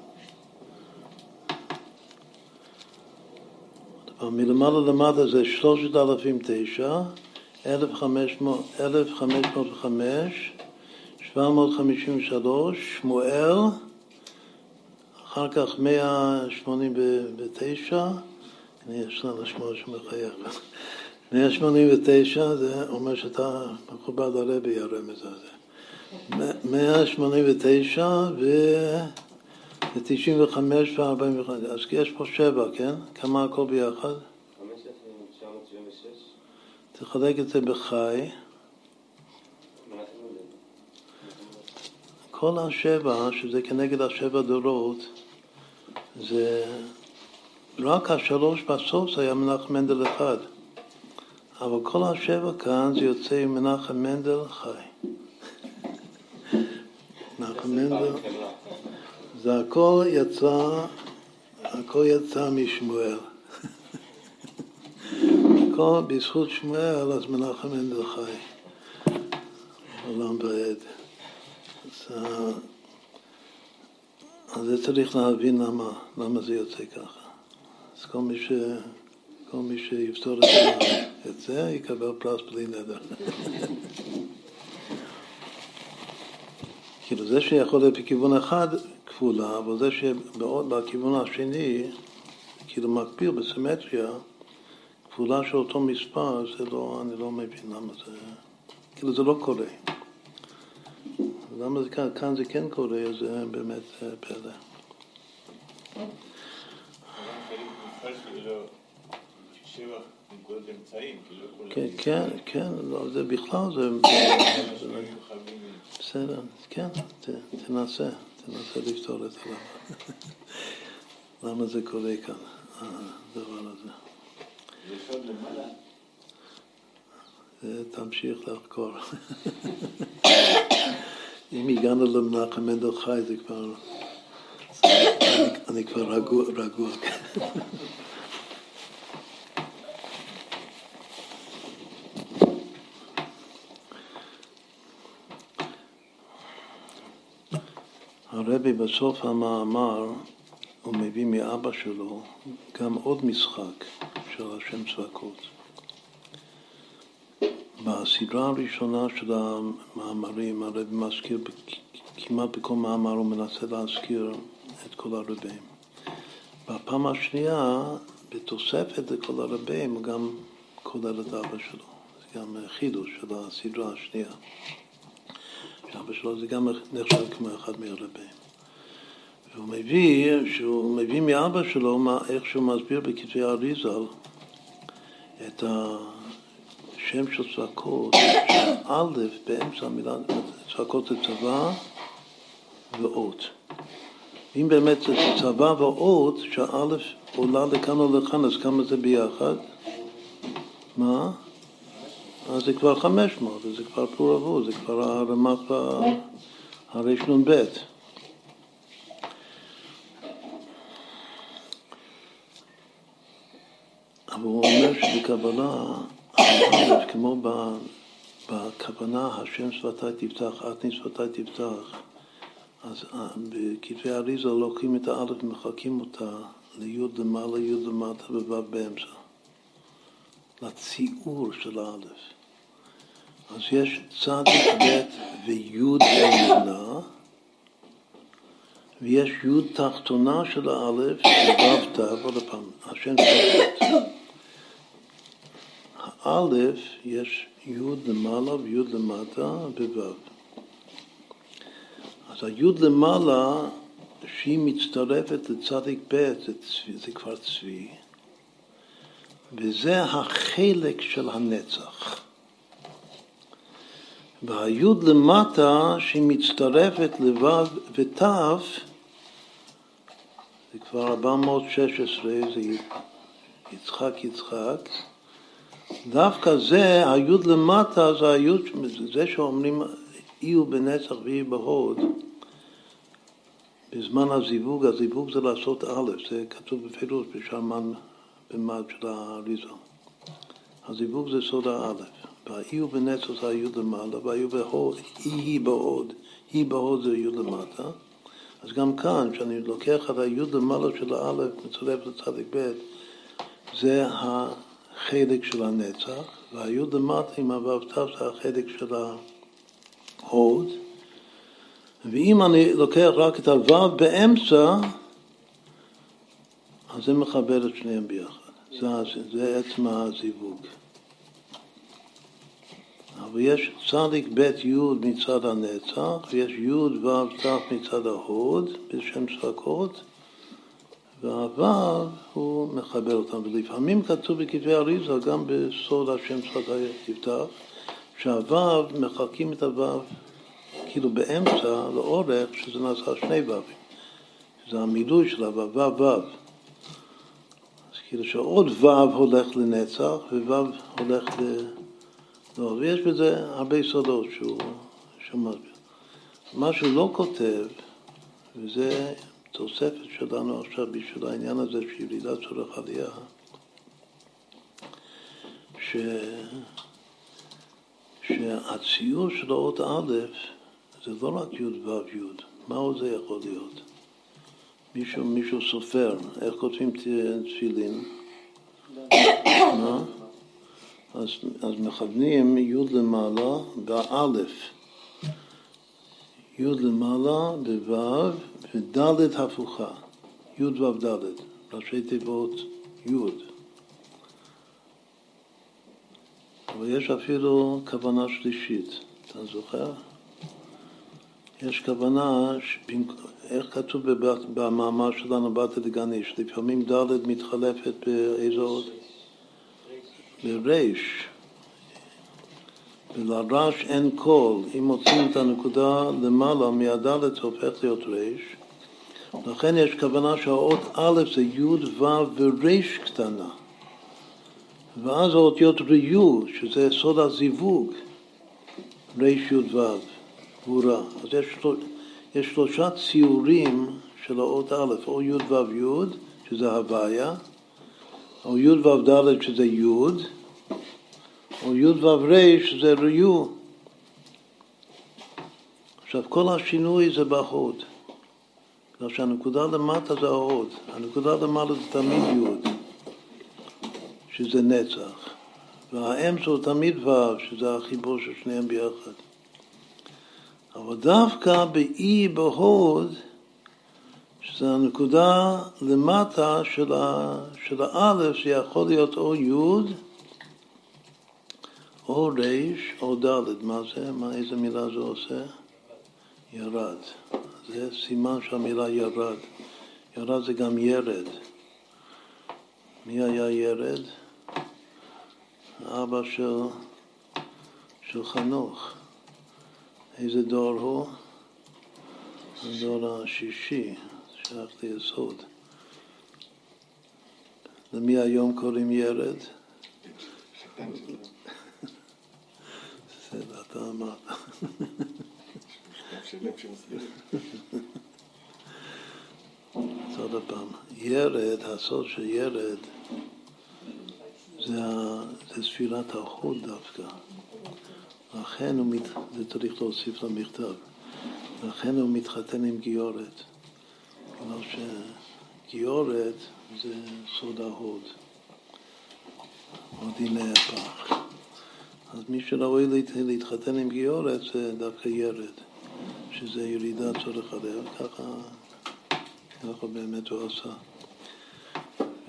מלמעלה למטה זה שלושת אלפים ותשע, אלף וחמש מאות וחמש, שבע מאות חמישים ושלוש, שמואל, אחר כך מאה שמונים ותשע, אני יש לנו לשמוע שמחייך, מאה שמונים ותשע זה אומר שאתה מכובד הרבי הרמז הזה, מאה שמונים ותשע ו-תשעים וחמש ו-ארבעים וחמש, אז יש פה שבע, כן? כמה הכל ביחד? חמש אלף תשע מאות שבעים ושש. תחלק את זה בחי. כל השבע, שזה כנגד השבע דורות, זה רק השלוש בסוף זה היה מנחם מנדל אחד. אבל כל השבע כאן זה יוצא עם מנחם מנדל חי. מנחם מנדל, זה הכל יצא, הכל יצא משמואל. הכל בזכות שמואל, אז מנחם מנדל חי. עולם ועד. אז זה צריך להבין למה, למה זה יוצא ככה. אז כל מי, ש, כל מי שיפתור את, את זה, יקבל פרס בלי נדר. כאילו זה שיכול להיות בכיוון אחד כפולה, אבל זה שבעוד בכיוון השני, כאילו מקביל בסימטריה, כפולה של אותו מספר, זה לא, אני לא מבין למה זה, כאילו זה לא קורה. למה זה כאן, כאן זה כן קורה, זה באמת פלא. כן, כן, כן, זה בכלל, זה... בסדר, כן, תנסה, תנסה לפתור את זה. למה זה קורה כאן, הדבר הזה. יש עוד למעלה? תמשיך לחקור. אם הגענו למנחם מנדל חי, זה כבר... אני כבר רגוע. רגוע. הרבי בסוף המאמר, הוא מביא מאבא שלו גם עוד משחק של השם צבקות. בסדרה הראשונה של המאמרים, הרבי מזכיר, כמעט בכל מאמר הוא מנסה להזכיר את כל הרבים. בפעם השנייה, בתוספת לכל הרבים, הוא גם כולל את אבא שלו. זה גם חידוש של הסדרה השנייה. אבא שלו זה גם נחשב כמו אחד מהרבים. והוא מביא, שהוא מביא מאבא שלו, איך שהוא מסביר בכתבי אריזל, את השם של צבקות, א' באמצע המילה, צבקות זה צבא ואות. אם באמת זה צבא ואות, שא' עולה לכאן או לכאן, אז כמה זה ביחד? מה? אז זה כבר חמש מאות, זה כבר פלורבות, זה כבר הרמ"ח הרש נון ב'. אבל הוא אומר שבקבלה, כמו בכוונה, השם שפתי תפתח, אתני שפתי תפתח, אז בכתבי אריזה לוקחים את האלף ומחלקים אותה ליוד למעלה, יוד למטה ובב באמצע. לציור של האלף. אז יש צדיק ב' ויוד עליונה, ויש יוד תחתונה של האלף ובב תו, עוד פעם, השם שפתי. האלף יש יוד למעלה ויוד למטה ובב. אז היוד למעלה, שהיא מצטרפת לצדיק ב', זה, זה כבר צבי, וזה החלק של הנצח. והיוד למטה, שהיא מצטרפת לבב ותו, זה כבר ארבע מאות ושש עשרה, זה יצחק יצחק, דווקא זה, היוד למטה, זה היוד, זה שאומרים, אי הוא בנצח ואי בהוד, בזמן הזיווג, הזיווג זה לעשות א', זה כתוב בפירוש בשרמן במד של האריזה. הזיווג זה סוד הא', והאי הוא בנצח זה היוד למעלה, והאי הוא בהוד, אי היא בהוד, היא בהוד זה היוד למטה. אז גם כאן, כשאני לוקח את היוד למעלה של הא', מצטרף לצדיק ב', זה החלק של הנצח, והיוד למטה עם הוו תו זה החלק של ההוד, ואם אני לוקח רק את הוו באמצע, אז זה מחבר את שניהם ביחד. זה, זה עצם הזיווג. אבל יש צדיק ב' י' מצד הנצח, ויש י' ו' ת' מצד ההוד, בשם ספקות, והו' הוא מחבר אותם. ולפעמים כתוב בכתבי אריזה, גם בסוד השם ספקות תפתח, שהו' מחלקים את הו' כאילו באמצע, לאורך, שזה נעשה שני ו"ים. זה המילוי של הו"ו, ו"ו, ו"ו. אז כאילו שעוד ו"ו הולך לנצח, וו"ו הולך ל... לא, ויש בזה הרבה סודות שהוא, שהוא מסביר. מה שהוא לא כותב, וזה תוספת שלנו עכשיו בשביל העניין הזה, שירידה צורך עלייה, ש... שהציור של האות א' זה לא רק י' ו' י', מה עוד זה יכול להיות? מישהו, מישהו סופר, איך כותבים תפילין? מה? אז, אז מכוונים י' למעלה באלף, י' למעלה בו' וד' הפוכה, י' ו' ד', ראשי תיבות י'. אבל יש אפילו כוונה שלישית, אתה זוכר? יש כוונה, איך כתוב במאמר שלנו בתא דגני, שלפעמים ד' מתחלפת באיזו עוד? בריש. ולרש אין קול, אם מוצאים את הנקודה למעלה מהד' זה הופך להיות ריש. לכן יש כוונה שהאות א' זה י' ו' וריש קטנה. ואז האותיות ריו, שזה סוד הזיווג, ריש י' ו'. גבורה. אז יש, יש שלושה ציורים של האות א', או י' ו' י', שזה הוויה, או י' ו' ד', שזה י', או י' ו' ר', שזה ריו. עכשיו, כל השינוי זה בהוד. בגלל שהנקודה למטה זה ההוד. הנקודה למעלה זה תמיד י', שזה נצח. והאמצע הוא תמיד ו', שזה החיבור של שניהם ביחד. אבל דווקא באי בהוד, שזה הנקודה למטה של, ה, של האלף, שיכול להיות או י' או ר' או ד'. מה זה? מה, איזה מילה זה עושה? ירד. זה סימן שהמילה ירד. ירד זה גם ירד. מי היה ירד? אבא של, של חנוך. איזה דור הוא? הדור השישי, שייך ליסוד. למי היום קוראים ירד? בסדר, אתה אמרת. אז עוד הפעם, ירד, הסוד של ירד, זה, זה ספירת החוד דווקא. לכן הוא, מת, זה צריך להוסיף למכתב, לכן הוא מתחתן עם גיורת. כלומר שגיורת זה סוד ההוד, או דיני הפח. אז מי שראוי להתחתן עם גיורת זה דווקא ירד, שזה ירידה צורך עליה, וככה ככה באמת הוא עשה. ו...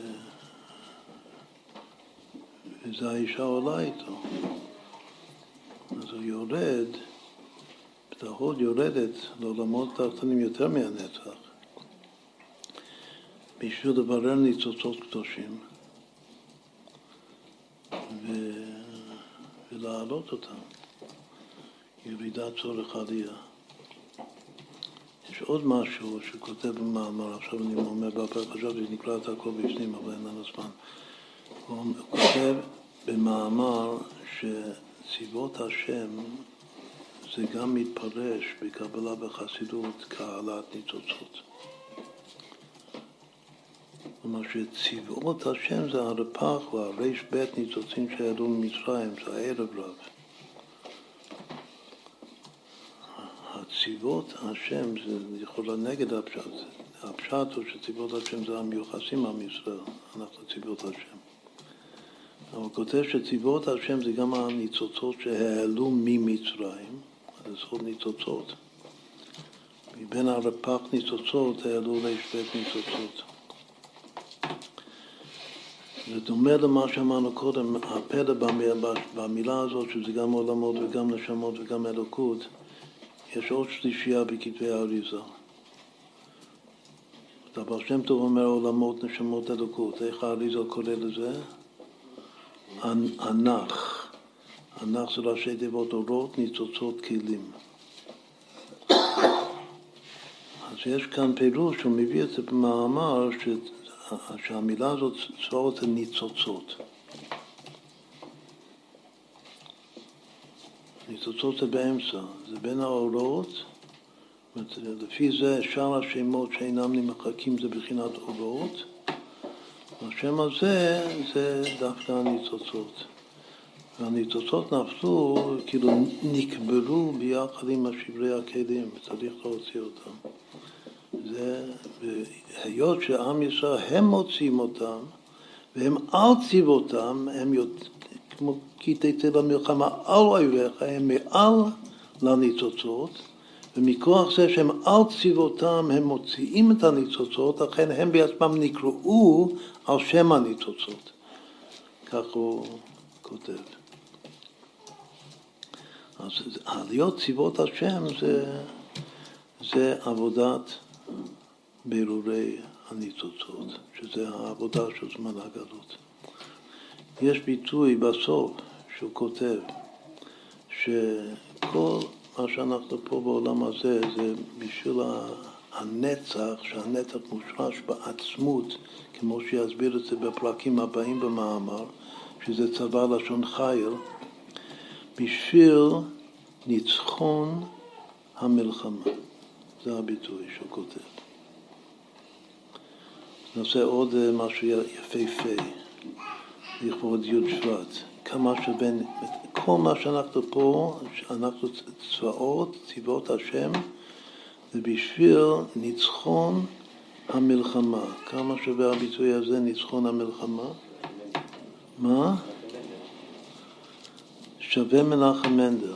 וזה האישה עולה איתו. אז הוא יורד, ההוד יורדת לעולמות תחתונים יותר מהנצח, בשביל לברר ניצוצות קדושים ו... ולהעלות אותם. ירידת צורך עלייה. יש עוד משהו שכותב במאמר, עכשיו אני אומר בפרק, חשבתי שנקרא את הכל בפנים, אבל אין לנו זמן. הוא כותב במאמר שצבאות השם זה גם מתפרש בקבלה בחסידות כעלת ניצוצות. כלומר שצבאות השם זה הרפ"ח והריש בית ניצוצים שעלו ממצרים, זה הערב רב. צבאות השם זה יכולה נגד הפשט. הפשט הוא שצבאות השם זה המיוחסים עם ישראל, אנחנו צבאות השם. אבל הוא כותב שצבאות השם זה גם הניצוצות שהעלו ממצרים, זה סוד ניצוצות. מבין הרפ"ח ניצוצות העלו לשבט ניצוצות. זה דומה למה שאמרנו קודם, הפלא במילה הזאת, שזה גם עולמות וגם נשמות וגם אלוקות, יש עוד שלישייה בכתבי האריזה. אבל שם טוב אומר עולמות, נשמות, אלוקות. איך האריזה קורא לזה? ענך. ענך זה ראשי תיבות אורות, ניצוצות, כלים. אז יש כאן פירוש, הוא מביא את זה במאמר, שהמילה הזאת צבאות זה ניצוצות. ניצוצות זה באמצע, זה בין האורות, לפי זה שאר השמות שאינם נמחקים זה בחינת אורות, והשם הזה זה דווקא הניצוצות. והניצוצות נפלו, כאילו נקברו ביחד עם השברי הכלים, וצריך להוציא אותם. זה, והיות שעם ישראל הם מוצאים אותם, והם על צבאותם, הם יותר, כמו כי תצא למלחמה על אויביך, הם מעל לניצוצות, ומכוח זה שהם על צבאותם הם מוציאים את הניצוצות, לכן הם בעצמם נקראו על שם הניצוצות. כך הוא כותב. אז להיות צבאות השם זה, זה עבודת בירורי הניצוצות, שזה העבודה של זמן הגלות. יש ביטוי בסוף שהוא כותב שכל מה שאנחנו פה בעולם הזה זה בשביל הנצח, שהנצח מושרש בעצמות, כמו שיסביר את זה בפרקים הבאים במאמר, שזה צבא לשון חיל, בשביל ניצחון המלחמה. זה הביטוי שהוא כותב. נעשה עוד משהו יפהפה, לכבוד י' שבט. כמה שבין, כל מה שאנחנו פה, אנחנו צבאות, צבאות השם, זה בשביל ניצחון המלחמה. כמה שווה הביטוי הזה, ניצחון המלחמה? מה? שווה מנחם מנדל.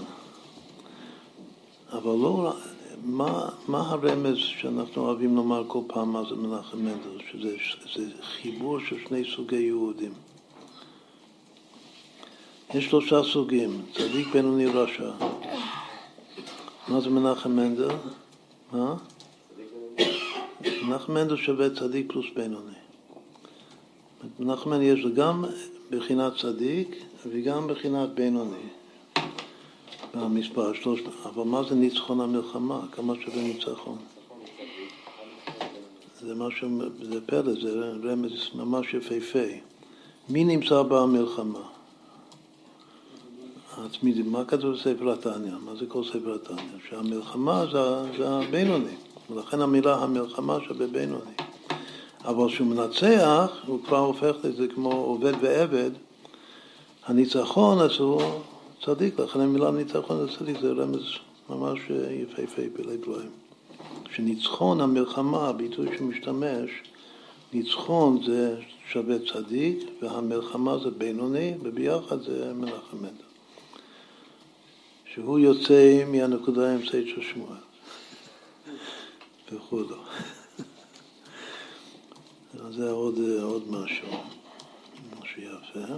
אבל לא, מה, מה הרמז שאנחנו אוהבים לומר כל פעם מה זה מנחם מנדל? שזה זה חיבור של שני סוגי יהודים. יש שלושה סוגים, צדיק, בינוני, רשע. מה זה מנחם מנדל? מה? מנחם מנדל שווה צדיק פלוס בינוני. מנחם מנדל יש גם בחינת צדיק וגם בחינת בינוני. במספר שלוש, אבל מה זה ניצחון המלחמה? כמה שווה ניצחון? זה משהו, זה פלא, זה רמז ממש יפהפה. מי נמצא במלחמה? התמידים. מה כתוב בספר התניא? מה זה כל ספר התניא? שהמלחמה זה, זה הבינוני. ולכן המילה המלחמה שווה בינוני. אבל כשהוא מנצח, הוא כבר הופך לזה כמו עובד ועבד. הניצחון אז הוא צדיק, לכן המילה ניצחון זה צדיק, זה רמז ממש יפהפה בלב להם. שניצחון המלחמה, הביטוי שמשתמש, ניצחון זה שווה צדיק, והמלחמה זה בינוני, וביחד זה מלך המלך. שהוא יוצא מהנקודה האמצעית של שמואל. וכו'. זה עוד, עוד משהו, משהו יפה.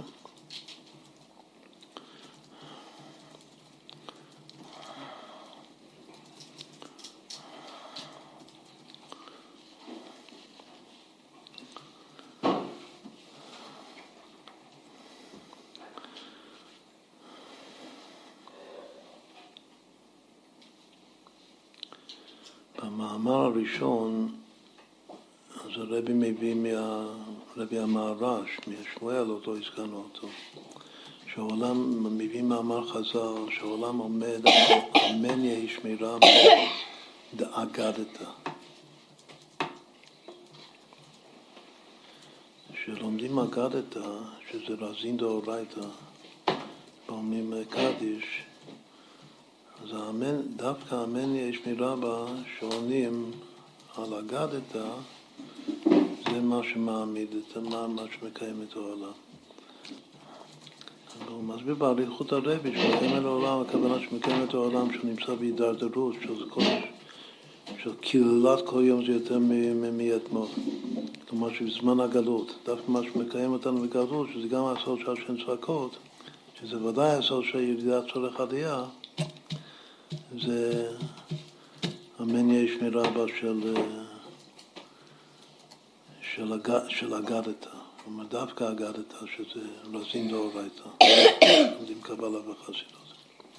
במאמר הראשון, אז הרבי מביא מהרבי המהר"ש, משמואל, אותו הזכרנו אותו, שהעולם מביא מאמר חז"ל, שהעולם עומד על מניה ישמרה דאגדת. שלומדים אגדת, שזה רזין דאורייתא, באומרים קדיש, אז האמן, דווקא המניה ישמרה בה שעונים על אגדתה, זה מה שמעמיד את מה, מה שמקיים את העולם. הוא מסביר באריכות הרבי שמקיים את העולם, הכוונה שמקיים את העולם שנמצא בהידרדרות, של, כל, של קללת כל יום זה יותר מאתמול. כלומר שבזמן הגלות, דווקא מה שמקיים אותנו בגלות, שזה גם הסוד של השן צעקות, שזה ודאי הסוד של ירידת צורך עלייה, זה המניה ישמרה בה של, של, אג, של אגדתה. כלומר, דווקא אגדתה, שזה רזין דאורייתא. עומדים קבלה וחסידות.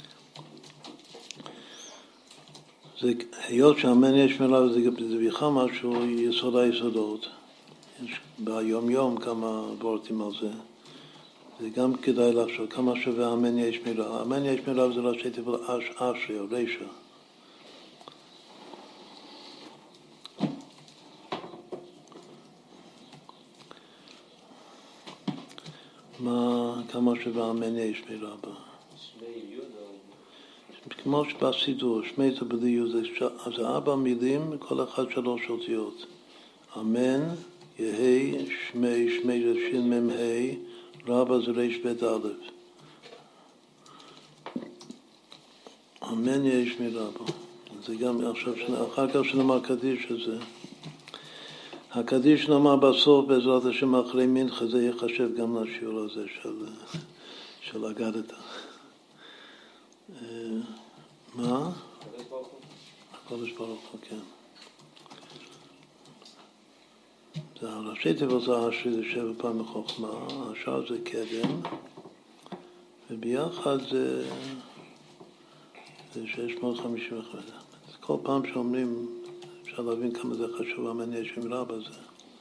זה, היות שהמניה ישמרה זה בכלל משהו יסוד היסודות. יש ביום יום כמה וורטים על זה. זה גם כדאי לחשוב כמה שווה המניה ישמרה. המניה ישמרה זה ראשי תיבות אש, אשרי או רישא. מה, כמה שווה המניה ישמרה בה? שמי יהודה. כמו שבסידור, שמי זה בלי יהודה. אז ארבע מילים, כל אחד שלוש אותיות. אמן, יהי, שמי, שמי זה שין מם ה', רבא זה ריש בית א'. אמן יהי שמירה בו. זה גם עכשיו, אחר כך שנאמר קדיש הזה. הקדיש נאמר בסוף בעזרת השם אחרי מנחה, זה יחשב גם לשיעור הזה של, של אגדתה. מה? הקודש ברוך הוא, כן. זה הראשי תיבות זה אשרי, זה שבע פעמים חוכמה, השאר זה קדם, וביחד זה, זה שש מאות חמישים ואחת. כל פעם שאומרים, אפשר להבין כמה זה חשוב, המניה ישמרה בזה,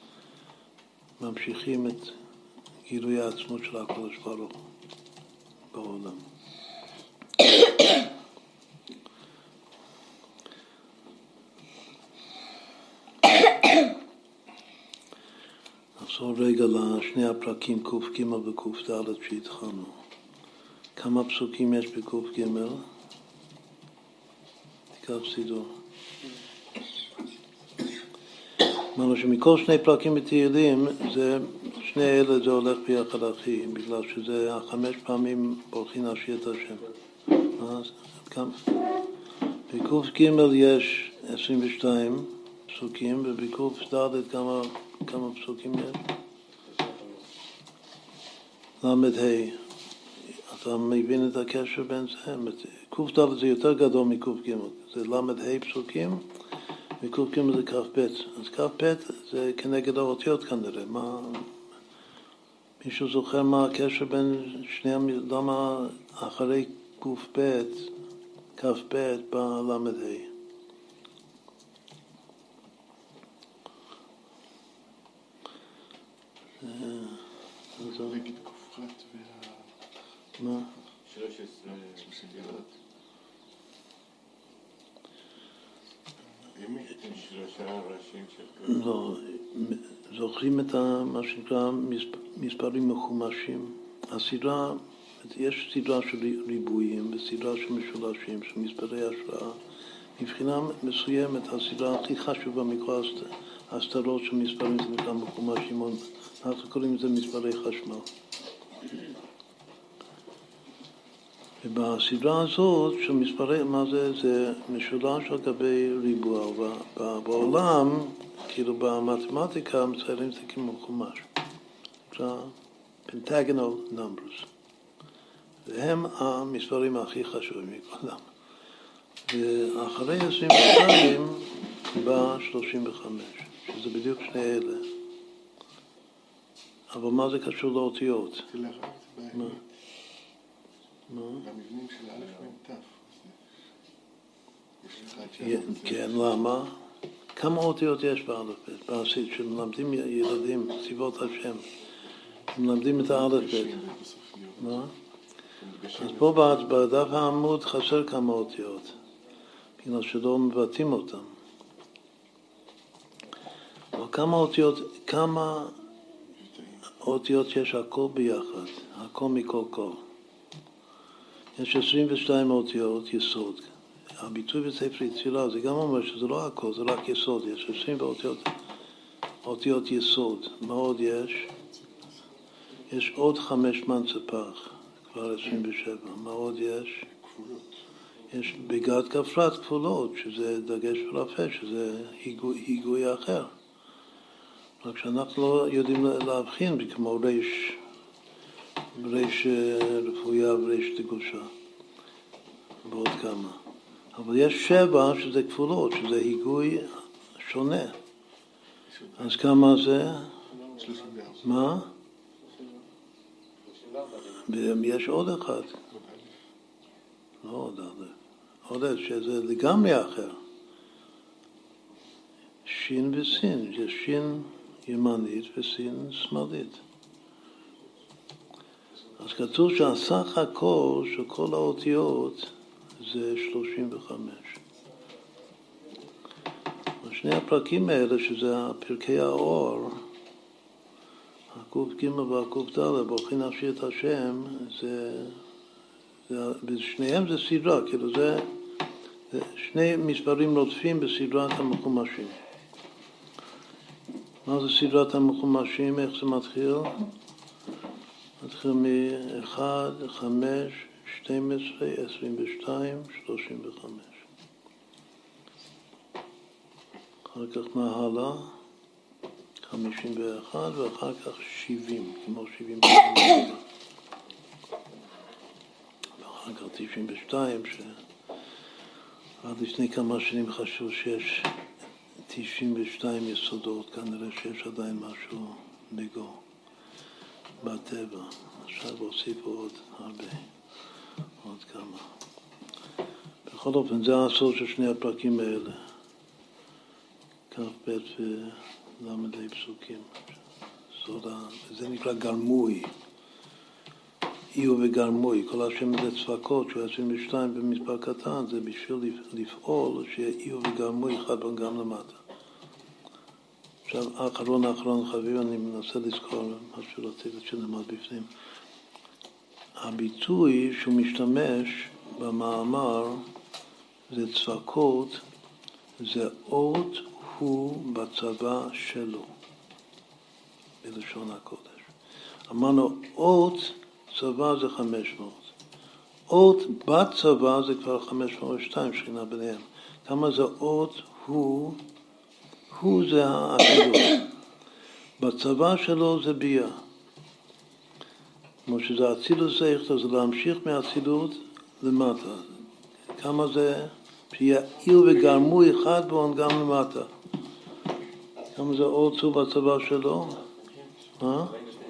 ממשיכים את גילוי העצמות של הקודש ברוך הוא בעולם. נחזור רגע לשני הפרקים קוף ג' וקוף ד' שהתחלנו. כמה פסוקים יש בקוף ג'? תיקח סידור. אמרנו שמכל שני פרקים בתהילים, זה, שני אלה זה הולך ביחד אחי, בגלל שזה החמש פעמים ברכי נשי את השם. אז כמה? בקוף ג' יש עשרים ושתיים פסוקים, ובקוף ד' כמה, כמה פסוקים יש? למד ה'. אתה מבין את הקשר בין זה? קוף ד' זה יותר גדול מקוף ג'. זה למד ה' פסוקים, וקוף ג' זה כף ב'. אז כף ב' זה כנגד האותיות כנראה. מה... מישהו זוכר מה הקשר בין שני המילים? למה אחרי קוף ב', כף ב' בא למד ה'? אפשר להגיד כופרת וה... מה? שלוש עשרה ספירות. אם יש שלושה ראשים של... לא, זוכרים את מה שנקרא מספרים מחומשים. הסדרה, יש סדרה של ריבועים וסדרה של משולשים, של מספרי השראה. מבחינה מסוימת, הסדרה הכי חשובה מכל הסתרות של מספרים זה נקרא מחומשים. אנחנו קוראים לזה מספרי חשמל. ובסדרה הזאת של מספרי, מה זה? זה משולש על גבי ריבוע. בעולם, כאילו במתמטיקה, מציירים זה כמו חומש. זה pentagonal numbers. והם המספרים הכי חשובים מכולם. ואחרי עשרים ושתיים בא שלושים וחמש, שזה בדיוק שני אלה. אבל מה זה קשור לאותיות? מה? במבנים של א' מ' ת'. כן, למה? כמה אותיות יש באלף ב'? בעשית, שמלמדים ילדים, צבאות השם, מלמדים את האלף ב'. מה? אז פה בדף העמוד חסר כמה אותיות, בגלל שלא מבטאים אותם. אבל כמה אותיות, כמה אותיות יש הכל ביחד, הכל מכל כל. יש עשרים ושתיים אותיות יסוד. הביטוי בספר תפילה זה גם אומר שזה לא הכל, זה רק יסוד. יש עשרים אותיות, אותיות יסוד. מה עוד יש? יש עוד חמש מנצפח, כבר עשרים ושבע. מה עוד יש? כפולות. יש בגד כפרת כפולות, שזה דגש ולפה, שזה היגוי, היגוי אחר. רק שאנחנו לא יודעים להבחין כמו ריש, ריש רפויה וריש דגושה, ועוד כמה. אבל יש שבע שזה כפולות, שזה היגוי שונה. אז כמה זה? שלושים וארבע. מה? יש עוד אחד. לא עוד אחד. עוד אחד שזה לגמרי אחר. שין וסין. יש שין ימנית וסין שמאלית. אז כתוב שהסך הכל של כל האותיות זה שלושים וחמש. שני הפרקים האלה, שזה הפרקי האור, הקוף ג' והקוף ד', ברכי נפשי את השם, זה, זה, בשניהם זה סדרה, כאילו זה, זה שני מספרים רודפים בסדרת המחומשים. מה זה סדרת המחומשים? איך זה מתחיל? מתחיל מ-אחד, חמש, שתים עשרה, עשרים ושתיים, שלושים וחמש. אחר כך מהלאה, חמישים ואחת, ואחר כך שבעים, כמו שבעים ושבע. ואחר כך תשעים ושתיים, שעד לפני כמה שנים חשוב שיש תשעים ושתיים יסודות, כנראה שיש עדיין משהו בגו, בטבע. עכשיו הוסיפו עוד הרבה, עוד כמה. בכל אופן, זה הסוד של שני הפרקים האלה. כף ב' ולמדי פסוקים. זה נקרא גרמוי. איוב וגרמוי. כל השם זה צפקות, שהוא עשרים ושתיים במספר קטן, זה בשביל לפעול שיהיה איוב וגרמוי אחד גם למטה. עכשיו, האחרון האחרון חביב, אני מנסה לזכור משהו לצוות שנלמד בפנים. הביטוי שהוא משתמש במאמר זה צפקות, זה אות הוא בצבא שלו, בלשון הקודש. אמרנו, אות צבא זה חמש מאות. אות בצבא זה כבר חמש מאות ושתיים, שכינה ביניהם. כמה זה אות הוא? הוא זה האצילות. בצבא שלו זה ביה. כמו שזה אצילות זכת, זה להמשיך מהאצילות למטה. כמה זה? שיהיה עיר וגרמוי אחד בו גם למטה. כמה זה אות הוא בצבא שלו? מה?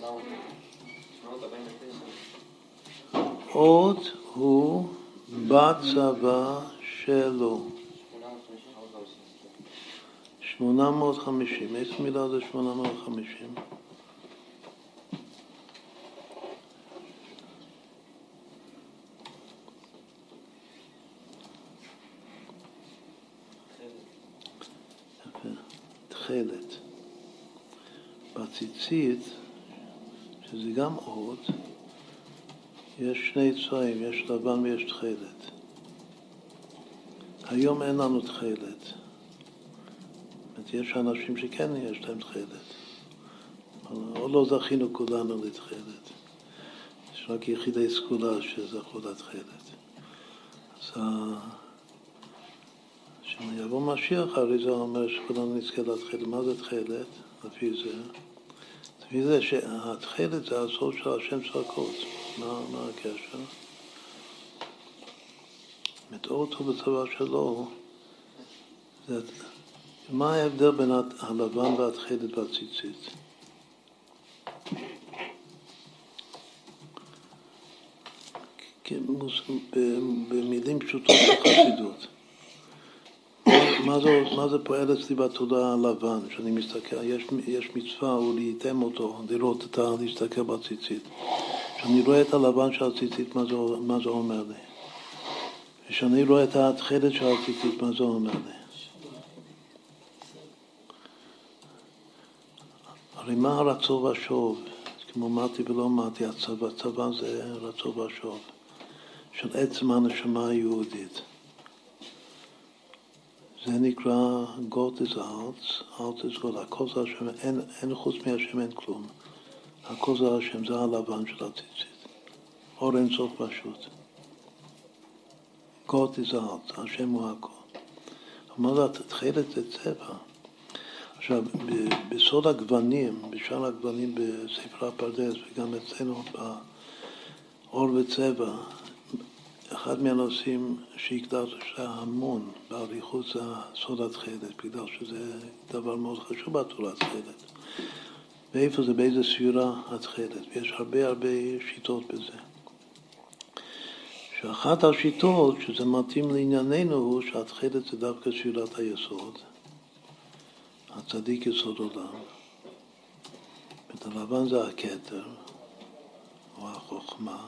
אות הוא בצבא שלו. שמונה מאות וחמישים. איזה מילה זה שמונה מאות וחמישים? תחילת. בציצית, שזה גם אות, יש שני צבעים, יש לבן ויש תחילת. היום אין לנו תחילת. יש אנשים שכן יש להם תחילת. או לא זכינו כולנו לתחילת. יש רק יחידי סגולה שזכו לתחילת. אז כשיבוא משיח, הרי זה אומר שכולנו נזכה לתחילת. מה זה תחילת? לפי זה. לפי זה שהתחילת זה הסוד של השם צבקות. מה, מה הקשר? מתאות הוא בצבא שלו. זה, מה ההבדל בין הלבן והתחילת והציצית? במילים פשוטות של חסידות. מה זה, מה זה פועל אצלי בתודעה הלבן? שאני מסתכל, יש, יש מצווה הוא להיתם אותו, לראות את ה... להסתכל בציצית. כשאני רואה את הלבן של הציצית, מה זה, מה זה אומר לי? כשאני רואה את התחילת של הציצית, מה זה אומר לי? הרי מה הרצו ושוב? כמו אמרתי ולא אמרתי, הצבא, הצבא זה רצו ושוב. של עצם הנשמה היהודית. זה נקרא God is out, out is God, הכל זה השם, אין, אין חוץ מהשם אין כלום. הכל זה השם, זה הלבן של הציצית. אור אין סוף פשוט. God is out, השם הוא הכל. מה זה, תחילת זה צבע. עכשיו, בסוד הגוונים, בשאר הגוונים בספר הפרדס, וגם אצלנו באור וצבע, אחד מהנושאים שהקדש המון בעריכות זה סוד התחילת, בגלל שזה דבר מאוד חשוב בתורה התחילת. ואיפה זה, באיזה ספירה התחילת, ויש הרבה הרבה שיטות בזה. שאחת השיטות שזה מתאים לענייננו הוא שהתחילת זה דווקא ספירת היסוד, הצדיק יסוד עולם. ואת הלבן זה הכתר, או החוכמה,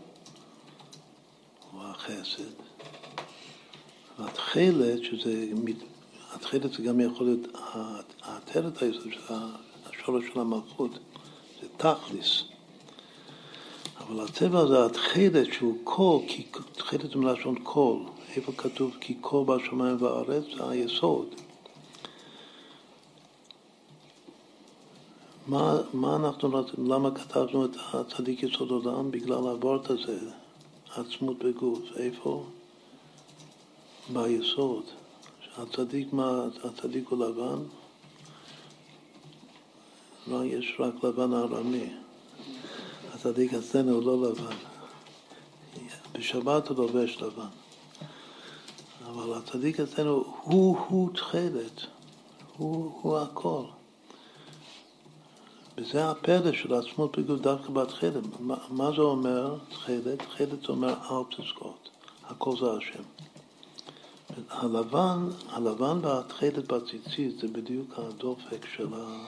או החסד. והתחילת, שזה, התחילת זה גם יכול להיות, העטרת היסוד, שזה השורש של המלכות, זה תכליס. אבל הצבע זה התחילת שהוא קול, כי תחילת זה מלשון קול. איפה כתוב כי קול בשמיים והארץ, זה היסוד. מה, מה אנחנו, למה כתבנו את הצדיק יסוד עולם? בגלל העברת הזה, עצמות בגוף. איפה? ביסוד. הצדיק, מה, הצדיק הוא לבן? לא, יש רק לבן הארמי. הצדיק אצלנו הוא לא לבן. בשבת הוא לובש לבן. אבל הצדיק אצלנו הוא, הוא תחילת. הוא, הוא הכל. וזה הפלא של עצמות בגוף דווקא בתחילת. מה, מה זה אומר תחילת? תחילת זה אומר אל תזכות. הכל זה השם. הלבן, הלבן והתחילת בציצית זה בדיוק הדופק של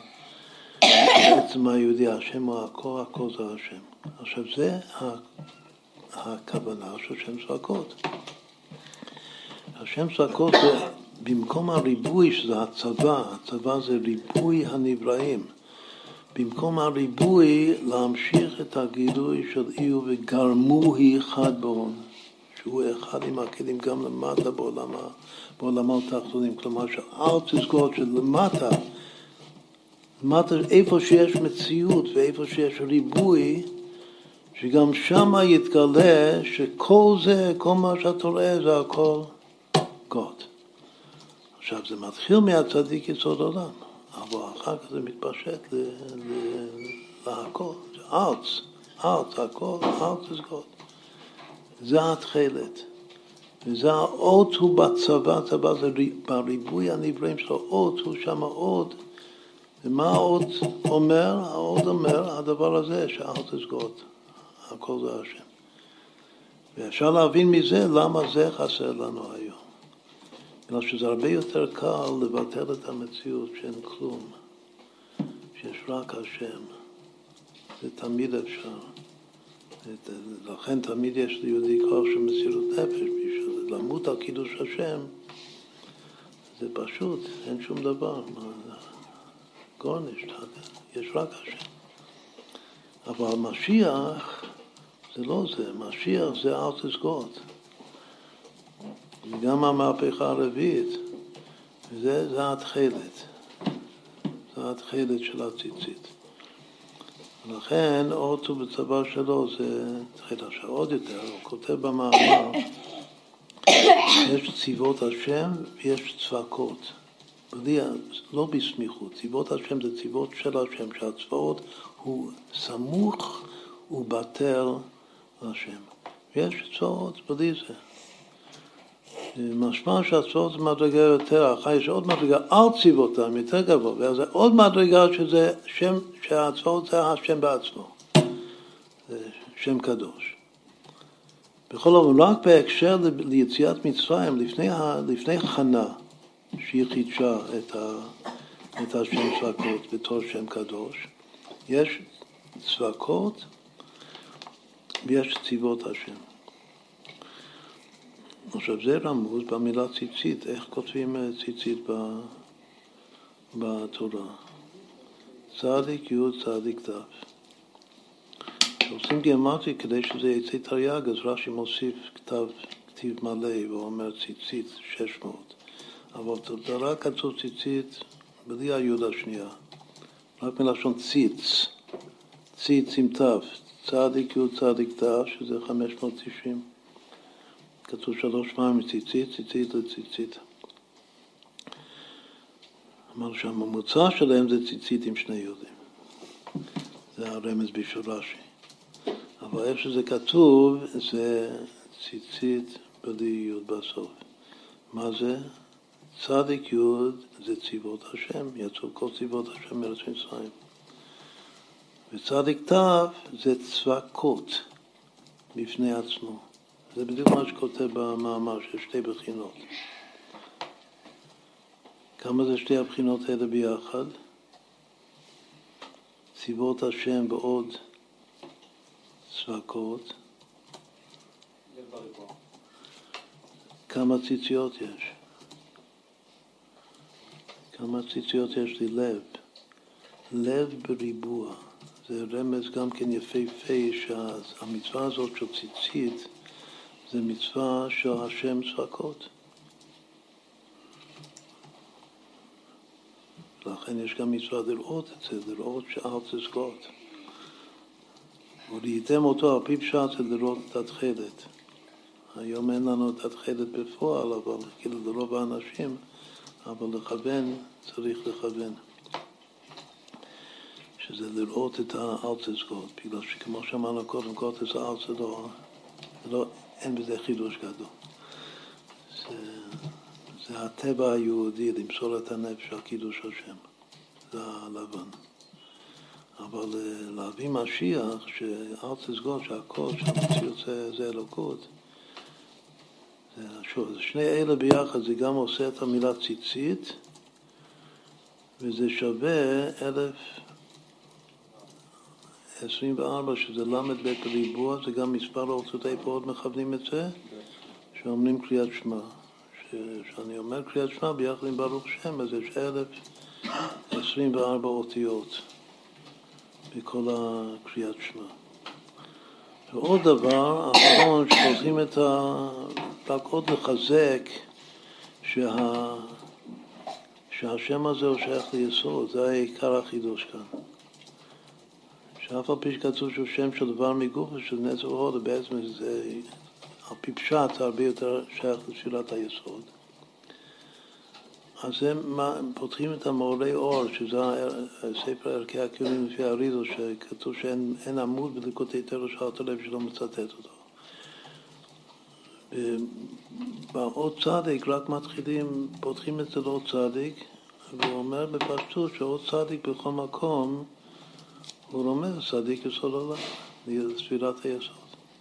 עצם היהודי. השם הוא הכל, הכל זה השם. עכשיו זה הכוונה של שם צבקות. השם צבקות זה במקום הריבוי שזה הצבא, הצבא זה ריבוי הנבראים. במקום הריבוי להמשיך את הגילוי של איוב וגרמו היא אחד בהון, שהוא אחד עם הכלים גם למטה בעולמה, בעולמה התחתונים, כלומר שאל תזכור שלמטה, למטה איפה שיש מציאות ואיפה שיש ריבוי, שגם שם יתגלה שכל זה, כל מה שאתה רואה זה הכל God. עכשיו זה מתחיל מהצדיק יסוד עולם. אבל אחר כך זה מתפשט להכל, זה ארץ, ארץ, הכל, ארץ is God. זה התחילת. וזה האות הוא בצבא, צבא זה בריבוי הנבראים של האות, הוא שם האות. ומה האות אומר? האות אומר, הדבר הזה, שארץ is God. הכל זה השם. ואפשר להבין מזה למה זה חסר לנו היום. בגלל שזה הרבה יותר קל לבטל את המציאות שאין כלום, שיש רק השם. זה תמיד אפשר. לכן תמיד יש ליהודי כוח של מסירות נפש, בשביל למות על קידוש השם, זה פשוט, אין שום דבר. גורניש, יש רק השם. אבל משיח זה לא זה, משיח זה אל תסגוד. וגם המהפכה הרביעית, זה, זה התחילת. זה התחילת של הציצית. ולכן אורתו בצבא שלו זה תחילה שעוד יותר, הוא כותב במאמר, יש ציוות השם ויש צבקות. בלי, לא בסמיכות, ציוות השם זה ציוות של השם, שהצבאות הוא סמוך ובטל לשם. ויש צבאות בלי זה. משמע שהצבאות זה מדרגה יותר, אחרי יש עוד מדרגה על ציוותם, יותר גבוה, ואז עוד מדרגה שזה שם, שהצבאות זה השם בעצמו, זה שם קדוש. בכל אופן, רק בהקשר ליציאת מצרים, לפני, לפני חנה, שהיא חידשה את, ה, את השם צבקות בתור שם קדוש, יש צבקות ויש ציוות השם. עכשיו זה רמוז במילה ציצית, איך כותבים ציצית בתורה? צדיק י' צדיק ת'. עושים גימטרי כדי שזה יצא תרי"ג, אז רש"י מוסיף כתב, כתיב מלא ואומר ציצית שש מאות. אבל בתורה כתוב ציצית בלי היוד השנייה, רק מלשון ציץ, ציץ עם ת', צדיק י' צדיק ת', שזה חמש מאות תשעים. כתוב שלוש פעמים מציצית, ציצית לציצית. אמרנו שהממוצע שלהם זה ציצית עם שני יודים. זה הרמז בשביל רש"י. אבל איפה שזה כתוב זה ציצית בלי יוד בסוף. מה זה? צדיק יוד זה ציוות השם, יצאו כל ציוות השם מארץ מצרים. וצדיק ת' זה צבקות בפני עצמו. זה בדיוק מה שכותב במאמר של שתי בחינות. כמה זה שתי הבחינות האלה ביחד? ציוות השם בעוד צבקות. כמה ציציות יש? כמה ציציות יש לי? לב. לב בריבוע. זה רמז גם כן יפהפה שהמצווה הזאת של ציצית זה מצווה של השם צבקות. לכן יש גם מצווה לראות את זה, לראות שאל תסגוד. וראיתם אותו על פי פשט זה לראות את התחילת. היום אין לנו את התחילת בפועל, אבל כאילו לרוב האנשים, אבל לכוון צריך לכוון. שזה לראות את האל תסגוד, בגלל שכמו שאמרנו קודם, קודם זה אל זה לא, לא, אין בזה חידוש גדול. זה, זה הטבע היהודי למסור את הנפש על קידוש השם. זה הלבן. אבל להביא משיח שאל תסגוד, שהכל, שהמציאות זה, זה אלוקות. זה, שוב, שני אלה ביחד זה גם עושה את המילה ציצית, וזה שווה אלף עשרים וארבע, שזה למד בית בריבוע, זה גם מספר האורתות איפה עוד מכוונים את זה, שאומרים קריאת שמע. שאני אומר קריאת שמע ביחד עם ברוך שם, אז יש אלף עשרים וארבע אותיות בכל הקריאת שמע. ועוד דבר, אחרון, שחוזרים את ה... רק עוד לחזק שה... שהשם הזה הוא שייך ליסוד, זה העיקר החידוש כאן. שאף על פי שכתוב שהוא שם של דבר מגוף ושל נצח והוד, בעצם זה, על פי פשט, זה הרבה יותר שייך לתפילת היסוד. אז הם פותחים את המעולי אור, שזה ספר ערכי הקיום לפי האריזו, שכתוב שאין עמוד בליקוטי תורה שעת הלב שלא מצטט אותו. באות צדיק רק מתחילים, פותחים את זה לעוד צדיק, והוא אומר בפשטות שעוד צדיק בכל מקום, הוא רומז צדיק יסוד עולם, לספירת היסוד.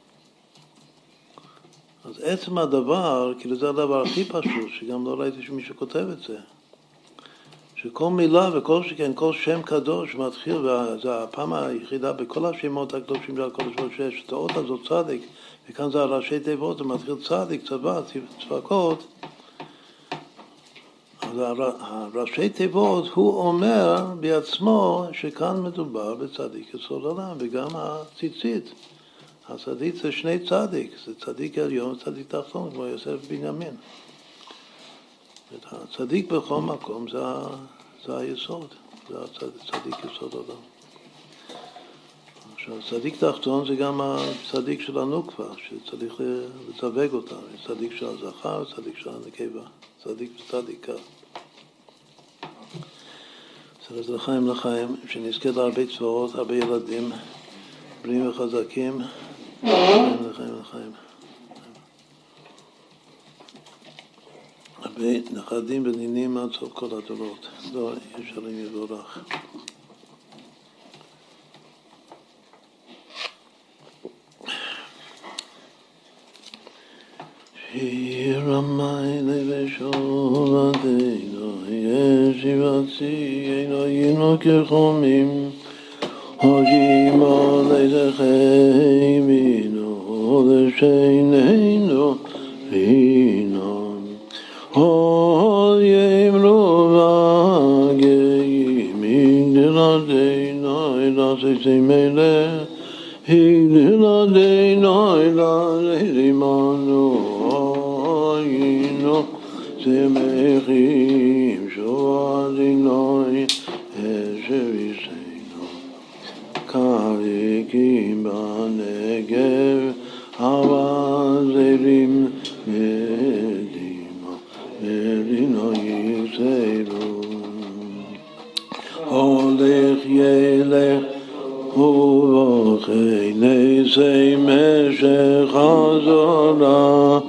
אז עצם הדבר, כאילו זה הדבר הכי פשוט, שגם לא ראיתי שמישהו כותב את זה, שכל מילה וכל שכן, כל שם קדוש מתחיל, וזו הפעם היחידה בכל השמות הקדושים של הקודש ברוך הוא, שאת האות הזאת צדיק, וכאן זה הראשי תיבות, זה מתחיל צדיק, צבא, צבקות, אז הראשי תיבות הוא אומר בעצמו שכאן מדובר בצדיק יסוד עולם, וגם הציצית, הצדיק זה שני צדיק, זה צדיק עליון וצדיק תחתון, כמו יוסף בנימין. הצדיק בכל מקום זה, זה היסוד, זה הצדיק יסוד עולם. עכשיו, צדיק תחתון זה גם הצדיק של הנוקבה, שצריך לצווק אותם, צדיק של הזכר, צדיק של הנקבה, צדיק וצדיקה. אז לחיים לחיים, שנזכה להרבה צבאות, הרבה ילדים, בריאים וחזקים, לחיים לחיים לחיים. הרבה נכדים ונינים עד סוף כל הדורות, לא ישרים יבורך. שיר המיילה ושולתנו, ישיבת ציינו היינו כחומים, הוגים עלי חיינו, לשיננו רינם. הול ימרו וגאים, הגדלתנו אלה ששמלה, הגדלתנו אלה שרימנו. שמחים שואלינוי אשר ישנו קריקים בנגב אבזרים מדימה מדינה יסלו הולך ילך ובוכי נסי משך חזרה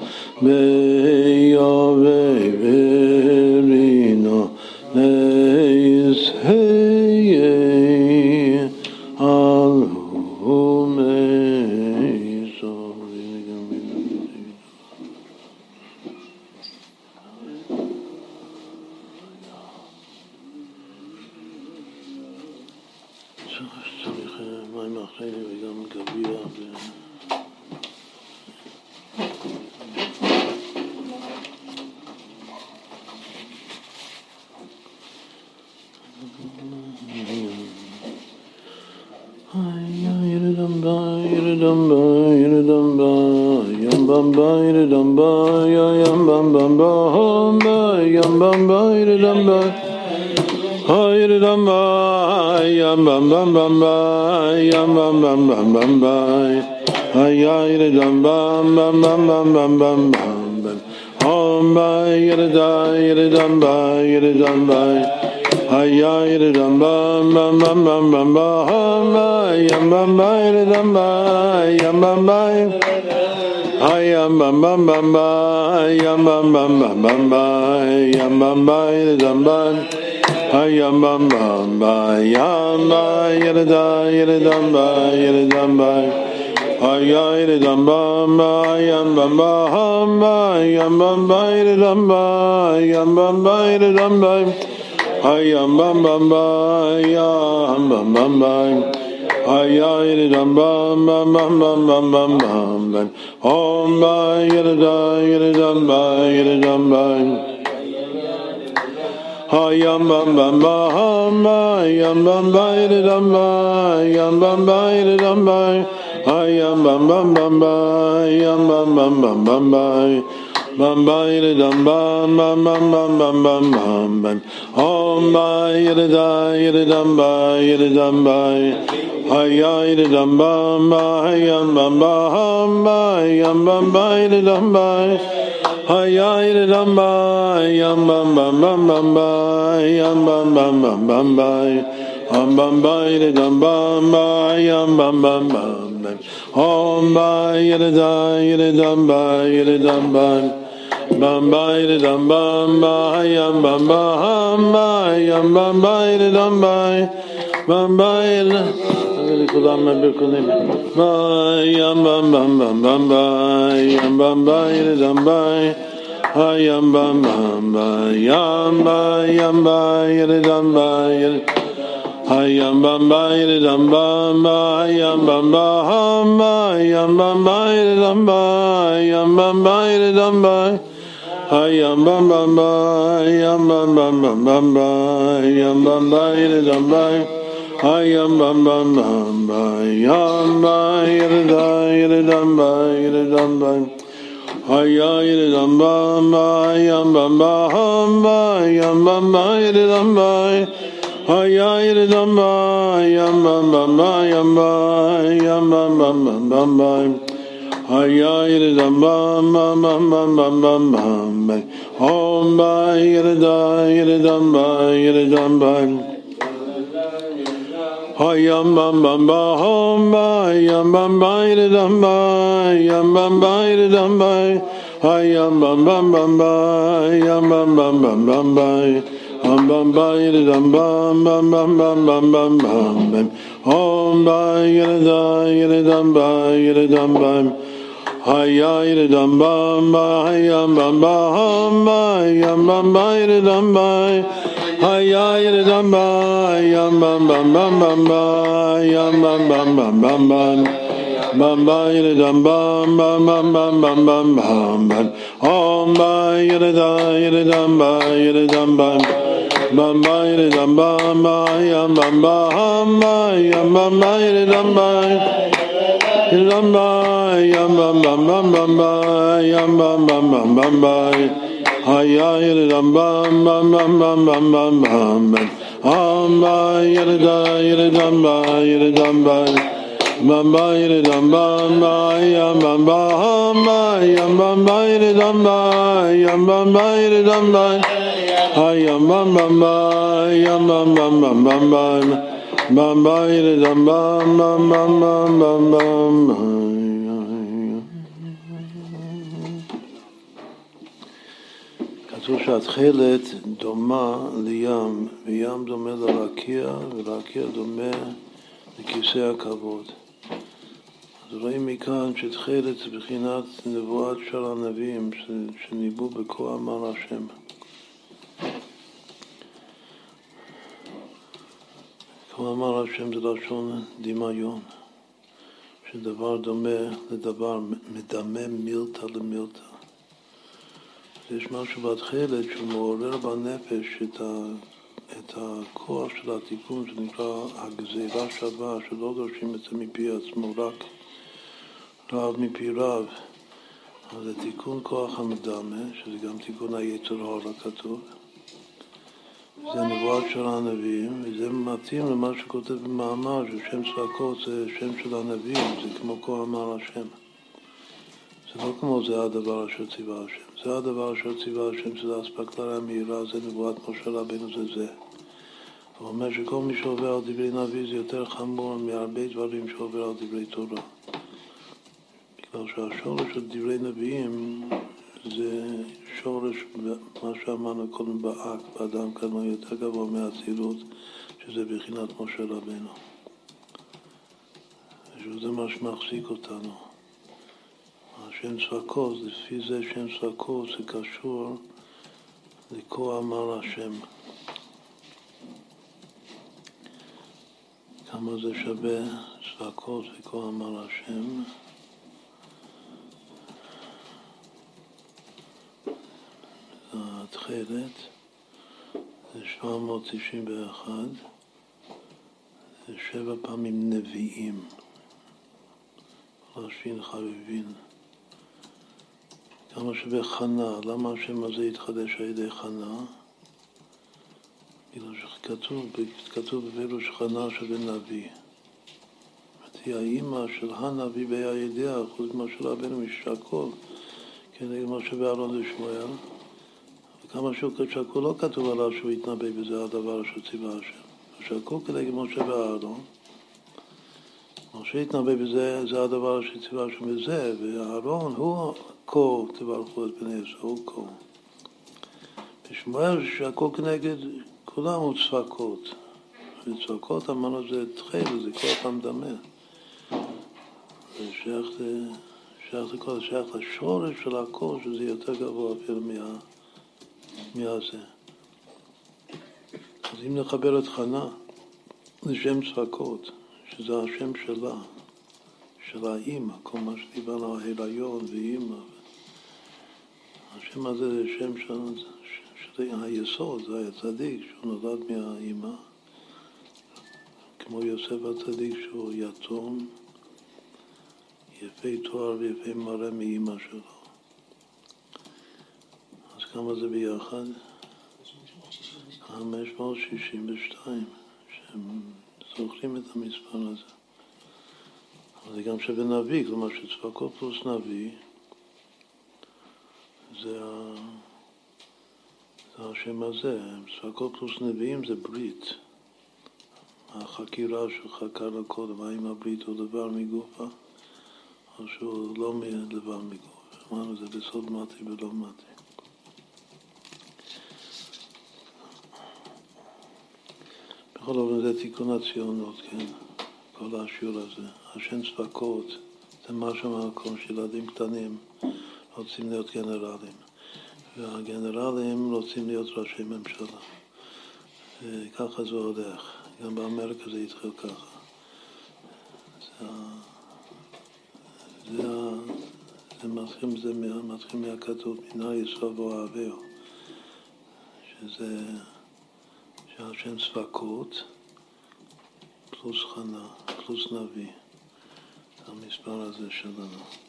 ביובי ורינו נסהי אלו מייסו צריך מים אחרי וגם גביע Hayam bam bam bam, yam bam bam bam bam bam, yam bam bam yidam bam, hayam bam bam bam bam, yam bam yidam yidam bam yidam bam, hayam yidam bam bam, yam bam bam bam, yam bam bam yidam bam, hayam yidam bam, yam bam bam bam, yam bam yam bam bam bam bam bam. Hayya bam bam bam bam bam bam bam bam. Om ba yidam yidam ba yidam bam. Hayyam bam bam bam hom ba yam bam ba yidam ba yam bam ba yidam ba. Hayyam bam bam bam ba yam bam bam bam bam ba. Om bam ba yidam bam bam bam bam bam bam bam. Om ba yidam yidam ba yidam bam. Hayya yidam bam ba hayyam bam ba hom ba yam bam ba yidam ba hayya yidam ba yam bam bam bam bam ba yam bam bam bam bam bam bam ba yidam bam bam bam bam bam bam bam bam hom ba yidam yidam ba yidam bam bam ba yidam bam ba yam bam ba hom ba yam bam ba yidam ba yam bam bam bam bam bam yam bam bam bam bam bam hayya yidam bam bam bam bam bam bam bam bam ba yidam yidam ba yidam bam bam ba yidam bam ba yam bam bam ba yam bam ba yidam ba yam bam ba yidam ba hayam bam bam ba yam bam bam bam bam bam bam ba yidam bam bam bam bam bam bam. כתוב שהתכלת דומה לים, וים דומה לרקיע, ורקיע דומה לכיסא הכבוד. אז רואים מכאן שתכלת זה בחינת נבואת של הנביאים, שניבאו בכה אמר השם. כה אמר השם זה לשון דמיון, שדבר דומה לדבר, מדמם מילתא למילתא. יש משהו בתכלת שמעורר בנפש את, ה, את הכוח של התיקון שנקרא הגזירה שווה, שלא דורשים את זה מפי עצמו, רק רב מפי רב. אז זה תיקון כוח המדמה, שזה גם תיקון היצר הרע כתוב. זה נבואת של הנביאים, וזה מתאים למה שכותב במאמר, ששם צבקות זה שם של הנביאים, זה כמו כה אמר השם. זה לא כמו זה הדבר אשר ציווה השם. זה הדבר אשר ציווה השם, שזה אספקלריה מהירה, זה נבואת משה רבנו, זה זה. הוא אומר שכל מי שעובר על דברי נביא זה יותר חמור מהרבה דברים שעובר על דברי תורה. בגלל שהשורש של דברי נביאים זה שורש, מה שאמרנו קודם באק, באדם כנו יותר גבוה מהצילות, שזה בחינת משה רבנו. שזה מה שמחזיק אותנו. השם צבקות, לפי זה שם צבקות זה קשור לכה אמר השם. כמה זה שווה צבקות וכה אמר השם. התחילת זה שבע מאות תשעים ואחת, זה שבע פעמים נביאים, ראשין חביבין. כמה שווה חנה, למה השם הזה יתחדש על ידי חנה? בגלל שכתוב, כתוב בפירוש חנה שווה נביא. היא האימא של הנביא והידיעה, חוץ משה רבנו משקול, כנגד משה ואהרון ושמואל. וכמה שהוא שקול לא כתוב עליו שהוא יתנבא בזה הדבר שציווה השם. שקול כנגד משה ואהרון. משה יתנבא בזה, זה הדבר שציווה השם בזה, ואהרון הוא כה תברכו את בני ישראל, הוא כה. ושמואל שהכל כנגד כולם הוא צבקות. וצבקות אמרנו זה תחיל, זה כוח המדמה. זה שייך, שייך לכל, שייך לשורש של הכל, שזה יותר גבוה אפילו מה, מהזה. אז אם נחבר את חנה לשם צבקות, שזה השם שלה, של האימא, כל מה שדיברנו על ההיריון ואימא, השם הזה זה שם שלנו, שזה היסוד, זה היה צדיק שהוא נולד מהאימא, כמו יוסף הצדיק שהוא יתום, יפה תואר ויפה מראה מאימא שלו. אז כמה זה ביחד? חמש מאות שישים ושתיים, שהם זוכרים את המספר הזה. אבל זה גם שווה נביא, כלומר שצפקות פלוס נביא, זה, ה... זה השם הזה. צפקות פלוס נביאים זה ברית. החקירה שחקר קודם, האם הברית הוא דבר מגופה, או שהוא לא דבר מגופה. אמרנו, זה בסוד מתי ולא מתי. בכל אופן זה תיקון הציונות, כן, כל השיעור הזה. השם צפקות, זה משהו מהמקום שילדים קטנים רוצים להיות גנרלים. והגנרלים רוצים להיות ראשי ממשלה. וככה זה הולך. גם באמריקה זה התחיל ככה. זה, זה, זה מתחיל, זה מתחיל מהכתוב, מנהר ישראל ואוהביו. שזה... שהשם צפקות פלוס חנה, פלוס נביא, המספר הזה שלנו.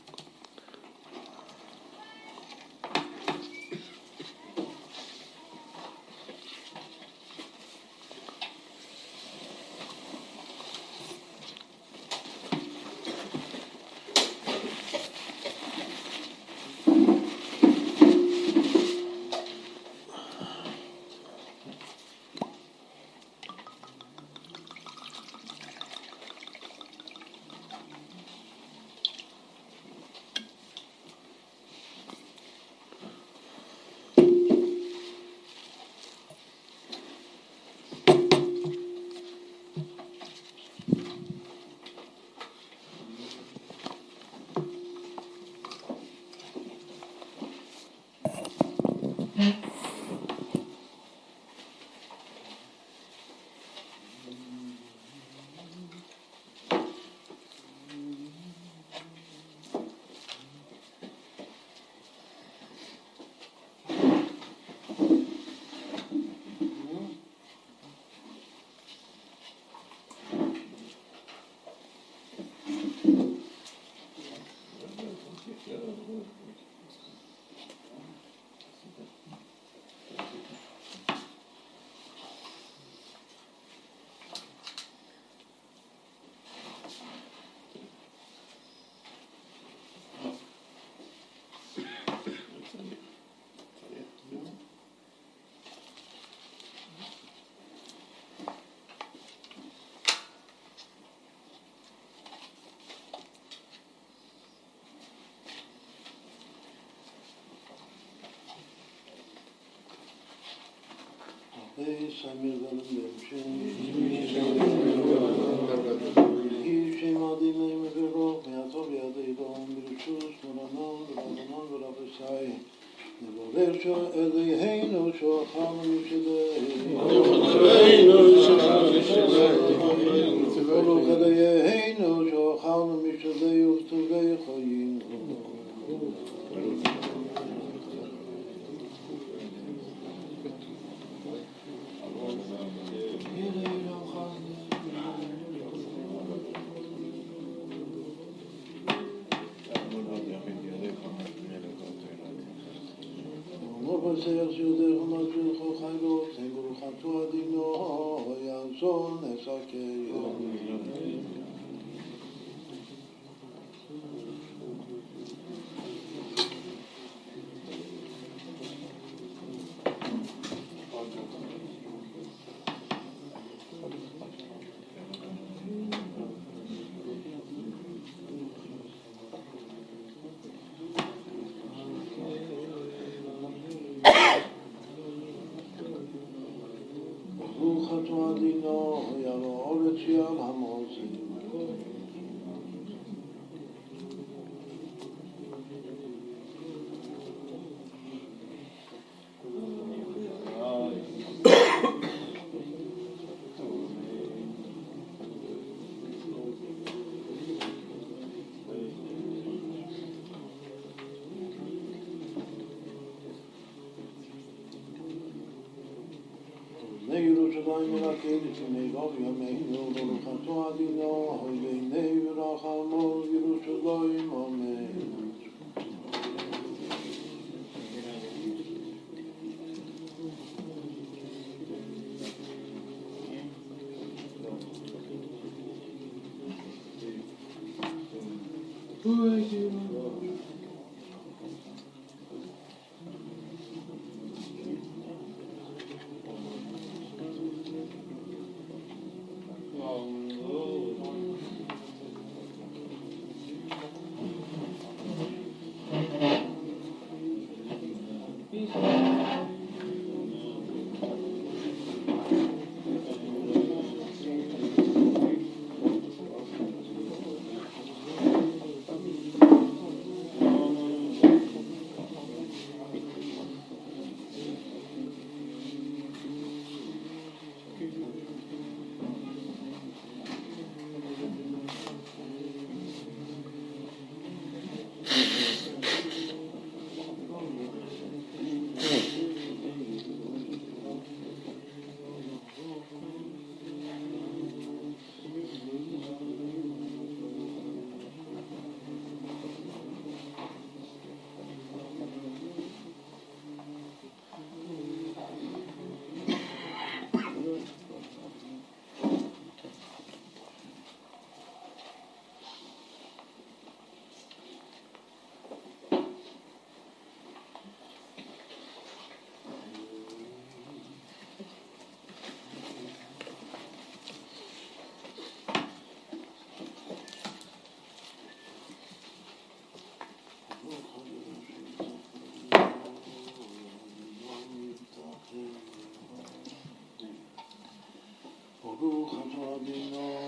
סמיר ולמדם יהי שם עדיני מברוך מעטוב ידי דום ברשוס מורנון ורבנון ורבסאי נברך אלינו שאוכלנו משדי ברוך אלינו שאוכלנו משדי וכתובי חיינו Seher Shudeh Hamashul Chochaylo, Seguru Chatu Adino, Yazon Esakeyo. ירושלים מלכד לפני רוב ימינו, ברוך אתה אדינו, אויבינו ורחמו ירושלים, אמן. ברוך אתה אדינו